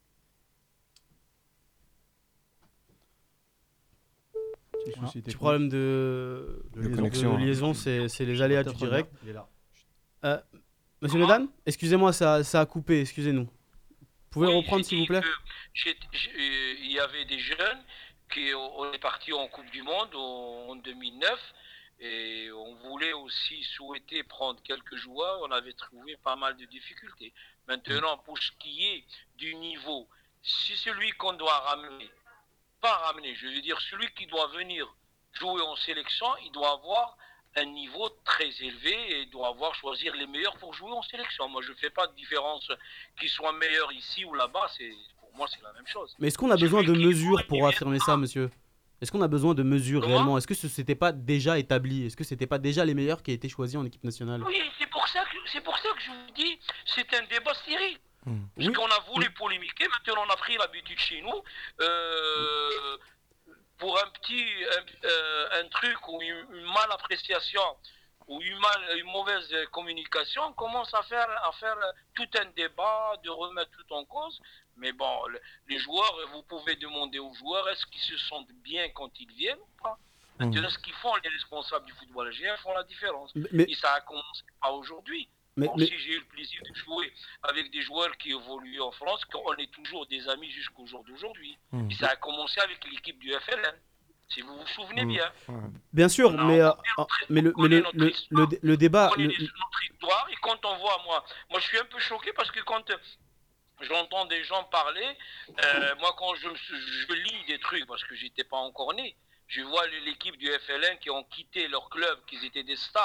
[SPEAKER 3] Ah, petit problème de, de, de liaison, de liaison c'est, c'est les aléas du direct. Il est là. Euh, Monsieur Medan, excusez-moi, ça, ça a coupé, excusez-nous. Vous pouvez oui, reprendre s'il vous plaît?
[SPEAKER 9] Il y avait des jeunes qui on est partis en Coupe du Monde en deux mille neuf et on voulait aussi souhaiter prendre quelques joueurs, on avait trouvé pas mal de difficultés. Maintenant, pour ce qui est du niveau, si celui qu'on doit ramener, pas ramener, je veux dire celui qui doit venir jouer en sélection, il doit avoir un niveau très élevé et doit avoir choisir les meilleurs pour jouer en sélection. Moi, je ne fais pas de différence qu'ils soient meilleurs ici ou là-bas. C'est, pour moi, c'est la même chose.
[SPEAKER 3] Mais est-ce qu'on a besoin de mesures pour affirmer ça, monsieur? Est-ce qu'on a besoin de mesures Comment réellement? Est-ce que ce n'était pas déjà établi? Est-ce que ce n'était pas déjà les meilleurs qui a été choisis en équipe nationale?
[SPEAKER 9] Oui, c'est pour ça que, c'est pour ça que je vous dis, c'est un débat stérile. Mmh. Parce oui. qu'on a voulu polémiquer, maintenant on a pris l'habitude chez nous. Euh, pour un petit un, euh, un truc ou une, une mal appréciation ou une, mal, une mauvaise communication, on commence à faire, à faire tout un débat, de remettre tout en cause. Mais bon, le, les joueurs, vous pouvez demander aux joueurs, est-ce qu'ils se sentent bien quand ils viennent ou pas? Maintenant, mmh. ce qu'ils font, les responsables du football algérien font la différence. Mais, et ça a commencé pas aujourd'hui. Mais, bon, mais... Si j'ai eu le plaisir de jouer avec des joueurs qui évoluent en France, on est toujours des amis jusqu'au jour d'aujourd'hui. Mmh. Et ça a commencé avec l'équipe du F L N, si vous vous souvenez mmh. bien.
[SPEAKER 3] Bien sûr, mais, euh, notre, mais, le, mais le, le, le, le débat...
[SPEAKER 9] On
[SPEAKER 3] le...
[SPEAKER 9] notre histoire, et quand on voit, moi, moi je suis un peu choqué parce que quand j'entends des gens parler, euh, moi quand je, je lis des trucs, parce que j'étais pas encore né, je vois l'équipe du F L N qui ont quitté leur club, qui étaient des stars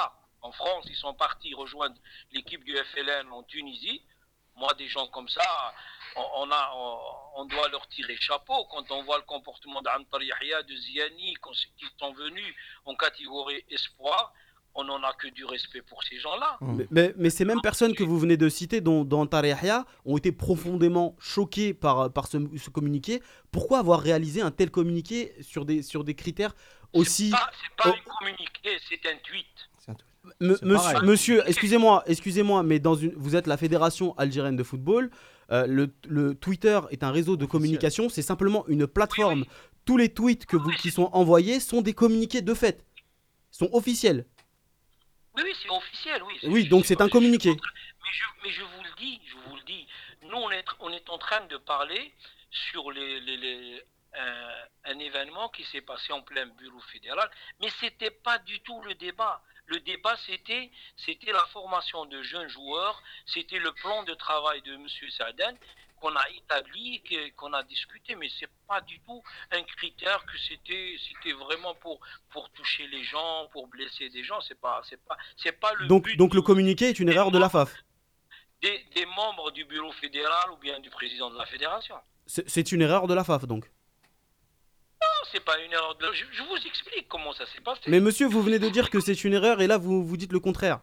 [SPEAKER 9] en France, ils sont partis rejoindre l'équipe du F L N en Tunisie. Moi, des gens comme ça, on, on, a, on, on doit leur tirer chapeau. Quand on voit le comportement d'Antar Yahya, de Ziani, qui sont venus en catégorie espoir, on n'en a que du respect pour ces gens-là.
[SPEAKER 3] Mais, mais, mais ces mêmes personnes que vous venez de citer, dont, dont Antar Yahya, ont été profondément choquées par, par ce, ce communiqué. Pourquoi avoir réalisé un tel communiqué sur des, sur des critères aussi...
[SPEAKER 9] C'est pas, c'est pas
[SPEAKER 3] oh.
[SPEAKER 9] un communiqué, c'est un tweet.
[SPEAKER 3] Me, monsieur, monsieur, excusez-moi, excusez-moi, mais dans une, vous êtes la Fédération algérienne de football. Euh, le, le Twitter est un réseau de communication. C'est simplement une plateforme. Oui, oui. Tous les tweets que vous, qui sont envoyés sont des communiqués de fait, sont officiels.
[SPEAKER 9] Oui, oui, c'est officiel, oui.
[SPEAKER 3] Oui, donc c'est un communiqué.
[SPEAKER 9] Mais je, mais je vous le dis, je vous le dis. Nous, on est, on est en train de parler sur les, les, les un, un événement qui s'est passé en plein bureau fédéral, mais c'était pas du tout le débat. Le débat, c'était, c'était la formation de jeunes joueurs, c'était le plan de travail de M. Saadan qu'on a établi, qu'on a discuté, mais c'est pas du tout un critère que c'était, c'était vraiment pour, pour toucher les gens, pour blesser des gens. C'est pas, c'est pas, c'est pas le
[SPEAKER 3] donc,
[SPEAKER 9] but.
[SPEAKER 3] Donc le communiqué est une erreur de la F A F.
[SPEAKER 9] Des, des membres du bureau fédéral ou bien du président de la fédération.
[SPEAKER 3] C'est, c'est une erreur de la F A F donc.
[SPEAKER 9] Non, c'est pas une erreur de... Je, je vous explique comment ça s'est passé.
[SPEAKER 3] Mais monsieur, vous venez de dire que c'est une erreur et là vous, vous dites le contraire.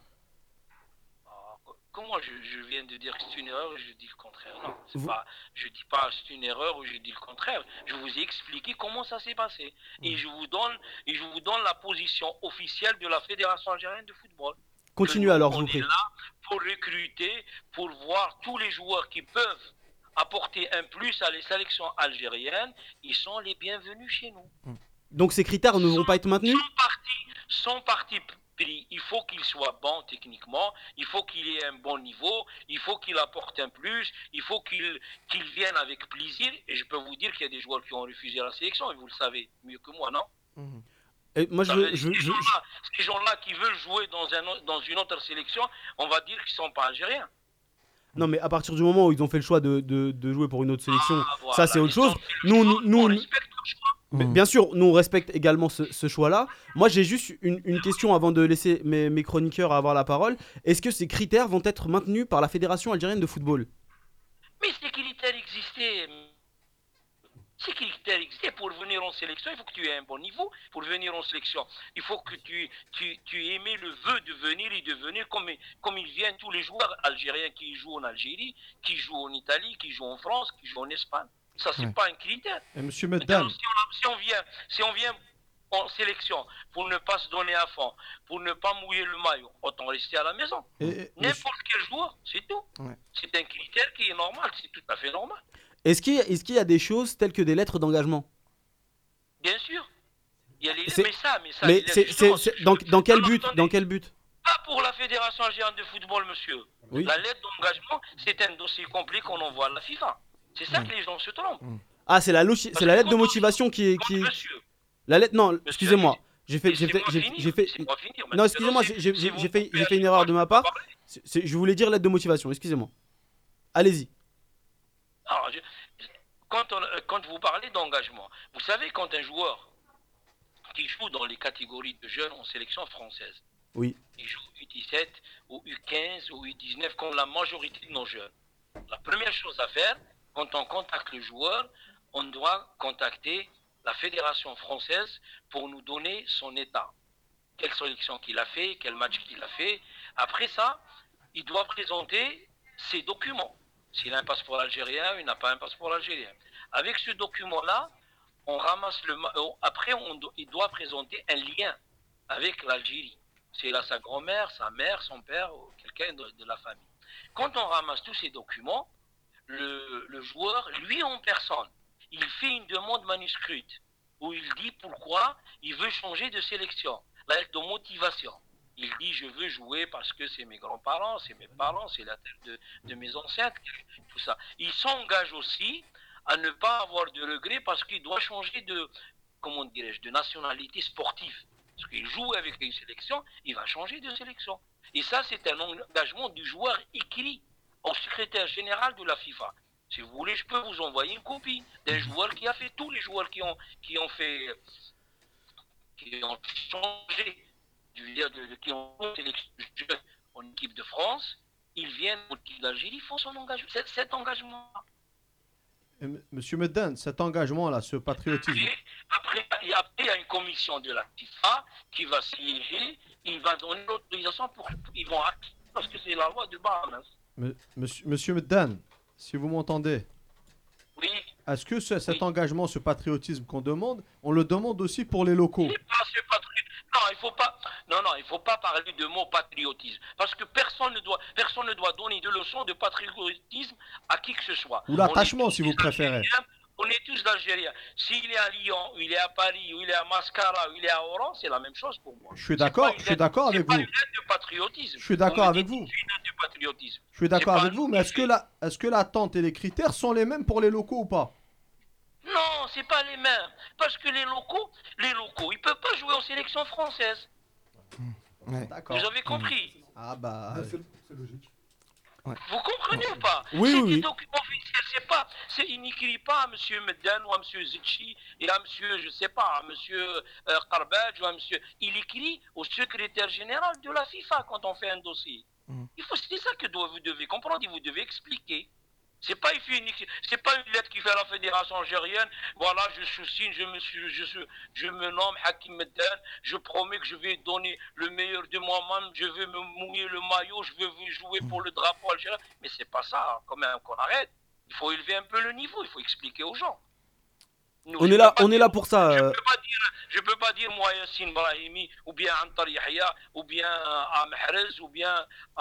[SPEAKER 9] Oh, comment je, je viens de dire que c'est une erreur et je dis le contraire? Non, c'est
[SPEAKER 3] vous...
[SPEAKER 9] pas, je dis pas c'est une erreur ou je dis le contraire. Je vous ai expliqué comment ça s'est passé. Et je vous donne, et je vous donne la position officielle de la Fédération algérienne de football.
[SPEAKER 3] Continuez alors, je vous
[SPEAKER 9] prie. On est là pour recruter, pour voir tous les joueurs qui peuvent apporter un plus à les sélections algériennes, ils sont les bienvenus chez nous.
[SPEAKER 3] Donc ces critères ne vont pas être maintenus?
[SPEAKER 9] Son parti, son parti pris, il faut qu'il soit bon techniquement, il faut qu'il ait un bon niveau, il faut qu'il apporte un plus, il faut qu'il, qu'il vienne avec plaisir. Et je peux vous dire qu'il y a des joueurs qui ont refusé la sélection, et vous le savez mieux que moi, non?
[SPEAKER 3] Mmh. Et moi, je,
[SPEAKER 9] veut,
[SPEAKER 3] je,
[SPEAKER 9] ces,
[SPEAKER 3] je,
[SPEAKER 9] gens-là, ces gens-là qui veulent jouer dans, un, dans une autre sélection, on va dire qu'ils ne sont pas algériens.
[SPEAKER 3] Non, mais à partir du moment où ils ont fait le choix de, de, de jouer pour une autre sélection,
[SPEAKER 9] ah, voilà,
[SPEAKER 3] ça c'est autre chose. Nous, nous, nous, nous
[SPEAKER 2] Mmh.
[SPEAKER 3] bien sûr, nous on respecte également ce, ce choix-là. Moi, j'ai juste une, une question avant de laisser mes, mes chroniqueurs avoir la parole. Est-ce que ces critères vont être maintenus par la Fédération algérienne de football?
[SPEAKER 9] Mais ces critères existaient. Ces critères existaient. Pour venir en sélection, il faut que tu aies un bon niveau. Pour venir en sélection, il faut que tu, tu, tu aimais le vœu de venir et de venir comme, comme ils viennent tous les joueurs algériens qui jouent en Algérie, qui jouent en Italie, qui jouent en France, qui jouent en Espagne. Ça, c'est ouais. pas un critère.
[SPEAKER 2] Et monsieur Meddan,
[SPEAKER 9] si, si, on vient, si on vient en sélection pour ne pas se donner à fond, pour ne pas mouiller le maillot, autant rester à la maison. Et, et, N'importe monsieur... quel joueur, c'est tout. Ouais. C'est un critère qui est normal, c'est tout à fait normal.
[SPEAKER 3] Est-ce qu'il y a, est-ce qu'il y a des choses telles que des lettres d'engagement?
[SPEAKER 9] Bien sûr. Il y a les lettres, mais ça, mais ça.
[SPEAKER 3] Mais c'est, c'est, c'est, dans, dans quel but, dans quel but?
[SPEAKER 9] Pas pour la Fédération algérienne de football, monsieur. Oui. La lettre d'engagement, c'est un dossier complet qu'on envoie à la FIFA. C'est ça mmh. que les gens se trompent.
[SPEAKER 3] Ah, c'est la, logi- c'est la lettre de motivation qui est... Qui...
[SPEAKER 9] Monsieur.
[SPEAKER 3] La lettre... Non, monsieur, excusez-moi. J'ai fait... J'ai fait, j'ai, j'ai fait... Non, excusez-moi, j'ai, j'ai, j'ai, fait, j'ai fait une erreur de ma part. C'est, c'est, je voulais dire lettre de motivation, excusez-moi. Allez-y.
[SPEAKER 9] Alors, je, quand, on, quand vous parlez d'engagement, vous savez quand un joueur qui joue dans les catégories de jeunes en sélection française,
[SPEAKER 3] oui.
[SPEAKER 9] il joue U dix-sept ou U quinze ou U dix-neuf comme la majorité de nos jeunes, la première chose à faire, quand on contacte le joueur, on doit contacter la Fédération française pour nous donner son état. Quelle sélection qu'il a fait, quel match qu'il a fait. Après ça, il doit présenter ses documents. S'il a un passeport algérien, il n'a pas un passeport algérien. Avec ce document-là, on ramasse le... Après, on, il doit présenter un lien avec l'Algérie. C'est là sa grand-mère, sa mère, son père, ou quelqu'un de, de la famille. Quand on ramasse tous ces documents, Le, le joueur, lui en personne, il fait une demande manuscrite où il dit pourquoi il veut changer de sélection, la lettre de motivation. Il dit je veux jouer parce que c'est mes grands-parents, c'est mes parents, c'est la terre de, de mes ancêtres, tout ça. Il s'engage aussi à ne pas avoir de regrets parce qu'il doit changer de, comment dirais-je, de nationalité sportive. Parce qu'il joue avec une sélection, il va changer de sélection. Et ça, c'est un engagement du joueur écrit au secrétaire général de la FIFA. Si vous voulez, je peux vous envoyer une copie d'un joueur qui a fait, tous les joueurs qui ont, qui ont fait, qui ont changé je veux dire, de, de qui ont sélectionné en équipe de France, ils viennent au l'équipe d'Algérie, ils font son engagement, cet, cet engagement.
[SPEAKER 2] Et M- Monsieur Meddan, cet engagement-là, ce patriotisme,
[SPEAKER 9] Après, après, et après, il y a une commission de la FIFA qui va siéger, il va donner l'autorisation pour ils vont acter, parce que c'est la loi de Bahamas.
[SPEAKER 2] M- monsieur, Monsieur Meddan, si vous m'entendez,
[SPEAKER 9] Oui,
[SPEAKER 2] est-ce que ce- cet
[SPEAKER 9] Oui.
[SPEAKER 2] engagement, ce patriotisme qu'on demande, on le demande aussi pour les locaux?
[SPEAKER 9] c'est pas ce patri- Non, il faut pas. Non, non, il faut pas parler de mot patriotisme, parce que personne ne doit, personne ne doit donner de leçons de patriotisme à qui que ce soit.
[SPEAKER 2] Ou l'attachement,
[SPEAKER 9] On est tous
[SPEAKER 2] si vous
[SPEAKER 9] des
[SPEAKER 2] préférez.
[SPEAKER 9] Algériens, On est tous d'Algériens. S'il est à Lyon, ou il est à Paris, ou il est à Mascara, ou il est à Oran, c'est la même chose pour moi.
[SPEAKER 2] Je suis
[SPEAKER 9] C'est
[SPEAKER 2] d'accord,
[SPEAKER 9] pas une
[SPEAKER 2] je suis
[SPEAKER 9] lettre-
[SPEAKER 2] d'accord
[SPEAKER 9] c'est
[SPEAKER 2] avec
[SPEAKER 9] pas
[SPEAKER 2] vous.
[SPEAKER 9] une lettre de patriotisme.
[SPEAKER 2] Je suis d'accord
[SPEAKER 9] me
[SPEAKER 2] avec
[SPEAKER 9] dites
[SPEAKER 2] vous.
[SPEAKER 9] que c'est une lettre de patriotisme.
[SPEAKER 2] Je suis d'accord
[SPEAKER 9] C'est pas
[SPEAKER 2] avec vous,
[SPEAKER 9] nous
[SPEAKER 2] mais
[SPEAKER 9] qui
[SPEAKER 2] est-ce que,
[SPEAKER 9] fait.
[SPEAKER 2] la, est-ce que l'attente et les critères sont les mêmes pour les locaux ou pas?
[SPEAKER 9] Non, c'est pas les mêmes. Parce que les locaux, les locaux, ils peuvent pas jouer en sélection française.
[SPEAKER 4] Ouais.
[SPEAKER 2] D'accord.
[SPEAKER 9] Vous avez compris?
[SPEAKER 2] Ah bah...
[SPEAKER 6] C'est logique.
[SPEAKER 9] Vous comprenez ou pas?
[SPEAKER 2] Oui,
[SPEAKER 9] C'est
[SPEAKER 2] oui,
[SPEAKER 9] des
[SPEAKER 2] oui.
[SPEAKER 9] documents officiels, c'est pas, c'est, il n'écrit pas à M. Meddan ou à M. Zitchi et à M. je sais pas, à M. Euh, Karbadj ou à M. Il écrit au secrétaire général de la FIFA quand on fait un dossier.
[SPEAKER 4] Mm.
[SPEAKER 9] Il faut, c'est ça que doit- vous devez comprendre et vous devez expliquer. C'est pas, il fait une, c'est pas une lettre qui fait à la fédération algérienne. Voilà, je sous-signe, je me, suis- je, suis- je me nomme Hakim Meddan. Je promets que je vais donner le meilleur de moi-même. Je vais me mouiller le maillot. Je vais jouer pour le drapeau algérien. Mais c'est pas ça, hein, quand même qu'on arrête. Il faut élever un peu le niveau. Il faut expliquer aux gens. Nous,
[SPEAKER 3] On
[SPEAKER 9] je
[SPEAKER 3] est là,
[SPEAKER 9] peux pas
[SPEAKER 3] on est
[SPEAKER 9] dire-
[SPEAKER 3] là pour ça.
[SPEAKER 9] Je
[SPEAKER 3] euh,
[SPEAKER 9] peux pas dire, je peux pas dire moi Yassine Brahimi ou bien Antar Yahya ou bien à Mahrez ou bien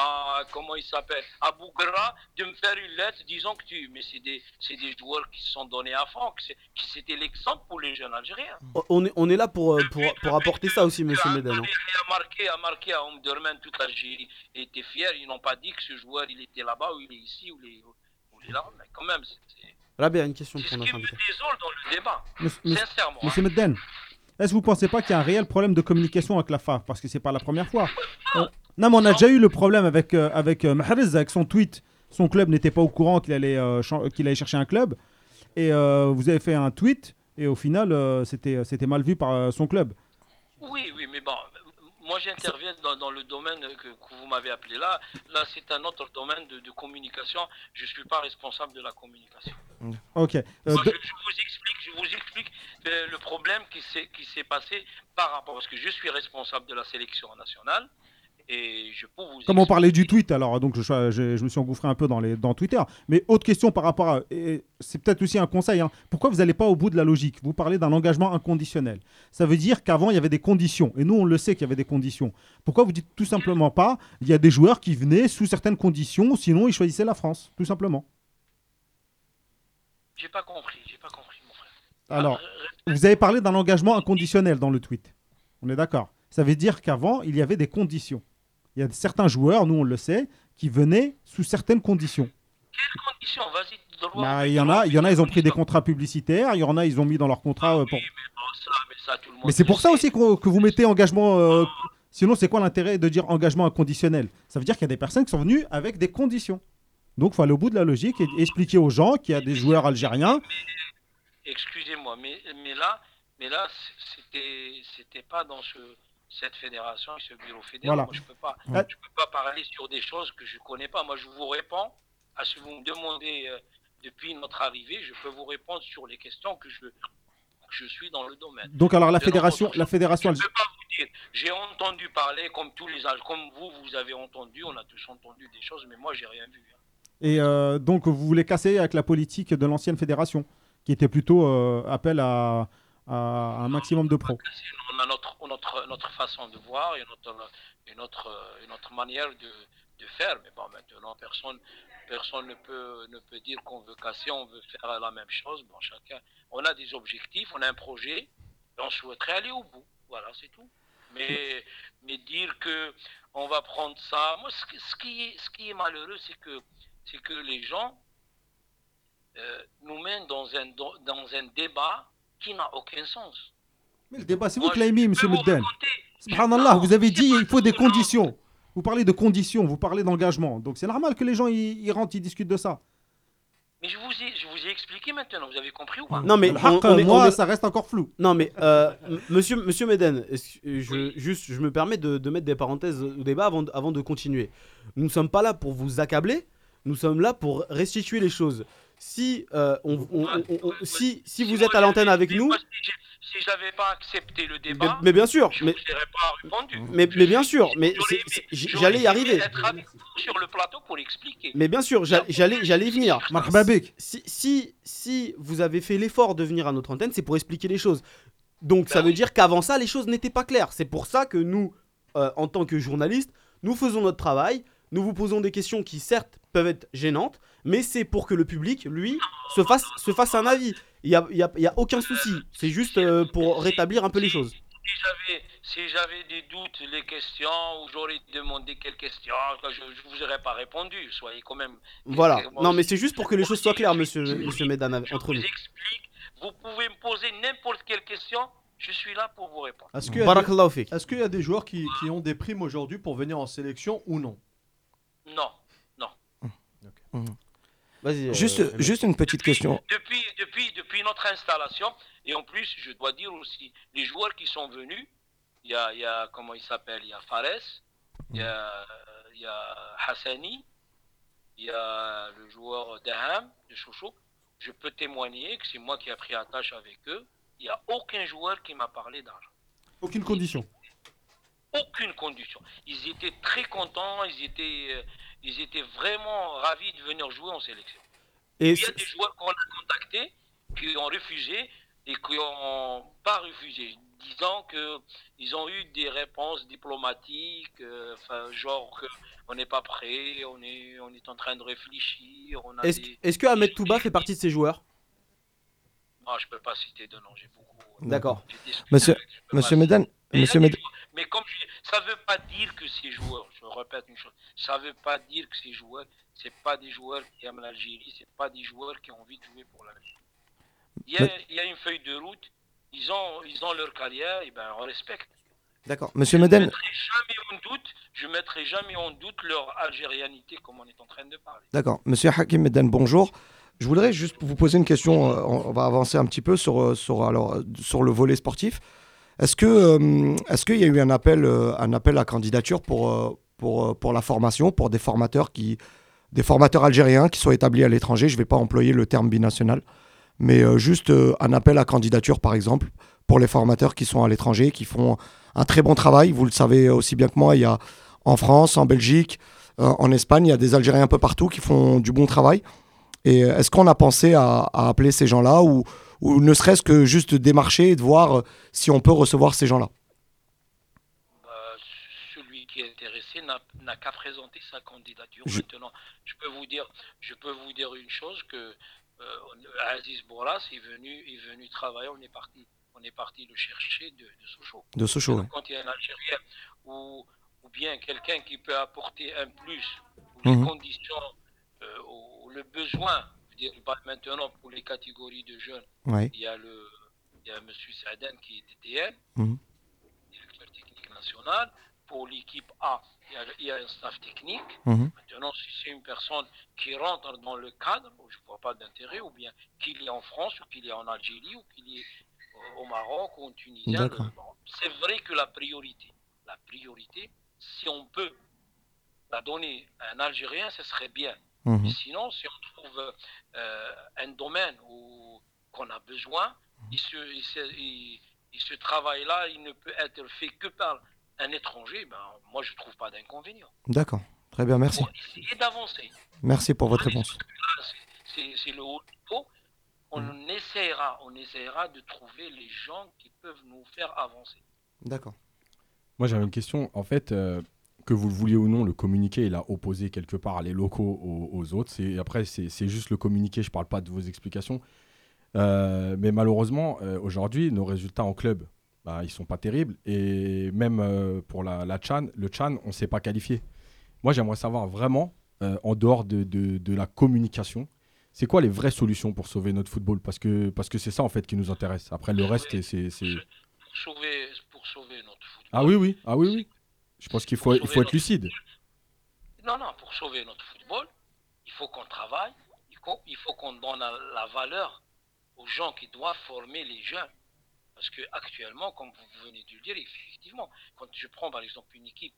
[SPEAKER 9] à comment il s'appelle à Bougra de me faire une lettre disant que tu mais c'est des c'est des joueurs qui se sont donnés à fond que c'est- que c'était l'exemple pour les jeunes Algériens.
[SPEAKER 3] On est, on est là pour, euh,
[SPEAKER 9] Le
[SPEAKER 3] pour,
[SPEAKER 9] but-
[SPEAKER 3] pour
[SPEAKER 9] le
[SPEAKER 3] apporter
[SPEAKER 9] but
[SPEAKER 3] ça
[SPEAKER 9] que-
[SPEAKER 3] aussi,
[SPEAKER 9] que
[SPEAKER 3] monsieur
[SPEAKER 9] Antar
[SPEAKER 3] Meddan. hein.
[SPEAKER 9] Yahya a marqué a marqué à Omdurman toute l'Algérie et était fier. Ils n'ont pas dit que ce joueur il était là-bas ou il est ici ou il est, ou il est là mais quand même c'est c'est-
[SPEAKER 3] Rabia, une question
[SPEAKER 9] c'est
[SPEAKER 3] pour
[SPEAKER 9] ce
[SPEAKER 3] notre
[SPEAKER 9] qui me
[SPEAKER 3] invité.
[SPEAKER 9] désole dans le débat.
[SPEAKER 6] Monsieur, monsieur-
[SPEAKER 9] Sincèrement.
[SPEAKER 6] Monsieur Medden, est-ce que vous ne pensez pas qu'il y a un réel problème de communication avec la F A F? Parce que c'est pas la première fois. Euh, non, mais on a déjà eu le problème avec, euh, avec euh, Mahrez, avec son tweet. Son club n'était pas au courant qu'il allait, euh, chan- qu'il allait chercher un club. Et euh, vous avez fait un tweet. Et au final, euh, c'était, c'était mal vu par euh, son club.
[SPEAKER 9] Oui, oui, mais bon, moi j'interviens dans, dans le domaine que, que vous m'avez appelé là. Là, c'est un autre domaine de, de communication. Je ne suis pas responsable de la communication.
[SPEAKER 6] Ok. Euh,
[SPEAKER 9] Moi, je,
[SPEAKER 6] de-
[SPEAKER 9] je vous explique, je vous explique euh, le problème qui s'est, qui s'est passé par rapport, parce que je suis responsable de la sélection nationale et je peux vous
[SPEAKER 6] Comme on parlait du
[SPEAKER 9] expliquer-
[SPEAKER 6] tweet, alors donc je, je- je me suis engouffré un peu dans, les, dans Twitter. Mais autre question par rapport à. et c'est peut-être aussi un conseil. hein. Pourquoi vous n'allez pas au bout de la logique? Vous parlez d'un engagement inconditionnel. Ça veut dire qu'avant, il y avait des conditions. Et nous, on le sait qu'il y avait des conditions. Pourquoi vous dites tout simplement pas il y a des joueurs qui venaient sous certaines conditions, sinon ils choisissaient la France, tout simplement.
[SPEAKER 9] J'ai pas compris, j'ai pas compris, mon frère.
[SPEAKER 6] Alors,
[SPEAKER 9] Ah,
[SPEAKER 6] vous avez parlé d'un engagement inconditionnel dans le tweet. On est d'accord. Ça veut dire qu'avant, il y avait des conditions. Il y a certains joueurs, nous on le sait, qui venaient sous certaines conditions.
[SPEAKER 9] quelles conditions? Vas-y, droit.
[SPEAKER 6] Bah, il y en a, il y en a, ils ont pris des contrats publicitaires. Il y en a, ils ont mis dans leur contrat. euh, pour...
[SPEAKER 9] Oui, mais bon, ça, mais ça, tout le monde
[SPEAKER 6] Mais c'est
[SPEAKER 9] le
[SPEAKER 6] pour ça
[SPEAKER 9] sait.
[SPEAKER 6] aussi qu'on- que vous mettez engagement. euh, Sinon, c'est quoi l'intérêt de dire engagement inconditionnel? Ça veut dire qu'il y a des personnes qui sont venues avec des conditions. Donc, il faut aller au bout de la logique et expliquer aux gens qu'il y a des joueurs algériens.
[SPEAKER 9] Excusez-moi, mais, mais là, mais là, c'était, c'était pas dans ce, cette fédération et ce bureau fédéral.
[SPEAKER 6] Voilà.
[SPEAKER 9] Moi, je peux pas,
[SPEAKER 6] Ouais.
[SPEAKER 9] je peux pas parler sur des choses que je connais pas. Moi, je vous réponds à ce que vous me demandez euh, depuis notre arrivée. Je peux vous répondre sur les questions que je, que je suis dans le domaine.
[SPEAKER 6] Donc, alors, la
[SPEAKER 9] De
[SPEAKER 6] fédération,
[SPEAKER 9] l'autre-
[SPEAKER 6] la fédération
[SPEAKER 9] Je ne
[SPEAKER 6] algérienne.
[SPEAKER 9] peux pas vous dire. J'ai entendu parler comme tous les âges, comme vous, vous avez entendu. On a tous entendu des choses, mais moi, j'ai rien vu. hein.
[SPEAKER 6] Et euh, donc, vous voulez casser avec la politique de l'ancienne fédération, qui était plutôt euh, appel à, à un maximum de pros.
[SPEAKER 9] On a notre, notre, notre façon de voir et notre, et notre, et notre manière de, de faire. Mais bon, maintenant, personne, personne ne, peut, ne peut dire qu'on veut casser, on veut faire la même chose. Bon, chacun, on a des objectifs, on a un projet, et on souhaiterait aller au bout. Voilà, c'est tout. Mais, mais dire que on va prendre ça, moi, ce, qui- ce, qui, est, ce qui est malheureux, c'est que, c'est que les gens euh, nous mènent dans un, dans un débat qui n'a aucun sens.
[SPEAKER 6] Mais le débat, c'est vous
[SPEAKER 9] Moi,
[SPEAKER 6] qui l'avez mis,
[SPEAKER 9] je
[SPEAKER 6] monsieur
[SPEAKER 9] peux vous
[SPEAKER 6] Medden.
[SPEAKER 9] raconter-
[SPEAKER 6] Subhanallah,
[SPEAKER 9] Non,
[SPEAKER 6] vous avez
[SPEAKER 9] c'est
[SPEAKER 6] dit
[SPEAKER 9] pas
[SPEAKER 6] il faut des
[SPEAKER 9] tout, non.
[SPEAKER 6] conditions. Vous parlez de conditions, vous parlez d'engagement. Donc c'est normal que les gens ils, ils rentrent, ils discutent de ça.
[SPEAKER 9] Mais je vous ai, je vous ai expliqué maintenant, vous avez compris ou pas?
[SPEAKER 3] Non mais
[SPEAKER 6] Le
[SPEAKER 3] on-
[SPEAKER 6] haqq,
[SPEAKER 3] on est-
[SPEAKER 6] moi,
[SPEAKER 3] on est-
[SPEAKER 6] ça reste encore flou.
[SPEAKER 3] Non mais euh, m- monsieur monsieur Meden, est-ce que- je
[SPEAKER 9] Oui.
[SPEAKER 3] juste je me permets de, de mettre des parenthèses au débat avant de, avant de continuer. Nous ne sommes pas là pour vous accabler, nous sommes là pour restituer les choses. Si euh, on, on- on- on- on- si si vous
[SPEAKER 9] moi
[SPEAKER 3] êtes à l'antenne
[SPEAKER 9] j'avais-
[SPEAKER 3] avec
[SPEAKER 9] mais
[SPEAKER 3] nous,
[SPEAKER 9] moi, si j'ai- si j'avais pas accepté le
[SPEAKER 3] mais,
[SPEAKER 9] débat,
[SPEAKER 3] mais bien sûr,
[SPEAKER 9] je
[SPEAKER 3] mais
[SPEAKER 9] ne vous aurais pas répondu.
[SPEAKER 3] mais, mais bien sûr, mais
[SPEAKER 9] J'aurais
[SPEAKER 3] c'est-
[SPEAKER 9] aimé-
[SPEAKER 3] c'est- j-
[SPEAKER 9] j'aurais
[SPEAKER 3] j'allais y
[SPEAKER 9] aimé
[SPEAKER 3] arriver.
[SPEAKER 9] être avec vous sur le plateau pour l'expliquer.
[SPEAKER 3] Mais bien sûr, j'a- j'allais j'allais y venir.
[SPEAKER 6] Marhaba bik.
[SPEAKER 3] Si, si, si vous avez fait l'effort de venir à notre antenne, c'est pour expliquer les choses. Donc ça
[SPEAKER 9] Ben
[SPEAKER 3] veut
[SPEAKER 9] oui.
[SPEAKER 3] dire qu'avant ça, les choses n'étaient pas claires. C'est pour ça que nous, euh, en tant que journalistes, nous faisons notre travail. Nous vous posons des questions qui, certes, peuvent être gênantes, mais c'est pour que le public, lui, se fasse, se fasse un avis. Il n'y a, il y a- il y a aucun souci. C'est juste euh, pour rétablir un peu les choses.
[SPEAKER 9] Si j'avais, si j'avais des doutes, les questions, ou j'aurais demandé quelles questions, je ne vous aurais pas répondu. Soyez quand même.
[SPEAKER 3] Voilà.
[SPEAKER 9] Moi
[SPEAKER 3] Non, mais
[SPEAKER 9] aussi,
[SPEAKER 3] c'est juste pour que les choses soient claires, monsieur, monsieur Medan,
[SPEAKER 9] Je
[SPEAKER 3] entre
[SPEAKER 9] vous
[SPEAKER 3] nous.
[SPEAKER 9] explique. Vous pouvez me poser n'importe quelle question. Je suis là pour vous répondre.
[SPEAKER 2] Est-ce qu'il y a des-
[SPEAKER 3] Barakallahu fik.
[SPEAKER 2] est-ce qu'il y a des joueurs qui, qui ont des primes aujourd'hui pour venir en sélection ou non?
[SPEAKER 9] Non, non.
[SPEAKER 3] Vas-y. euh,
[SPEAKER 4] Juste,
[SPEAKER 3] Ahmed.
[SPEAKER 4] juste une petite question.
[SPEAKER 9] Depuis, depuis, depuis notre installation, et en plus, je dois dire aussi, les joueurs qui sont venus, il y a, il y a comment il s'appelle, il y a Fares, il y a, il y a Hassani, il y a le joueur Daham, de Chouchou. Je peux témoigner que c'est moi qui ai pris attache avec eux. Il n'y a aucun joueur qui m'a parlé d'argent.
[SPEAKER 6] Aucune condition.
[SPEAKER 9] Aucune condition. Ils étaient très contents, ils étaient, euh, ils étaient vraiment ravis de venir jouer en sélection.
[SPEAKER 3] Et
[SPEAKER 9] Il y a
[SPEAKER 3] c'est-
[SPEAKER 9] des joueurs qu'on a contactés qui ont refusé et qui n'ont pas refusé, disant qu'ils ont eu des réponses diplomatiques, euh, enfin, genre qu'on n'est pas prêt, on est, on est en train de réfléchir. On a
[SPEAKER 3] est-ce
[SPEAKER 9] des...
[SPEAKER 3] est-ce que Ahmed Touba fait partie de ces joueurs?
[SPEAKER 9] Non, je ne peux pas citer de nom, j'ai beaucoup.
[SPEAKER 3] D'accord.
[SPEAKER 9] j'ai des-
[SPEAKER 4] Monsieur,
[SPEAKER 9] je peux
[SPEAKER 4] monsieur
[SPEAKER 9] pas
[SPEAKER 4] Medan,
[SPEAKER 9] citer. Mais il y a
[SPEAKER 4] monsieur
[SPEAKER 9] des
[SPEAKER 4] Medan,
[SPEAKER 9] joueurs- Mais comme je dis, ça ne veut pas dire que ces joueurs, je répète une chose, ça ne veut pas dire que ces joueurs, c'est pas des joueurs qui aiment l'Algérie, c'est pas des joueurs qui ont envie de jouer pour l'Algérie. Il y a,
[SPEAKER 4] Mais-
[SPEAKER 9] il y a une feuille de route, ils ont, ils ont leur carrière, et ben on respecte.
[SPEAKER 4] d'accord. Monsieur
[SPEAKER 9] Je ne
[SPEAKER 4] Medan,
[SPEAKER 9] mettrai jamais en doute, je mettrai jamais en doute leur algérianité comme on est en train de parler.
[SPEAKER 4] d'accord. Monsieur Hakim Medan, bonjour. Je voudrais juste vous poser une question. euh, On on va avancer un petit peu sur, euh, sur, alors, euh, sur le volet sportif. Est-ce que, euh, est-ce qu'il y a eu un appel, euh, un appel à candidature pour, euh, pour, euh, pour la formation, pour des formateurs qui, des formateurs algériens qui sont établis à l'étranger? Je ne vais pas employer le terme binational, mais euh, juste euh, un appel à candidature, par exemple, pour les formateurs qui sont à l'étranger, qui font un très bon travail. Vous le savez aussi bien que moi, il y a en France, en Belgique, euh, en Espagne, il y a des Algériens un peu partout qui font du bon travail. Et euh, est-ce qu'on a pensé à, à appeler ces gens-là ou, ou ne serait-ce que juste démarcher et de voir euh, si on peut recevoir ces gens-là?
[SPEAKER 9] Euh, celui qui est intéressé n'a n'a qu'à présenter sa candidature.
[SPEAKER 4] Je-
[SPEAKER 9] Maintenant, je peux vous dire, je peux vous dire une chose que euh, Aziz Bourras est venu, est venu travailler. On est parti, on est parti le chercher de, de Sochaux.
[SPEAKER 4] De Sochaux, ouais.
[SPEAKER 9] Quand il y a un Algérien ou, ou bien quelqu'un qui peut apporter un plus, ou les
[SPEAKER 4] Mhm.
[SPEAKER 9] conditions, euh, ou le besoin, je veux dire, pas maintenant pour les catégories de jeunes,
[SPEAKER 4] Ouais.
[SPEAKER 9] il y a le, il y a M. Saaden qui est D T N,
[SPEAKER 4] Mhm.
[SPEAKER 9] directeur technique national. Pour l'équipe A, il y a, il y a un staff technique.
[SPEAKER 4] Mhm.
[SPEAKER 9] Maintenant, si c'est une personne qui rentre dans le cadre, je ne vois pas d'intérêt, ou bien qu'il est en France, ou qu'il est en Algérie, ou qu'il est euh, au Maroc, ou en Tunisie.
[SPEAKER 4] D'accord.
[SPEAKER 9] le- bon, c'est vrai que la priorité, la priorité, si on peut la donner à un Algérien, ce serait bien.
[SPEAKER 4] Mhm.
[SPEAKER 9] Mais sinon, si on trouve euh, un domaine où qu'on a besoin, et ce, et ce, et- et ce travail-là, il ne peut être fait que par un étranger, ben, moi je ne trouve pas d'inconvénient.
[SPEAKER 4] D'accord. Très bien, merci.
[SPEAKER 9] Pour essayer d'avancer.
[SPEAKER 4] Merci pour votre
[SPEAKER 9] Allez,
[SPEAKER 4] réponse.
[SPEAKER 9] parce que là, c'est- C'est c'est le haut niveau. On essaiera, on essaiera de trouver les gens qui peuvent nous faire avancer.
[SPEAKER 4] D'accord.
[SPEAKER 5] Moi, j'avais une question. En fait, euh, que vous le vouliez ou non, le communiqué, il a opposé quelque part les locaux aux, aux autres. C'est, après, c'est c'est juste le communiqué. Je ne parle pas de vos explications. Euh, mais malheureusement, euh, aujourd'hui, nos résultats en club, bah, ils ne sont pas terribles. Et même euh, pour la, la Chan, le Chan, on ne s'est pas qualifié. Moi, j'aimerais savoir vraiment, euh, en dehors de, de, de la communication, c'est quoi les vraies solutions pour sauver notre football? Parce que parce que c'est ça, en fait, qui nous intéresse. Après, le reste, c'est... c'est- c'est-
[SPEAKER 9] Pour sauver, pour sauver notre football.
[SPEAKER 5] Ah oui, oui. Ah oui, oui. Je pense qu'il faut, il faut être lucide.
[SPEAKER 9] Non, non, pour sauver notre football, il faut qu'on travaille et qu'on qu'on, il faut qu'on donne la, la valeur aux gens qui doivent former les jeunes. Parce qu'actuellement, comme vous venez de le dire, effectivement, quand je prends par exemple une équipe,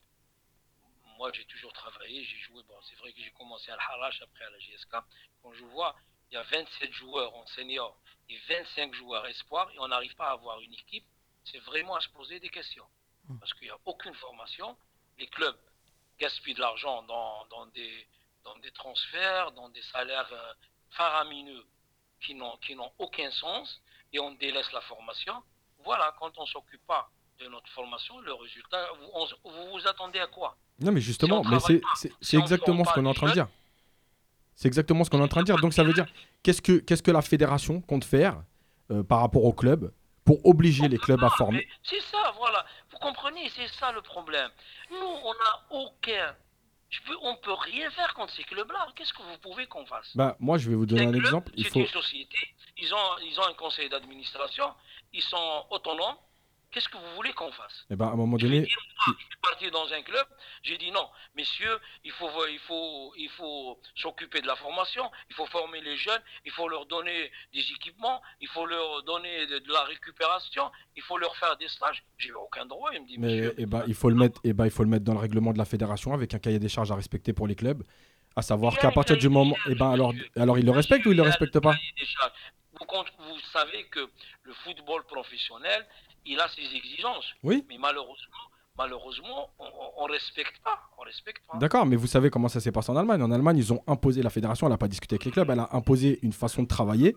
[SPEAKER 9] moi j'ai toujours travaillé, j'ai joué, bon, c'est vrai que j'ai commencé à l'Harash, après à la J S K, quand je vois, il y a vingt-sept joueurs en senior et vingt-cinq joueurs espoirs, et on n'arrive pas à avoir une équipe, c'est vraiment à se poser des questions. Parce qu'il n'y a aucune formation, les clubs gaspillent de l'argent dans, dans, des, dans des transferts, dans des salaires euh, faramineux qui n'ont, qui n'ont aucun sens, et on délaisse la formation. Voilà, quand on ne s'occupe pas de notre formation, le résultat, vous, on, vous vous attendez à quoi?
[SPEAKER 5] Non, mais justement,
[SPEAKER 9] Si
[SPEAKER 5] mais c'est,
[SPEAKER 9] pas,
[SPEAKER 5] c'est,
[SPEAKER 9] si
[SPEAKER 5] c'est exactement ce qu'on est en train de dire. C'est exactement ce qu'on est en train de dire. Donc ça veut dire, qu'est-ce que, qu'est-ce que la fédération compte faire euh, par rapport au club pour obliger les clubs à former?
[SPEAKER 9] C'est ça, voilà. Vous comprenez, c'est ça le problème. Nous, on n'a aucun... Je peux, on ne peut rien faire contre ces clubs-là. Qu'est-ce que vous pouvez qu'on fasse?
[SPEAKER 5] Bah, moi, je vais vous donner
[SPEAKER 9] Les
[SPEAKER 5] un
[SPEAKER 9] clubs,
[SPEAKER 5] exemple. Il
[SPEAKER 9] c'est
[SPEAKER 5] faut...
[SPEAKER 9] une société, ils ont, ils ont un conseil d'administration, ils sont autonomes. Qu'est-ce que vous voulez qu'on fasse?
[SPEAKER 5] Eh ben, à un moment
[SPEAKER 9] Je vais
[SPEAKER 5] donné,
[SPEAKER 9] dire, moi, je suis parti dans un club, j'ai dit non, messieurs, il faut, il faut, il faut s'occuper de la formation, il faut former les jeunes, il faut leur donner des équipements, il faut leur donner de, de la récupération, il faut leur faire des stages. J'ai aucun droit, il me dit,
[SPEAKER 5] mais
[SPEAKER 9] monsieur.
[SPEAKER 5] eh ben, il faut le mettre, eh ben, il faut le mettre dans le règlement de la fédération avec un cahier des charges à respecter pour les clubs, à savoir
[SPEAKER 9] Il y a
[SPEAKER 5] qu'à
[SPEAKER 9] un
[SPEAKER 5] partir du
[SPEAKER 9] cahier-
[SPEAKER 5] moment,
[SPEAKER 9] il y a
[SPEAKER 5] eh ben,
[SPEAKER 9] un-
[SPEAKER 5] alors,
[SPEAKER 9] monsieur,
[SPEAKER 5] alors ils le respectent ou ils le
[SPEAKER 9] il y a
[SPEAKER 5] respectent
[SPEAKER 9] le
[SPEAKER 5] pas?
[SPEAKER 9] cahier des charges. Vous, compte- vous savez que le football professionnel, il a ses exigences.
[SPEAKER 5] Oui.
[SPEAKER 9] Mais malheureusement, malheureusement, on ne respecte pas. On respecte pas.
[SPEAKER 5] D'accord, mais vous savez comment ça s'est passé en Allemagne. En Allemagne, ils ont imposé, la fédération, elle n'a pas discuté avec les clubs, elle a imposé une façon de travailler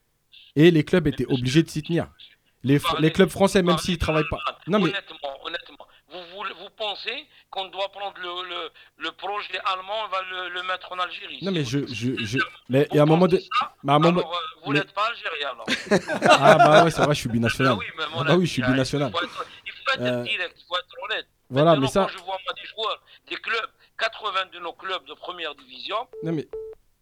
[SPEAKER 5] et les clubs étaient obligés de s'y tenir. Les,
[SPEAKER 9] Vous parlez-
[SPEAKER 5] les clubs français,
[SPEAKER 9] vous
[SPEAKER 5] même
[SPEAKER 9] parlez
[SPEAKER 5] s'ils
[SPEAKER 9] de
[SPEAKER 5] travaillent pas.
[SPEAKER 9] l'Allemagne.
[SPEAKER 5] Non, mais
[SPEAKER 9] Honnêtement, honnêtement, vous, vous, vous pensez qu'on doit prendre le, le, le projet allemand, on va le, le mettre en Algérie?
[SPEAKER 5] non, mais
[SPEAKER 9] Si
[SPEAKER 5] je,
[SPEAKER 9] vous-
[SPEAKER 5] je, je,
[SPEAKER 9] vous
[SPEAKER 5] mais il y a un moment de,
[SPEAKER 9] pensez ça,
[SPEAKER 5] mais à un moment,
[SPEAKER 9] alors, euh, vous
[SPEAKER 5] mais-
[SPEAKER 9] n'êtes pas algérien alors.
[SPEAKER 5] ah bah ouais, c'est vrai, je suis binational.
[SPEAKER 9] Ah oui, mais mon
[SPEAKER 5] Ah bah oui,
[SPEAKER 9] ami,
[SPEAKER 5] je suis
[SPEAKER 9] il faut
[SPEAKER 5] binational.
[SPEAKER 9] être- Il faut être
[SPEAKER 5] Euh,
[SPEAKER 9] direct, il faut être honnête.
[SPEAKER 5] Voilà,
[SPEAKER 9] Maintenant,
[SPEAKER 5] mais ça,
[SPEAKER 9] quand je vois moi des joueurs, des clubs, quatre-vingts de nos clubs de première division,
[SPEAKER 5] non mais,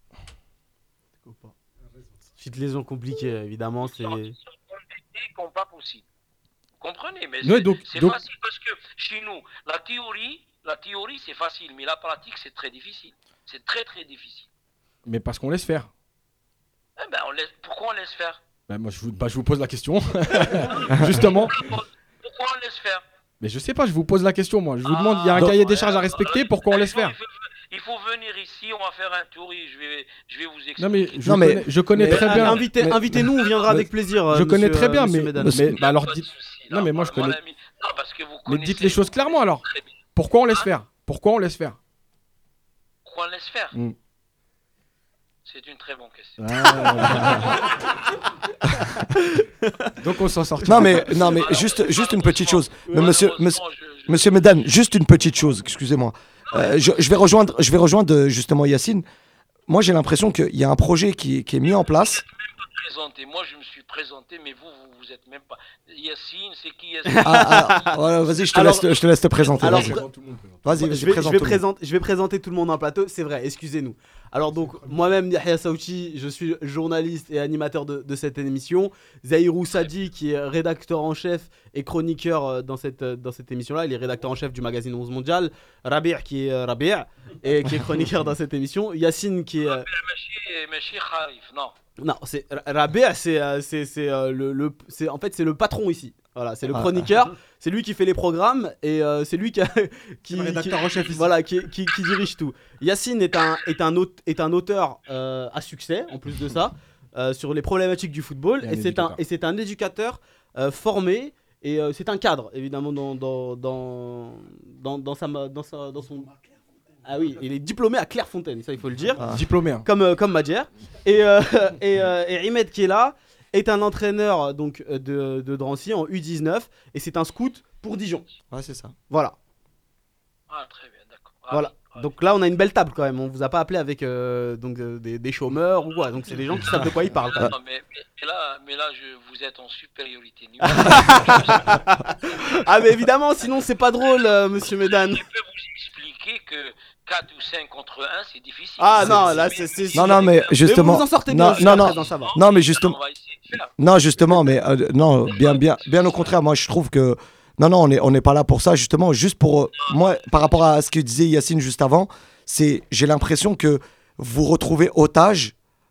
[SPEAKER 3] Petite lésion compliquée, évidemment. C'est...
[SPEAKER 9] ils sont embêtés comme pas possible. Vous comprenez? Mais
[SPEAKER 5] Ouais,
[SPEAKER 9] c'est,
[SPEAKER 5] donc-
[SPEAKER 9] c'est
[SPEAKER 5] donc-
[SPEAKER 9] facile parce que chez nous, la théorie, la théorie c'est facile, mais la pratique c'est très difficile. C'est très très difficile.
[SPEAKER 5] mais parce qu'on laisse faire.
[SPEAKER 9] Eh ben, on laisse, pourquoi on laisse faire?
[SPEAKER 5] Bah, moi, je vous, bah, je vous pose la question. Justement.
[SPEAKER 9] Pourquoi on laisse faire?
[SPEAKER 5] Mais je sais pas, je vous pose la question, moi. Je vous demande, il y a un
[SPEAKER 9] Ah,
[SPEAKER 5] cahier des
[SPEAKER 9] ouais,
[SPEAKER 5] charges à
[SPEAKER 9] euh,
[SPEAKER 5] respecter,
[SPEAKER 9] euh,
[SPEAKER 5] pourquoi on
[SPEAKER 9] un
[SPEAKER 5] laisse
[SPEAKER 9] jour,
[SPEAKER 5] faire?
[SPEAKER 9] il faut, il faut venir ici, on va faire un tour et je vais, je vais vous expliquer.
[SPEAKER 5] Non mais je
[SPEAKER 4] Non, mais-
[SPEAKER 5] connais, je connais
[SPEAKER 3] Mais,
[SPEAKER 5] très
[SPEAKER 3] euh,
[SPEAKER 5] bien.
[SPEAKER 3] invitez-
[SPEAKER 5] mais-
[SPEAKER 3] Invitez-nous, on viendra
[SPEAKER 5] mais-
[SPEAKER 3] avec plaisir.
[SPEAKER 5] je
[SPEAKER 3] euh,
[SPEAKER 5] connais
[SPEAKER 3] monsieur,
[SPEAKER 5] très
[SPEAKER 3] euh,
[SPEAKER 5] bien,
[SPEAKER 3] monsieur
[SPEAKER 5] mais,
[SPEAKER 3] Medan.
[SPEAKER 5] mais-
[SPEAKER 9] Il y a
[SPEAKER 5] bah alors
[SPEAKER 9] pas de
[SPEAKER 5] dites.
[SPEAKER 9] souci,
[SPEAKER 5] Non, mais moi, je
[SPEAKER 9] mon
[SPEAKER 5] connais-
[SPEAKER 9] ami. Non, parce que vous
[SPEAKER 5] Mais
[SPEAKER 9] connaissez
[SPEAKER 5] dites les choses clairement alors.
[SPEAKER 9] très bien.
[SPEAKER 5] Pourquoi on laisse faire? Pourquoi on laisse faire?
[SPEAKER 9] Pourquoi on laisse faire?
[SPEAKER 5] Mm.
[SPEAKER 9] C'est une très bonne question.
[SPEAKER 5] Donc on s'en sort.
[SPEAKER 4] Non mais, non mais
[SPEAKER 9] Alors,
[SPEAKER 4] juste, juste une petite chose. Mais monsieur, monsieur,
[SPEAKER 9] Malheureusement, je- je-
[SPEAKER 4] monsieur Medan, juste une petite chose, excusez-moi. Euh, je, je vais rejoindre, je vais rejoindre euh, justement Yacine. Moi j'ai l'impression qu'il y a un projet qui, qui est mis en place.
[SPEAKER 9] présenté. Moi, je me suis présenté, mais vous, vous, vous êtes même pas. Yacine, c'est qui Yacine?
[SPEAKER 4] Ah, ah, voilà, vas-y, je te,
[SPEAKER 3] Alors-
[SPEAKER 4] laisse, je te laisse te présenter.
[SPEAKER 3] alors-
[SPEAKER 4] vas-y,
[SPEAKER 5] Tout le monde présente.
[SPEAKER 4] vas-y,
[SPEAKER 3] je
[SPEAKER 4] vas-y,
[SPEAKER 3] vais, je,
[SPEAKER 4] présente
[SPEAKER 3] vais
[SPEAKER 4] tout le monde.
[SPEAKER 3] présenter, je vais présenter tout le monde en plateau, c'est vrai, excusez-nous. Alors donc, moi-même, Yahya Saouchi, je suis journaliste et animateur de, de cette émission. Zahirou Sadi, qui est rédacteur en chef et chroniqueur euh, dans cette, euh, dans cette émission-là, il est rédacteur en chef du magazine onze Mondial. Rabi' qui est euh, Rabi' et qui est chroniqueur dans cette émission. Yacine qui est... euh,
[SPEAKER 9] Machi, Machi Kharif, non.
[SPEAKER 3] Non, c'est Rabi', c'est euh, c'est c'est euh, le, le c'est en fait c'est le patron ici. Voilà, c'est le
[SPEAKER 4] Ah.
[SPEAKER 3] chroniqueur, c'est lui qui fait les programmes et euh, c'est lui qui a, qui,
[SPEAKER 6] le rédacteur
[SPEAKER 3] qui-
[SPEAKER 6] en chef ici.
[SPEAKER 3] Voilà, qui, qui, qui dirige tout. Yacine est un est un aute- est un auteur euh, à succès en plus de ça euh, sur les problématiques du football
[SPEAKER 5] Et un
[SPEAKER 3] et c'est un
[SPEAKER 5] éducateur.
[SPEAKER 3] et c'est un éducateur euh, formé et euh, c'est un cadre évidemment dans dans dans dans, dans sa dans sa dans son Ah oui, il est diplômé à Clairefontaine, ça il faut le dire.
[SPEAKER 4] Ah.
[SPEAKER 5] Diplômé. Hein.
[SPEAKER 3] Comme, euh, comme Madjer. Et, euh, et, euh, et Imed qui est là est un entraîneur donc, euh, de, de Drancy en U dix-neuf et c'est un scout pour Dijon.
[SPEAKER 4] Ouais, c'est ça.
[SPEAKER 9] Ah,
[SPEAKER 3] Voilà.
[SPEAKER 9] très bien, d'accord. Ah,
[SPEAKER 3] Voilà.
[SPEAKER 9] oui.
[SPEAKER 3] Donc là on a une belle table quand même. On vous a pas appelé avec euh, donc, euh, des, des chômeurs ou quoi. Donc c'est des gens qui savent de quoi ils parlent.
[SPEAKER 9] Non, mais, mais- mais là, mais là je, vous êtes en supériorité numérique.
[SPEAKER 3] Ah mais évidemment sinon c'est pas drôle euh, Monsieur Medan.
[SPEAKER 9] Je peux vous expliquer que quatre ou cinq contre un, c'est difficile.
[SPEAKER 3] Ah
[SPEAKER 9] C'est-
[SPEAKER 3] non
[SPEAKER 9] c'est-
[SPEAKER 3] là c'est c'est
[SPEAKER 4] Non, non, mais
[SPEAKER 3] Mais
[SPEAKER 4] justement.
[SPEAKER 3] vous vous en sortez
[SPEAKER 4] non,
[SPEAKER 3] bien jusqu'à
[SPEAKER 4] non, non.
[SPEAKER 3] présent, ça va.
[SPEAKER 4] Non, mais justement.
[SPEAKER 9] On va essayer de faire.
[SPEAKER 4] Non, justement, mais euh, non, bien, bien, bien au contraire. Moi, je trouve que non, non, on n'est on n'est pas là pour ça. Justement, juste pour euh, moi, par rapport à ce que disait Yacine juste avant, c'est j'ai l'impression que vous retrouvez otage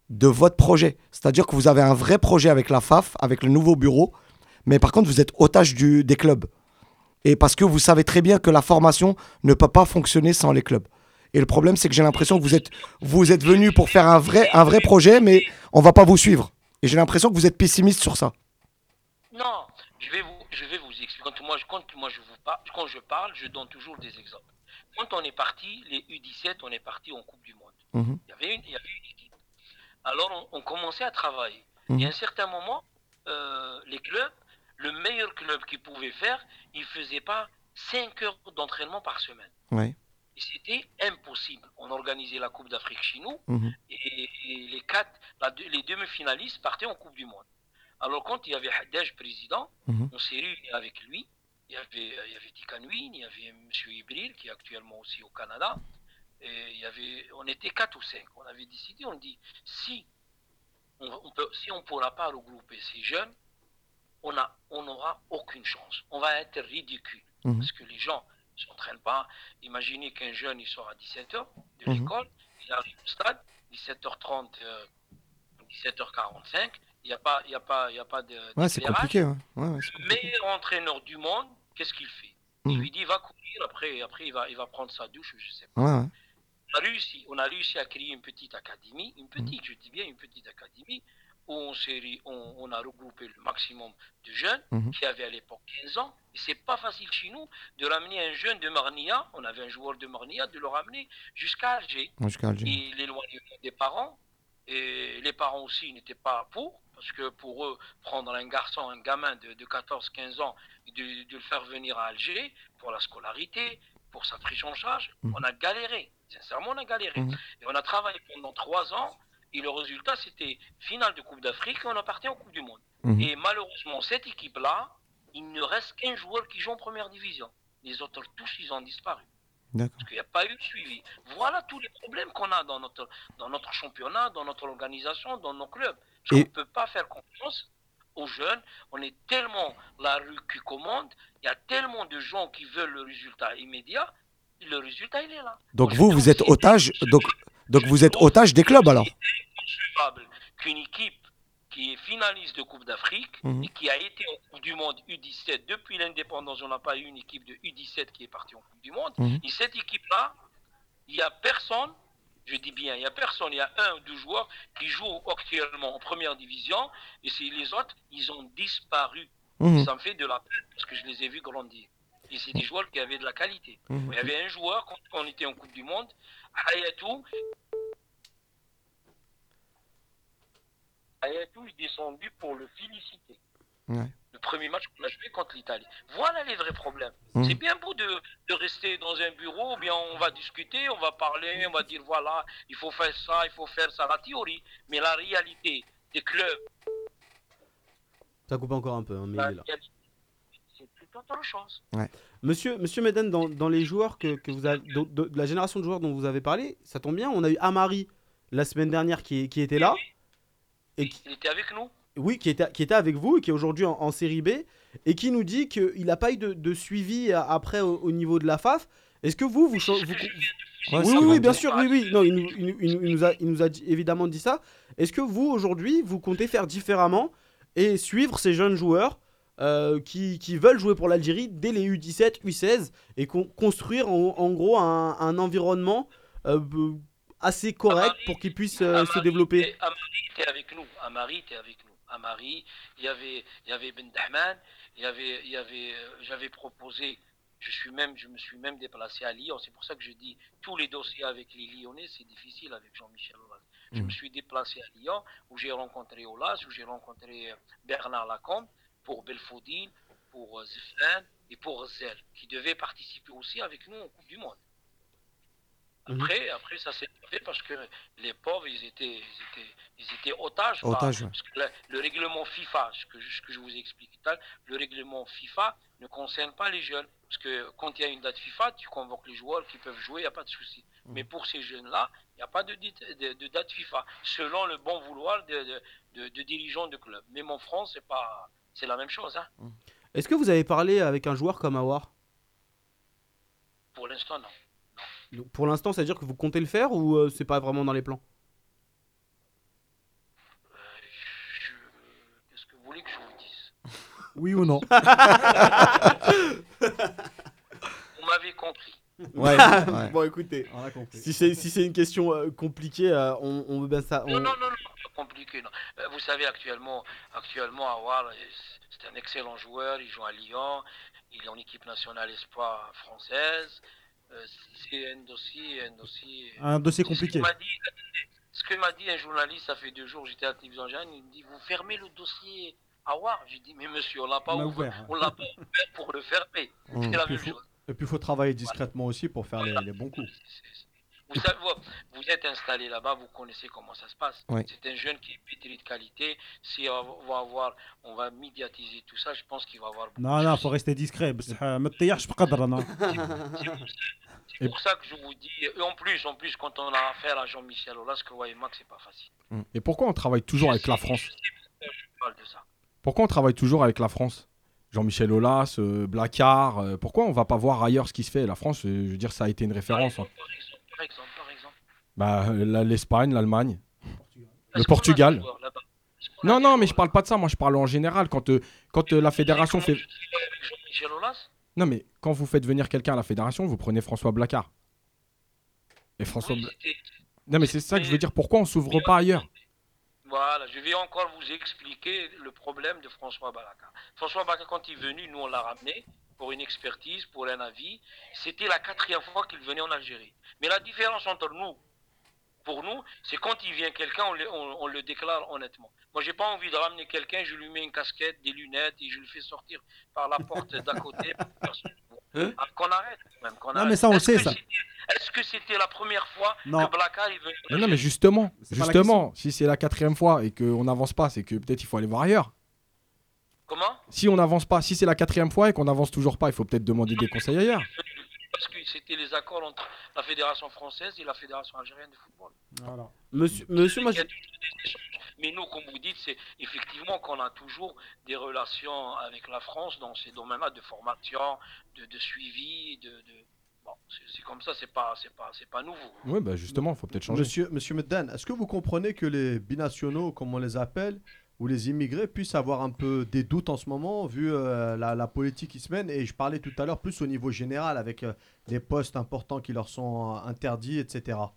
[SPEAKER 4] de votre projet. C'est-à-dire que vous avez un vrai projet avec la F A F, avec le nouveau bureau, mais par contre, vous êtes otage du, des clubs. Et parce que vous savez très bien que la formation ne peut pas fonctionner sans les clubs. Et le problème, c'est que j'ai l'impression que vous êtes, vous êtes venu pour faire un vrai, un vrai projet, mais on ne va pas vous suivre. Et j'ai l'impression que vous êtes pessimiste sur ça.
[SPEAKER 9] Non, je vais vous, je vais vous expliquer. Quand moi, quand moi je vous parle, quand je parle, je donne toujours des exemples. Quand on est parti, les U dix-sept, on est parti en Coupe du Monde.
[SPEAKER 4] Mmh.
[SPEAKER 9] Il y avait une, il y avait une équipe. Alors on, on commençait à travailler.
[SPEAKER 4] Mmh.
[SPEAKER 9] Et à un certain moment, euh, les clubs, le meilleur club qu'ils pouvaient faire, ils ne faisaient pas cinq heures d'entraînement par semaine.
[SPEAKER 4] Ouais.
[SPEAKER 9] Et c'était impossible. On organisait la Coupe d'Afrique chez nous
[SPEAKER 4] Mmh.
[SPEAKER 9] et, et les quatre, la, les demi-finalistes partaient en Coupe du Monde. Alors quand il y avait Haddaj président,
[SPEAKER 4] Mmh.
[SPEAKER 9] on s'est réunis avec lui. Il y avait, il y avait Tikanouine, il y avait M. Ibril qui est actuellement aussi au Canada. Et il y avait, on était quatre ou cinq. On avait décidé, on dit, si on, on peut, si on ne pourra pas regrouper ces jeunes, on a, on n'aura aucune chance. On va être ridicule.
[SPEAKER 4] Mmh.
[SPEAKER 9] Parce que les gens ne s'entraînent pas. Imaginez qu'un jeune, il sort à dix-sept heures de
[SPEAKER 4] Mmh.
[SPEAKER 9] l'école, il arrive au stade, dix-sept heures trente, euh, dix-sept heures quarante-cinq, il n'y a pas, il y a pas, il y a pas de,
[SPEAKER 4] Ouais, c'est compliqué. Ouais. Ouais, ouais, c'est
[SPEAKER 9] le
[SPEAKER 4] compliqué.
[SPEAKER 9] meilleur entraîneur du monde, qu'est-ce qu'il fait?
[SPEAKER 4] Mmh.
[SPEAKER 9] Il lui dit, va courir, après, après il, va, il va prendre sa douche, je ne sais pas.
[SPEAKER 4] Ouais, ouais.
[SPEAKER 9] On a réussi, on a réussi à créer une petite académie, une petite, je dis bien une petite académie, où on, s'est, on, on a regroupé le maximum de jeunes
[SPEAKER 4] Mhm.
[SPEAKER 9] qui avaient à l'époque quinze ans. Et c'est pas facile chez nous de ramener un jeune de Marnia, on avait un joueur de Marnia, de le ramener jusqu'à Alger.
[SPEAKER 4] Jusqu'à Alger.
[SPEAKER 9] Et l'éloignement des parents, et les parents aussi n'étaient pas pour, parce que pour eux, prendre un garçon, un gamin de, de quatorze quinze ans, de, de le faire venir à Alger pour la scolarité, pour sa prise en charge,
[SPEAKER 4] Mhm.
[SPEAKER 9] on a galéré. Sincèrement, on a galéré.
[SPEAKER 4] Mhm.
[SPEAKER 9] Et on a travaillé pendant trois ans, et le résultat, c'était finale de Coupe d'Afrique, et on a parti en Coupe du Monde.
[SPEAKER 4] Mhm.
[SPEAKER 9] Et malheureusement, cette équipe-là, il ne reste qu'un joueur qui joue en première division. Les autres, tous, ils ont disparu.
[SPEAKER 4] D'accord.
[SPEAKER 9] Parce qu'il n'y a pas eu de suivi. Voilà tous les problèmes qu'on a dans notre, dans notre championnat, dans notre organisation, dans nos clubs. Parce
[SPEAKER 4] Et-
[SPEAKER 9] qu'on ne peut pas faire confiance aux jeunes. On est tellement la rue qui commande. Il y a tellement de gens qui veulent le résultat immédiat. Le résultat, il est là.
[SPEAKER 4] Donc
[SPEAKER 9] Moi,
[SPEAKER 4] vous,
[SPEAKER 9] je
[SPEAKER 4] vous
[SPEAKER 9] dis
[SPEAKER 4] êtes
[SPEAKER 9] aussi-
[SPEAKER 4] otage. Donc, donc vous êtes otage des clubs alors.
[SPEAKER 9] C'est inconcevable qu'une équipe qui est finaliste de Coupe d'Afrique
[SPEAKER 4] Mhm.
[SPEAKER 9] et qui a été en Coupe du Monde U dix-sept, depuis l'indépendance, on n'a pas eu une équipe de U dix-sept qui est partie en Coupe du Monde.
[SPEAKER 4] Mhm.
[SPEAKER 9] Et cette équipe-là, il n'y a personne, je dis bien, il n'y a personne, il y a un ou deux joueurs qui jouent actuellement en première division, et c'est les autres, ils ont disparu.
[SPEAKER 4] Mhm.
[SPEAKER 9] Ça me fait de la peine parce que je les ai vus grandir. Et c'est des joueurs qui avaient de la qualité.
[SPEAKER 4] Mhm.
[SPEAKER 9] Il y avait un joueur, quand on était en Coupe du Monde, Hayatou. Hayatou est descendu pour le féliciter.
[SPEAKER 4] Ouais.
[SPEAKER 9] Le premier match qu'on a joué contre l'Italie. Voilà les vrais problèmes.
[SPEAKER 4] Mhm.
[SPEAKER 9] C'est bien beau de, de rester dans un bureau, ou bien on va discuter, on va parler, on va dire voilà, il faut faire ça, il faut faire ça, la théorie. Mais la réalité des clubs,
[SPEAKER 3] Ça coupe encore un peu, hein, mais
[SPEAKER 9] la
[SPEAKER 3] il est là.
[SPEAKER 9] réalité, c'est tout autre chose.
[SPEAKER 3] Monsieur, Monsieur Meden, dans, dans les joueurs que, que vous avez, de, de- de la génération de joueurs dont vous avez parlé, ça tombe bien, on a eu Amari la semaine dernière qui, qui était là, et qui,
[SPEAKER 9] Il était avec nous.
[SPEAKER 3] oui, qui était, qui était avec vous et qui est aujourd'hui en, en série B, et qui nous dit qu'il n'a pas eu de, de suivi a- après au, au niveau de la F A F. Est-ce que vous, vous,
[SPEAKER 9] C'est
[SPEAKER 3] vous,
[SPEAKER 9] ce que
[SPEAKER 3] vous-
[SPEAKER 9] je viens de
[SPEAKER 4] Ouais,
[SPEAKER 3] oui,
[SPEAKER 4] c'est
[SPEAKER 3] oui,
[SPEAKER 4] bon.
[SPEAKER 3] oui, bien sûr, oui, oui. Non, il nous, il nous- il nous- il nous a, il nous a dit- évidemment dit ça. Est-ce que vous, aujourd'hui, vous comptez faire différemment et suivre ces jeunes joueurs euh, qui, qui veulent jouer pour l'Algérie dès les U dix-sept, U seize et con- construire en, en gros un, un environnement euh, b- assez correct
[SPEAKER 9] Amari-
[SPEAKER 3] pour qu'ils puissent euh, se
[SPEAKER 9] Amari
[SPEAKER 3] développer?
[SPEAKER 9] était- Amari était avec nous. Amari était avec nous. Amari, il y avait, il y avait Ben Dahman, il y avait, il y avait, euh, j'avais proposé. Je suis même, je me suis même déplacé à Lyon. C'est pour ça que je dis tous les dossiers avec les Lyonnais, c'est difficile avec Jean-Michel Aulas. Je
[SPEAKER 4] Mhm.
[SPEAKER 9] me suis déplacé à Lyon où j'ai rencontré Aulas, où j'ai rencontré euh, Bernard Lacombe pour Belfodil, pour euh, Zefan et pour Zel, qui devaient participer aussi avec nous en Coupe du Monde.
[SPEAKER 3] Mhm.
[SPEAKER 9] Après, après ça s'est fait parce que les pauvres, ils étaient, ils étaient, ils étaient otages. par-
[SPEAKER 4] Otages, ouais.
[SPEAKER 9] Parce que le, le règlement FIFA, ce que, je- ce que je vous explique tout à l'heure, le règlement FIFA ne concerne pas les jeunes. Parce que quand il y a une date FIFA, tu convoques les joueurs qui peuvent jouer, il n'y a pas de souci.
[SPEAKER 4] Mhm.
[SPEAKER 9] Mais pour ces jeunes-là, il n'y a pas de, dit- de- de date FIFA, selon le bon vouloir de, de, de- de dirigeants de club. Même en France, c'est pas, c'est la même chose. Hein.
[SPEAKER 3] Est-ce que vous avez parlé avec un joueur comme Awar?
[SPEAKER 9] Pour l'instant, non.
[SPEAKER 3] Donc, pour l'instant, c'est-à-dire que vous comptez le faire ou euh, c'est pas vraiment dans les plans?
[SPEAKER 2] Oui ou non?
[SPEAKER 9] Vous m'avez compris.
[SPEAKER 4] Ouais, ouais.
[SPEAKER 3] Bon, écoutez,
[SPEAKER 2] On a compris.
[SPEAKER 3] si c'est si c'est une question euh, compliquée, euh, on, on veut bien ça.
[SPEAKER 9] Non,
[SPEAKER 3] on-
[SPEAKER 9] non, non, non, pas compliqué. Non. Euh, Vous savez, actuellement, actuellement, Awar, euh, c'est un excellent joueur. Il joue à Lyon. Il est en équipe nationale espoir française. Euh, c'est un dossier, un dossier.
[SPEAKER 6] Un dossier
[SPEAKER 9] C'est ce
[SPEAKER 6] compliqué.
[SPEAKER 9] que m'a dit, ce que m'a dit un journaliste, ça fait deux jours, j'étais à la télévision, il me dit, vous fermez le dossier Awar. J'ai dit, mais monsieur, on l'a pas
[SPEAKER 6] On l'a
[SPEAKER 9] ouvert,
[SPEAKER 6] ouvert, ouais.
[SPEAKER 9] on l'a pas ouvert pour le fermer.
[SPEAKER 4] Mmh.
[SPEAKER 9] C'est la
[SPEAKER 2] Puis
[SPEAKER 9] même
[SPEAKER 2] faut-
[SPEAKER 9] chose.
[SPEAKER 2] Et puis il faut travailler discrètement aussi pour faire les,
[SPEAKER 9] Voilà.
[SPEAKER 2] les bons coups.
[SPEAKER 9] C'est- c'est- Vous savez, vous, vous êtes installé là-bas, vous connaissez comment ça se passe.
[SPEAKER 4] Oui.
[SPEAKER 9] C'est un jeune qui est pétri de qualité. Si on va avoir, on va médiatiser tout ça, je pense qu'il va avoir beaucoup
[SPEAKER 6] Non,
[SPEAKER 9] de
[SPEAKER 6] non,
[SPEAKER 9] soucis.
[SPEAKER 6] faut rester discret. بصح ما تطيحش بقدر انا.
[SPEAKER 9] C'est pour ça que je vous dis, et en plus, en plus, quand on a affaire à Jean-Michel Aulas, que ouais, Max, c'est pas facile.
[SPEAKER 5] Et pourquoi on travaille toujours
[SPEAKER 9] Je
[SPEAKER 5] avec la
[SPEAKER 9] sais-
[SPEAKER 5] France?
[SPEAKER 9] Je sais pourquoi je parle de ça.
[SPEAKER 5] Pourquoi on travaille toujours avec la France? Jean-Michel Aulas, euh, Blacard, euh, pourquoi on va pas voir ailleurs ce qui se fait? La France, euh, je veux dire, ça a été une
[SPEAKER 9] Par
[SPEAKER 5] référence. hein.
[SPEAKER 9] exemple, par exemple, par exemple, par exemple.
[SPEAKER 5] Bah, euh, la- l'Espagne, l'Allemagne.
[SPEAKER 9] Est-ce qu'on a
[SPEAKER 5] Portugal.
[SPEAKER 9] des joueurs là-bas Est-ce qu'on a
[SPEAKER 5] Non,
[SPEAKER 9] des
[SPEAKER 5] non,
[SPEAKER 9] joueurs
[SPEAKER 5] mais je parle pas de ça. Moi, je parle en général. Quand, euh, quand euh, la fédération fait.
[SPEAKER 9] Comment tu travailles avec Jean-Michel Aulas?
[SPEAKER 5] Non, mais quand vous faites venir quelqu'un à la fédération, vous prenez François Blacard. Et François.
[SPEAKER 9] Oui,
[SPEAKER 5] Bla-
[SPEAKER 9] c'était-
[SPEAKER 5] Non, mais c'est ça que je veux dire. Pourquoi on s'ouvre pas ailleurs?
[SPEAKER 9] Voilà, je vais encore vous expliquer le problème de François Balaka. François Balaka, quand il est venu, nous on l'a ramené pour une expertise, pour un avis. C'était la quatrième fois qu'il venait en Algérie. Mais la différence entre nous, pour nous, c'est quand il vient quelqu'un, on, le- on- on le déclare honnêtement. Moi, j'ai pas envie de ramener quelqu'un, je lui mets une casquette, des lunettes et je le fais sortir par la porte d'à côté. Personne.
[SPEAKER 3] Hein
[SPEAKER 9] Ah, qu'on arrête, quand même. qu'on
[SPEAKER 6] Non,
[SPEAKER 9] arrête.
[SPEAKER 6] mais ça, on
[SPEAKER 9] Est-ce
[SPEAKER 6] sait,
[SPEAKER 9] que
[SPEAKER 6] ça.
[SPEAKER 9] c'était- Est-ce que c'était la première fois
[SPEAKER 6] Non.
[SPEAKER 9] que Blaka est venu en
[SPEAKER 5] Mais non, mais
[SPEAKER 9] Algérie?
[SPEAKER 5] justement,
[SPEAKER 6] C'est pas la
[SPEAKER 5] justement, si c'est la quatrième fois et qu'on n'avance pas, c'est que peut-être il faut aller voir ailleurs.
[SPEAKER 9] Comment?
[SPEAKER 5] Si on n'avance pas, si c'est la quatrième fois et qu'on n'avance toujours pas, il faut peut-être demander des conseils ailleurs.
[SPEAKER 9] Parce que c'était les accords entre la Fédération française et la Fédération algérienne de football.
[SPEAKER 6] Voilà.
[SPEAKER 3] Monsieur, monsieur, moi,
[SPEAKER 9] Il y a
[SPEAKER 3] j'ai-
[SPEAKER 9] toujours des échanges. Mais nous, comme vous dites, c'est effectivement qu'on a toujours des relations avec la France dans ces domaines-là de formation, de, de suivi, de, de- bon, c'est c'est comme ça, c'est pas, c'est pas, c'est pas nouveau.
[SPEAKER 5] Oui, bah justement, il faut peut-être changer.
[SPEAKER 2] Monsieur, Monsieur Meddan, est-ce que vous comprenez que les binationaux, comme on les appelle, ou les immigrés puissent avoir un peu des doutes en ce moment, vu euh, la, la politique qui se mène? Et je parlais tout à l'heure plus au niveau général, avec euh, des postes importants qui leur sont euh, interdits, et cetera.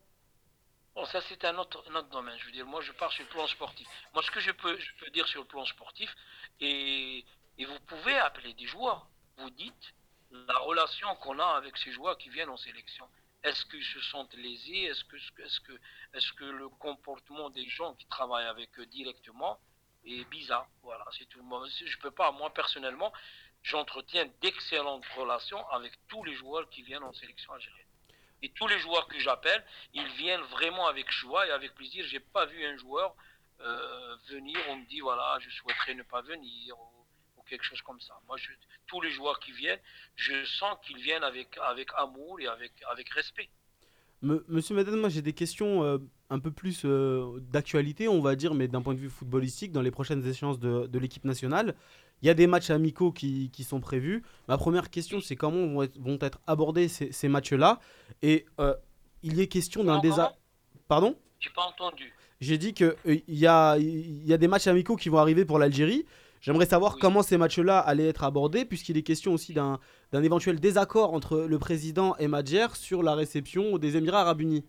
[SPEAKER 9] Bon, ça c'est un autre, un autre domaine. Je veux dire, moi je pars sur le plan sportif. Moi, ce que je peux, je peux dire sur le plan sportif, et, et vous pouvez appeler des joueurs. Vous dites la relation qu'on a avec ces joueurs qui viennent en sélection. Est-ce qu'ils se sentent lésés? Est-ce que, est-ce que, est-ce que le comportement des gens qui travaillent avec eux directement est bizarre? Voilà, c'est tout. Moi, je peux pas. Moi personnellement, j'entretiens d'excellentes relations avec tous les joueurs qui viennent en sélection algérienne. Et tous les joueurs que j'appelle, ils viennent vraiment avec joie et avec plaisir. J'ai pas vu un joueur euh, venir, on me dit voilà, je souhaiterais ne pas venir ou, ou quelque chose comme ça. Moi, je, tous les joueurs qui viennent, je sens qu'ils viennent avec, avec amour et avec, avec respect.
[SPEAKER 3] Me- Monsieur Madden, moi j'ai des questions euh, un peu plus euh, d'actualité, on va dire, mais d'un point de vue footballistique, dans les prochaines échéances de, de l'équipe nationale. Il y a des matchs amicaux qui, qui sont prévus. Ma première question, c'est comment vont être, vont être abordés ces, ces matchs-là. Et euh, il y est question d'un
[SPEAKER 9] Comment,
[SPEAKER 3] désaccord.
[SPEAKER 9] comment
[SPEAKER 3] Pardon?
[SPEAKER 9] J'ai pas entendu.
[SPEAKER 3] J'ai dit qu'il y a, il y a des matchs amicaux qui vont arriver pour l'Algérie. J'aimerais savoir
[SPEAKER 9] Oui.
[SPEAKER 3] comment ces matchs-là allaient être abordés, puisqu'il est question aussi d'un d'un éventuel désaccord entre le président et Madjer sur la réception des Émirats Arabes Unis.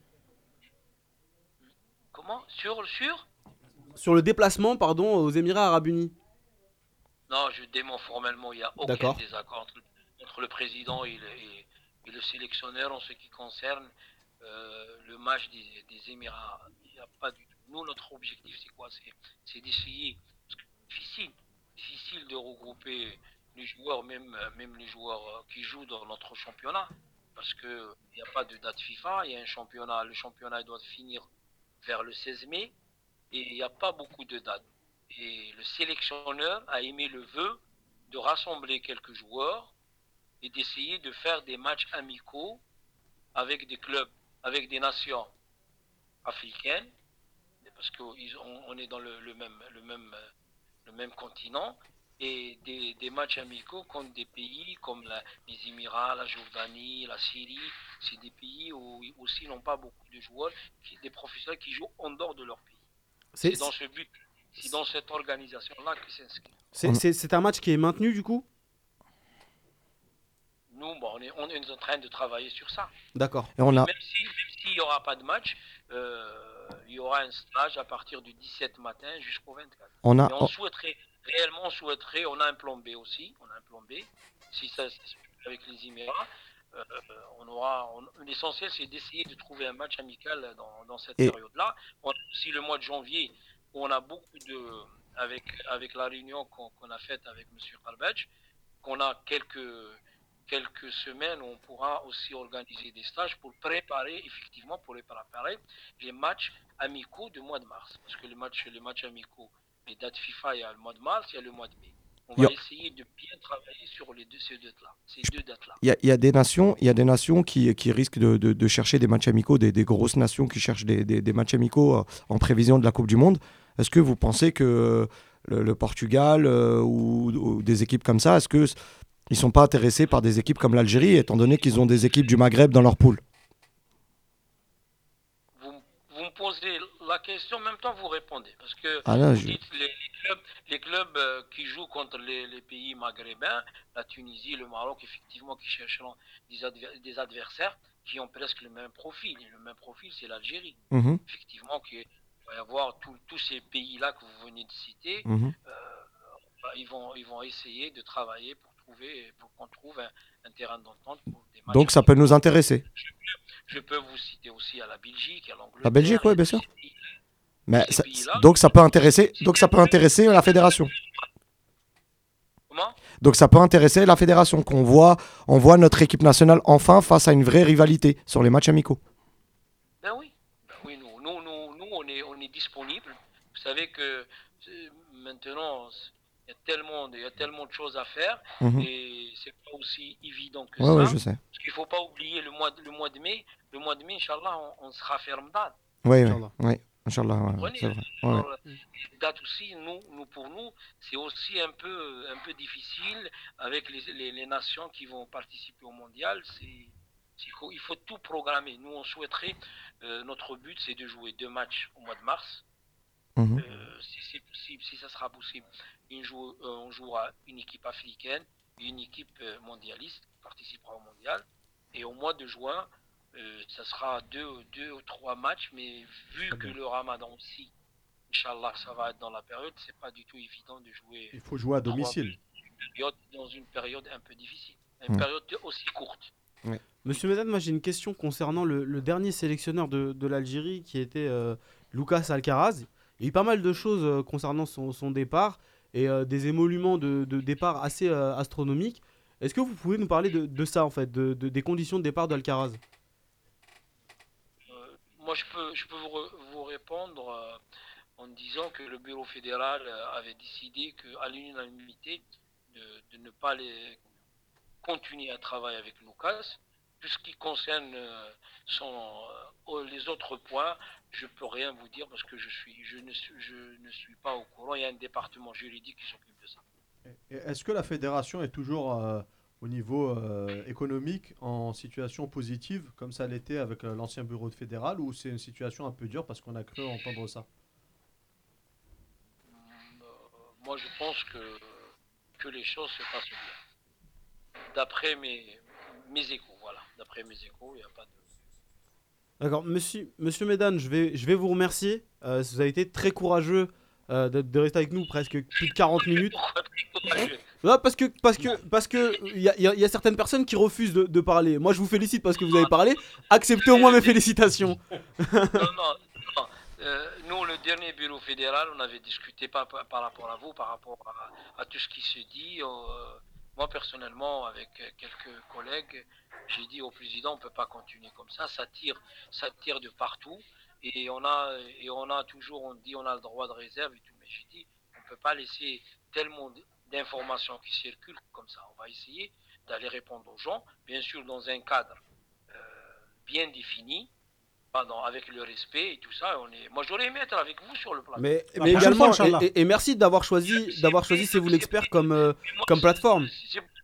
[SPEAKER 9] Comment? Sur, sur
[SPEAKER 3] Sur le déplacement, pardon, aux Émirats Arabes Unis.
[SPEAKER 9] Non, je dément formellement, il n'y a aucun
[SPEAKER 3] D'accord.
[SPEAKER 9] désaccord entre, entre le président et le, et- et le sélectionneur en ce qui concerne euh, le match des, des Émirats. Il n'y a pas du tout. Nous, notre objectif, c'est quoi? C'est c'est d'essayer. Parce que c'est difficile, difficile de regrouper les joueurs, même, même les joueurs euh, qui jouent dans notre championnat. Parce qu'il n'y a pas de date FIFA, il y a un championnat. Le championnat doit finir vers le seize mai et il n'y a pas beaucoup de dates. Et le sélectionneur a émis le vœu de rassembler quelques joueurs et d'essayer de faire des matchs amicaux avec des clubs, avec des nations africaines, parce qu'on on est dans le, le même, le, même, euh, le même continent, et des, des matchs amicaux contre des pays comme la- les Émirats, la Jordanie, la Syrie. C'est des pays où aussi n'ont pas beaucoup de joueurs, qui, des professionnels qui jouent en dehors de leur pays.
[SPEAKER 3] C'est
[SPEAKER 9] C'est dans ce but. c'est dans cette organisation-là que s'inscrit.
[SPEAKER 3] C'est, c'est, c'est un match qui est maintenu du coup?
[SPEAKER 9] Nous, bon, on, est, on est en train de travailler sur ça.
[SPEAKER 3] D'accord.
[SPEAKER 4] Et on a,
[SPEAKER 9] Même si, même s'il n'y aura pas de match, euh, il y aura un stage à partir du dix-sept matin jusqu'au vingt-quatre.
[SPEAKER 4] on a,
[SPEAKER 9] Mais on souhaiterait, réellement, on souhaiterait, on a un plan B aussi, on a un plan B, si ça, ça se fait avec les Émirats, euh, on aura, on- l'essentiel c'est d'essayer de trouver un match amical dans, dans cette
[SPEAKER 4] Et-
[SPEAKER 9] période-là. On a aussi le mois de janvier, où on a beaucoup de, avec, avec la réunion qu'on, qu'on a faite avec M. Karbadj, qu'on a quelques, quelques semaines où on pourra aussi organiser des stages pour préparer, effectivement, pour les préparer les matchs amicaux du mois de mars. Parce que les matchs, les matchs amicaux, les dates FIFA, il y a le mois de mars, il y a le mois de mai. On va
[SPEAKER 4] Yo.
[SPEAKER 9] essayer de bien travailler sur les deux, ces dates-là. Ces deux dates-là.
[SPEAKER 4] il y a, il y a des nations, il y a des nations qui, qui risquent de, de- de chercher des matchs amicaux, des, des grosses nations qui cherchent des, des- des matchs amicaux euh, en prévision de la Coupe du Monde. Est-ce que vous pensez que le, le Portugal euh, ou, ou des équipes comme ça, est-ce que s- ils sont pas intéressés par des équipes comme l'Algérie, étant donné qu'ils ont des équipes du Maghreb dans leur poule?
[SPEAKER 9] Vous, vous me posez la question, en même temps vous répondez. Parce que
[SPEAKER 4] Ah là,
[SPEAKER 9] vous
[SPEAKER 4] je-
[SPEAKER 9] dites les, les clubs, les clubs euh, qui jouent contre les, les pays maghrébins, la Tunisie, le Maroc, effectivement, qui chercheront des, adver- des adversaires qui ont presque le même profil. Et le même profil, c'est l'Algérie.
[SPEAKER 4] Mhm,
[SPEAKER 9] Effectivement, qu'il va y avoir tous tous ces pays-là que vous venez de citer.
[SPEAKER 4] mhm.
[SPEAKER 9] Bah, ils vont, ils vont essayer de travailler pour trouver, pour qu'on trouve un, un terrain d'entente pour des matchs.
[SPEAKER 4] Donc ça peut nous intéresser.
[SPEAKER 9] Je peux vous citer aussi à la Belgique, à l'Angleterre.
[SPEAKER 4] La Belgique,
[SPEAKER 9] il y a
[SPEAKER 4] oui, bien
[SPEAKER 9] tous
[SPEAKER 4] sûr.
[SPEAKER 9] ces pays-
[SPEAKER 4] Mais
[SPEAKER 9] ces
[SPEAKER 4] ça-
[SPEAKER 9] pays-là.
[SPEAKER 4] donc ça peut intéresser, donc ça peut intéresser la fédération.
[SPEAKER 9] Comment?
[SPEAKER 4] Donc ça peut intéresser la fédération qu'on voit, on voit notre équipe nationale enfin face à une vraie rivalité sur les matchs amicaux.
[SPEAKER 9] Ben oui, ben oui, nous, nous, nous, nous, on est, on est disponible. Vous savez que euh, maintenant, il y a tellement, de- il y a tellement de choses à faire
[SPEAKER 4] Mhm.
[SPEAKER 9] et c'est pas aussi évident que
[SPEAKER 4] Ouais,
[SPEAKER 9] ça.
[SPEAKER 4] ouais, je sais.
[SPEAKER 9] Parce qu'il faut pas oublier le mois, de- le mois de mai. Le mois de mai, Inch'Allah, on, on sera ferme date.
[SPEAKER 4] Oui, oui,
[SPEAKER 3] Inch'Allah.
[SPEAKER 4] oui. Inch'Allah, ouais,
[SPEAKER 9] Comprenez,
[SPEAKER 4] c'est vrai. Ouais, ouais.
[SPEAKER 9] alors, les dates aussi, nous, nous, pour nous, c'est aussi un peu, un peu difficile avec les, les, les nations qui vont participer au mondial. C'est, c'est qu'au- il faut tout programmer. Nous, on souhaiterait, euh, notre but, c'est de jouer deux matchs au mois de mars.
[SPEAKER 4] Mhm.
[SPEAKER 9] Euh, si c'est possible, si ça sera possible, une jou- euh, on jouera une équipe africaine et une équipe euh, mondialiste qui participera au mondial. Et au mois de juin, euh, ça sera deux, deux ou trois matchs, mais vu que le ramadan aussi, Inch'Allah, ça va être dans la période, c'est pas du tout évident de jouer
[SPEAKER 2] Il faut jouer à domicile.
[SPEAKER 9] période- dans une période un peu difficile, une
[SPEAKER 4] Mm.
[SPEAKER 9] période aussi courte.
[SPEAKER 3] Monsieur Medad, moi j'ai une question concernant le, le dernier sélectionneur de, de l'Algérie qui était euh, Lucas Alcaraz. Il y a eu pas mal de choses euh, concernant son, son départ et euh, des émoluments de, de départ assez euh, astronomiques. Est-ce que vous pouvez nous parler de, de ça en fait, de, de- des conditions de départ d'Alcaraz?
[SPEAKER 9] Euh, moi, je peux, je peux vous, re- vous répondre euh, en disant que le bureau fédéral euh, avait décidé qu'à l'unanimité de, de ne pas les continuer à travailler avec Lucas. Tout ce qui concerne euh, son, euh, les autres points, je peux rien vous dire parce que je, suis, je, ne suis, je ne suis pas au courant. Il y a un département juridique qui s'occupe de ça.
[SPEAKER 2] Et Est-ce que la fédération est toujours euh, au niveau euh, économique en situation positive, comme ça l'était avec euh, l'ancien bureau fédéral, ou c'est une situation un peu dure parce qu'on a cru entendre ça?
[SPEAKER 9] Euh, moi, je pense que, que les choses se passent bien. D'après mes, mes échos, voilà. D'après mes échos, il n'y a pas de...
[SPEAKER 3] D'accord, monsieur, monsieur Médan, je vais, je vais vous remercier. Euh, vous avez été très courageux euh, de, de rester avec nous presque plus de quarante minutes.
[SPEAKER 9] Pourquoi très courageux?
[SPEAKER 3] Non, parce que parce que parce que il y a, y a- y a certaines personnes qui refusent de, de parler. Moi, je vous félicite parce que vous avez parlé. Acceptez au moins mes félicitations.
[SPEAKER 9] Non, non, non. Euh, nous, le dernier bureau fédéral, on avait discuté par, par, par rapport à vous, par rapport à, à tout ce qui se dit. Euh, moi, personnellement, avec quelques collègues, j'ai dit au président, on ne peut pas continuer comme ça. Ça tire, ça tire de partout. Et on a, et on a toujours, on dit, on a le droit de réserve et tout. Mais j'ai dit, on ne peut pas laisser tellement d'informations qui circulent comme ça. On va essayer d'aller répondre aux gens, bien sûr dans un cadre euh, bien défini. Pardon, avec le respect et tout ça, on est... moi j'aurais aimé être avec vous sur le plateau.
[SPEAKER 3] Mais,
[SPEAKER 6] La
[SPEAKER 3] mais
[SPEAKER 6] prochaine
[SPEAKER 3] également,
[SPEAKER 6] fois, Inch'Allah.
[SPEAKER 3] et, et- et merci d'avoir choisi, d'avoir choisi C'est vous l'expert comme, euh, comme plateforme.
[SPEAKER 9] C'est pour ça-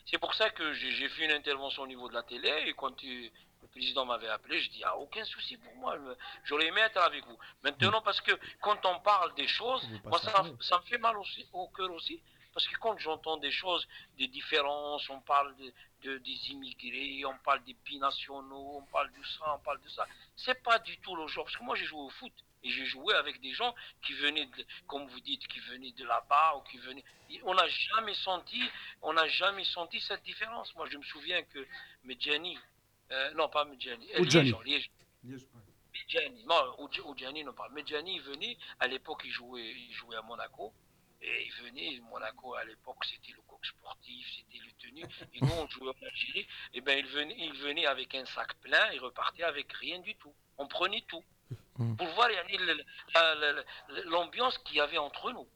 [SPEAKER 9] C'est pour ça que j'ai j'ai fait une intervention au niveau de la télé et quand euh, le président m'avait appelé, je dis ah, aucun souci pour moi, je- j'aurais aimé être avec vous. Maintenant, parce que quand on parle des choses,
[SPEAKER 2] Vous
[SPEAKER 9] moi
[SPEAKER 2] passez
[SPEAKER 9] ça,
[SPEAKER 2] après.
[SPEAKER 9] ça me fait mal aussi, au cœur aussi, parce que quand j'entends des choses, des différences, on parle de, de- des immigrés, on parle des binationaux, on parle de ça, on parle de ça, c'est pas du tout le genre, parce que moi j'ai joué au foot et j'ai joué avec des gens qui venaient, de- comme vous dites, qui venaient de là-bas ou qui venaient, on n'a jamais senti on n'a jamais senti cette différence. Moi, je me souviens que Medjani, euh, non pas Medjani, euh,
[SPEAKER 6] Oudjani.
[SPEAKER 9] Liège, Liège, Medjani, non, Oudj- Oudjani, non pas. Medjani, il venait, à l'époque, il jouait, il jouait à Monaco, et il venait, Monaco, à l'époque, c'était le coq sportif, c'était le tenu, et nous, on jouait en Algérie, et bien, il venait, il venait avec un sac plein, il repartait avec rien du tout. On prenait tout.
[SPEAKER 4] Mm.
[SPEAKER 9] Pour voir yani, le- la- la- la- l'ambiance qu'il y avait entre nous.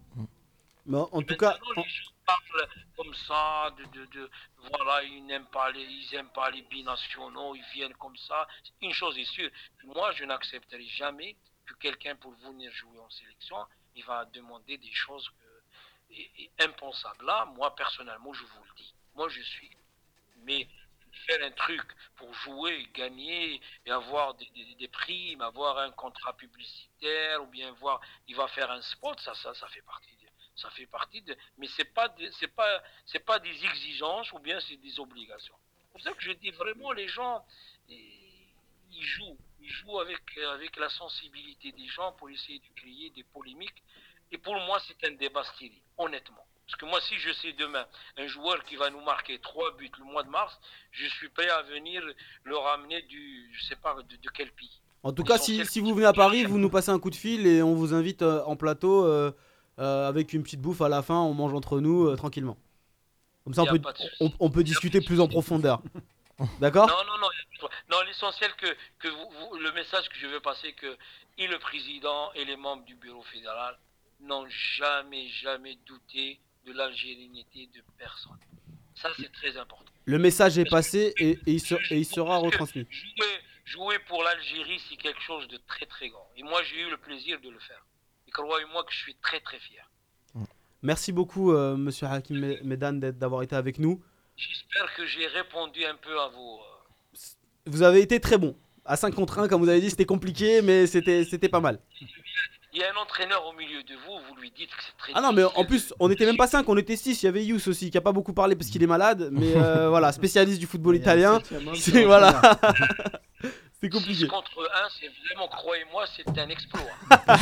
[SPEAKER 3] Mais en, en
[SPEAKER 9] Et
[SPEAKER 3] tout cas,
[SPEAKER 9] maintenant,
[SPEAKER 3] en-
[SPEAKER 9] les gens parlent comme ça, de, de, de- voilà, ils n'aiment pas les, ils aiment pas les binationaux, ils viennent comme ça. Une chose est sûre, moi, je n'accepterai jamais que quelqu'un pour venir jouer en sélection, il va demander des choses que- et- et impensables. Là, moi, personnellement, je vous le dis, moi, je suis, mais faire un truc pour jouer, gagner et avoir des, des, des primes, avoir un contrat publicitaire ou bien voir, il va faire un spot, ça, ça, ça fait partie de, ça fait partie de, mais c'est pas, de- c'est pas, c'est pas des exigences ou bien c'est des obligations. C'est pour ça que je dis vraiment les gens, eh, ils jouent, ils jouent avec, avec la sensibilité des gens pour essayer de créer des polémiques. Et pour moi, c'est un débat stérile, honnêtement. Parce que moi, si je sais demain un joueur qui va nous marquer trois buts le mois de mars, je suis prêt à venir le ramener du, je sais pas, de, de quel pays.
[SPEAKER 3] en tout cas, si,
[SPEAKER 9] L'essentiel,
[SPEAKER 3] si vous venez à Paris, vous nous passez un coup de fil et on vous invite euh, en plateau euh, euh, avec une petite bouffe à la fin, on mange entre nous euh, tranquillement. Comme ça, on
[SPEAKER 9] Y a
[SPEAKER 3] peut,
[SPEAKER 9] pas de souci.
[SPEAKER 3] on, on peut discuter plus en profondeur. D'accord?
[SPEAKER 9] Non, non, non. y a- Non, l'essentiel que, que vous, vous- le message que je veux passer, que et le président et les membres du bureau fédéral n'ont jamais, jamais douté de l'algérienité de personne. Ça, c'est très important.
[SPEAKER 3] Le message est passé et, et il, se- et il sera
[SPEAKER 9] Parce que
[SPEAKER 3] retransmis.
[SPEAKER 9] Jouer, jouer pour l'Algérie, c'est quelque chose de très, très grand. Et moi, j'ai eu le plaisir de le faire. Et croyez-moi que je suis très, très fier.
[SPEAKER 3] Merci beaucoup, euh, monsieur Hakim Me- Medan, d'être- d'avoir été avec nous.
[SPEAKER 9] J'espère que j'ai répondu un peu à vos... euh,
[SPEAKER 3] Vous avez été très bon. À cinq contre un, comme vous avez dit, c'était compliqué, mais c'était c'était pas mal.
[SPEAKER 9] Il y a un entraîneur au milieu de vous, vous lui dites que c'est très
[SPEAKER 3] Ah non, mais
[SPEAKER 9] difficile
[SPEAKER 3] en plus, on était même pas cinq, on était six. Il y avait Yous aussi, qui a pas beaucoup parlé parce qu'il est malade. Mais euh, voilà, spécialiste du football
[SPEAKER 2] Il y a un
[SPEAKER 3] italien.
[SPEAKER 2] septième homme
[SPEAKER 3] C'est
[SPEAKER 2] sur
[SPEAKER 3] voilà.
[SPEAKER 2] l'entraîneur.
[SPEAKER 3] C'est
[SPEAKER 9] six
[SPEAKER 3] compliqué.
[SPEAKER 9] contre un, c'est vraiment, croyez-moi, c'est un exploit.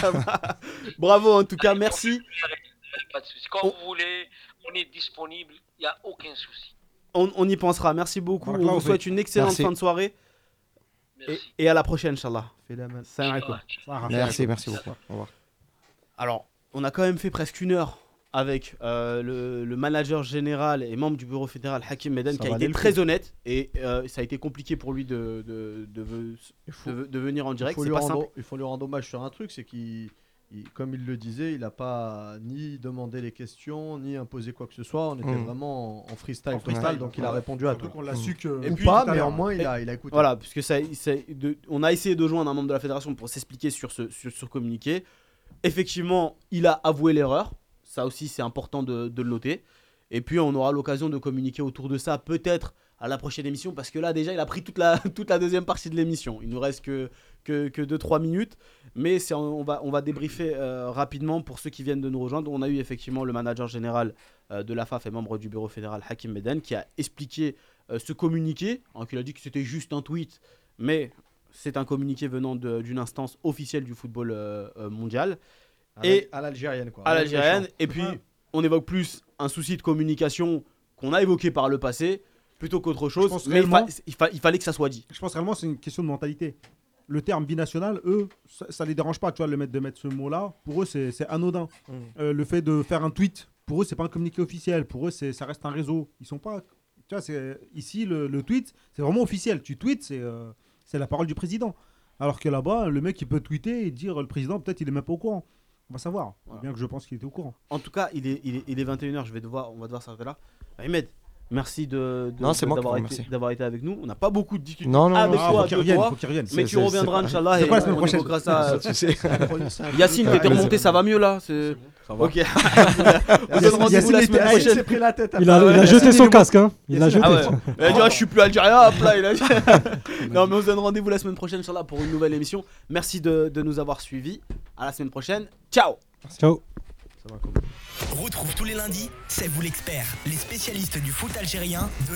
[SPEAKER 3] Bravo en tout cas, merci.
[SPEAKER 9] Pas de souci. Quand
[SPEAKER 3] On-
[SPEAKER 9] vous voulez, on est disponible, il n'y a aucun souci.
[SPEAKER 3] On, on y pensera. Merci beaucoup.
[SPEAKER 6] Barakallahu
[SPEAKER 3] On vous souhaite une excellente
[SPEAKER 4] Merci.
[SPEAKER 3] fin de soirée. Et,
[SPEAKER 9] Merci.
[SPEAKER 3] et à la prochaine, Inch'Allah.
[SPEAKER 6] Salam
[SPEAKER 3] Salam alaikum.
[SPEAKER 6] alaikum.
[SPEAKER 4] Merci, merci beaucoup. Au revoir.
[SPEAKER 3] Alors, on a quand même fait presque une heure avec euh, le, le manager général et membre du bureau fédéral Hakim Medan,
[SPEAKER 2] Ça
[SPEAKER 3] qui a
[SPEAKER 2] valait
[SPEAKER 3] été
[SPEAKER 2] le
[SPEAKER 3] très
[SPEAKER 2] coup.
[SPEAKER 3] honnête. Et euh, ça a été compliqué pour lui de, de, de, de-
[SPEAKER 2] Il faut,
[SPEAKER 3] de- de venir en
[SPEAKER 2] il
[SPEAKER 3] direct.
[SPEAKER 2] faut
[SPEAKER 3] C'est
[SPEAKER 2] lui
[SPEAKER 3] pas
[SPEAKER 2] rendre,
[SPEAKER 3] simple.
[SPEAKER 2] il faut lui rendre hommage sur un truc, c'est qu'il, il- comme il le disait, il n'a pas ni demandé les questions, ni imposé quoi que ce soit. On était
[SPEAKER 4] Mm.
[SPEAKER 2] vraiment en, en freestyle,
[SPEAKER 6] En
[SPEAKER 2] freestyle,
[SPEAKER 6] freestyle,
[SPEAKER 2] donc il a
[SPEAKER 6] ouais.
[SPEAKER 2] répondu à
[SPEAKER 6] Surtout
[SPEAKER 2] tout.
[SPEAKER 6] qu'on l'a su que.
[SPEAKER 2] Et
[SPEAKER 6] depuis
[SPEAKER 2] pas,
[SPEAKER 6] tout à
[SPEAKER 2] mais
[SPEAKER 6] l'heure.
[SPEAKER 2] au moins il
[SPEAKER 3] Et-
[SPEAKER 2] a, il a écouté.
[SPEAKER 3] Voilà, puisque ça, ça- de- on a essayé de joindre un membre de la fédération pour s'expliquer sur ce sur, sur communiqué. Effectivement, il a avoué l'erreur. Ça aussi, c'est important de, de le noter. Et puis, on aura l'occasion de communiquer autour de ça, peut-être à la prochaine émission, parce que là, déjà, il a pris toute la, toute la deuxième partie de l'émission. Il nous reste que que, que deux trois minutes. Mais c'est, on, va, on va débriefer euh, rapidement pour ceux qui viennent de nous rejoindre. On a eu effectivement le manager général euh, de l'A F A F et membre du bureau fédéral, Hakim Medan, qui a expliqué euh, ce communiqué, hein, qu'il a dit que c'était juste un tweet, mais c'est un communiqué venant de- d'une instance officielle du football euh, euh, mondial,
[SPEAKER 2] À
[SPEAKER 3] et-
[SPEAKER 2] l'al- à l'algérienne, quoi.
[SPEAKER 3] à
[SPEAKER 2] Rien de
[SPEAKER 3] l'algérienne.
[SPEAKER 2] méchant.
[SPEAKER 3] Et puis,
[SPEAKER 6] Ouais.
[SPEAKER 3] on évoque plus un souci de communication qu'on a évoqué par le passé, plutôt qu'autre chose.
[SPEAKER 6] pense
[SPEAKER 3] Mais il, fa-
[SPEAKER 6] réellement-
[SPEAKER 3] il fa- il fallait que ça soit dit.
[SPEAKER 6] Je pense réellement c'est une question de mentalité. Le terme binational, eux, ça, ça les dérange pas, tu vois, le mettre, de mettre ce mot-là. Pour eux, c'est c'est anodin.
[SPEAKER 4] Mm.
[SPEAKER 6] Euh, le fait de faire un tweet, pour eux, c'est pas un communiqué officiel. Pour eux, c'est ça reste un réseau. Ils sont pas. Tu vois, c'est ici le, le tweet, c'est vraiment officiel. Tu tweets, c'est euh, c'est la parole du président. Alors que là-bas, le mec, il peut tweeter et dire le président, peut-être, il est même pas au courant. On va savoir.
[SPEAKER 3] Voilà.
[SPEAKER 6] Bien que je pense qu'il était au courant.
[SPEAKER 3] En tout cas, il est, il est, il est vingt et une heures, je vais devoir, on va devoir s'arrêter là. Ahmed, Merci de, de-
[SPEAKER 4] Non, c'est
[SPEAKER 3] de-
[SPEAKER 4] moi qui
[SPEAKER 3] d'avoir,
[SPEAKER 4] vous
[SPEAKER 3] été,
[SPEAKER 4] remercie.
[SPEAKER 3] d'avoir été avec nous. On n'a pas beaucoup discuté
[SPEAKER 4] Non, non,
[SPEAKER 3] avec
[SPEAKER 4] non,
[SPEAKER 6] Ah,
[SPEAKER 3] toi,
[SPEAKER 6] faut qu'il
[SPEAKER 3] de
[SPEAKER 6] revienne,
[SPEAKER 3] toi,
[SPEAKER 6] faut qu'il revienne.
[SPEAKER 3] mais
[SPEAKER 6] C'est-
[SPEAKER 3] tu
[SPEAKER 6] c'est-
[SPEAKER 3] reviendras,
[SPEAKER 6] c'est-
[SPEAKER 3] Inch'Allah.
[SPEAKER 6] C'est
[SPEAKER 3] et
[SPEAKER 6] quoi la semaine
[SPEAKER 3] on
[SPEAKER 6] prochaine
[SPEAKER 3] évoquera ça. euh,
[SPEAKER 4] C'est-
[SPEAKER 3] Yacine, t'étais remonté, ça va mieux là c'est...
[SPEAKER 5] Ça va.
[SPEAKER 3] Ok. On donne rendez-vous
[SPEAKER 6] Yacine
[SPEAKER 3] la
[SPEAKER 6] était-
[SPEAKER 3] semaine
[SPEAKER 6] ah,
[SPEAKER 2] Il
[SPEAKER 3] prochaine.
[SPEAKER 2] s'est pris la tête.
[SPEAKER 8] Il a,
[SPEAKER 2] après.
[SPEAKER 8] il a
[SPEAKER 3] ouais,
[SPEAKER 8] jeté
[SPEAKER 6] Yacine,
[SPEAKER 8] son
[SPEAKER 6] il est
[SPEAKER 8] casque, hein. Il a jeté.
[SPEAKER 3] Ah ouais. Il a dit ah, je suis plus algérien, hop là, il a dit. Non mais on se donne rendez-vous la semaine prochaine Inch'Allah pour une nouvelle émission. Merci de, de nous avoir suivis. À la semaine prochaine. Ciao.
[SPEAKER 8] Ciao.
[SPEAKER 1] Retrouve tous les lundis, c'est vous l'expert, les spécialistes du foot algérien de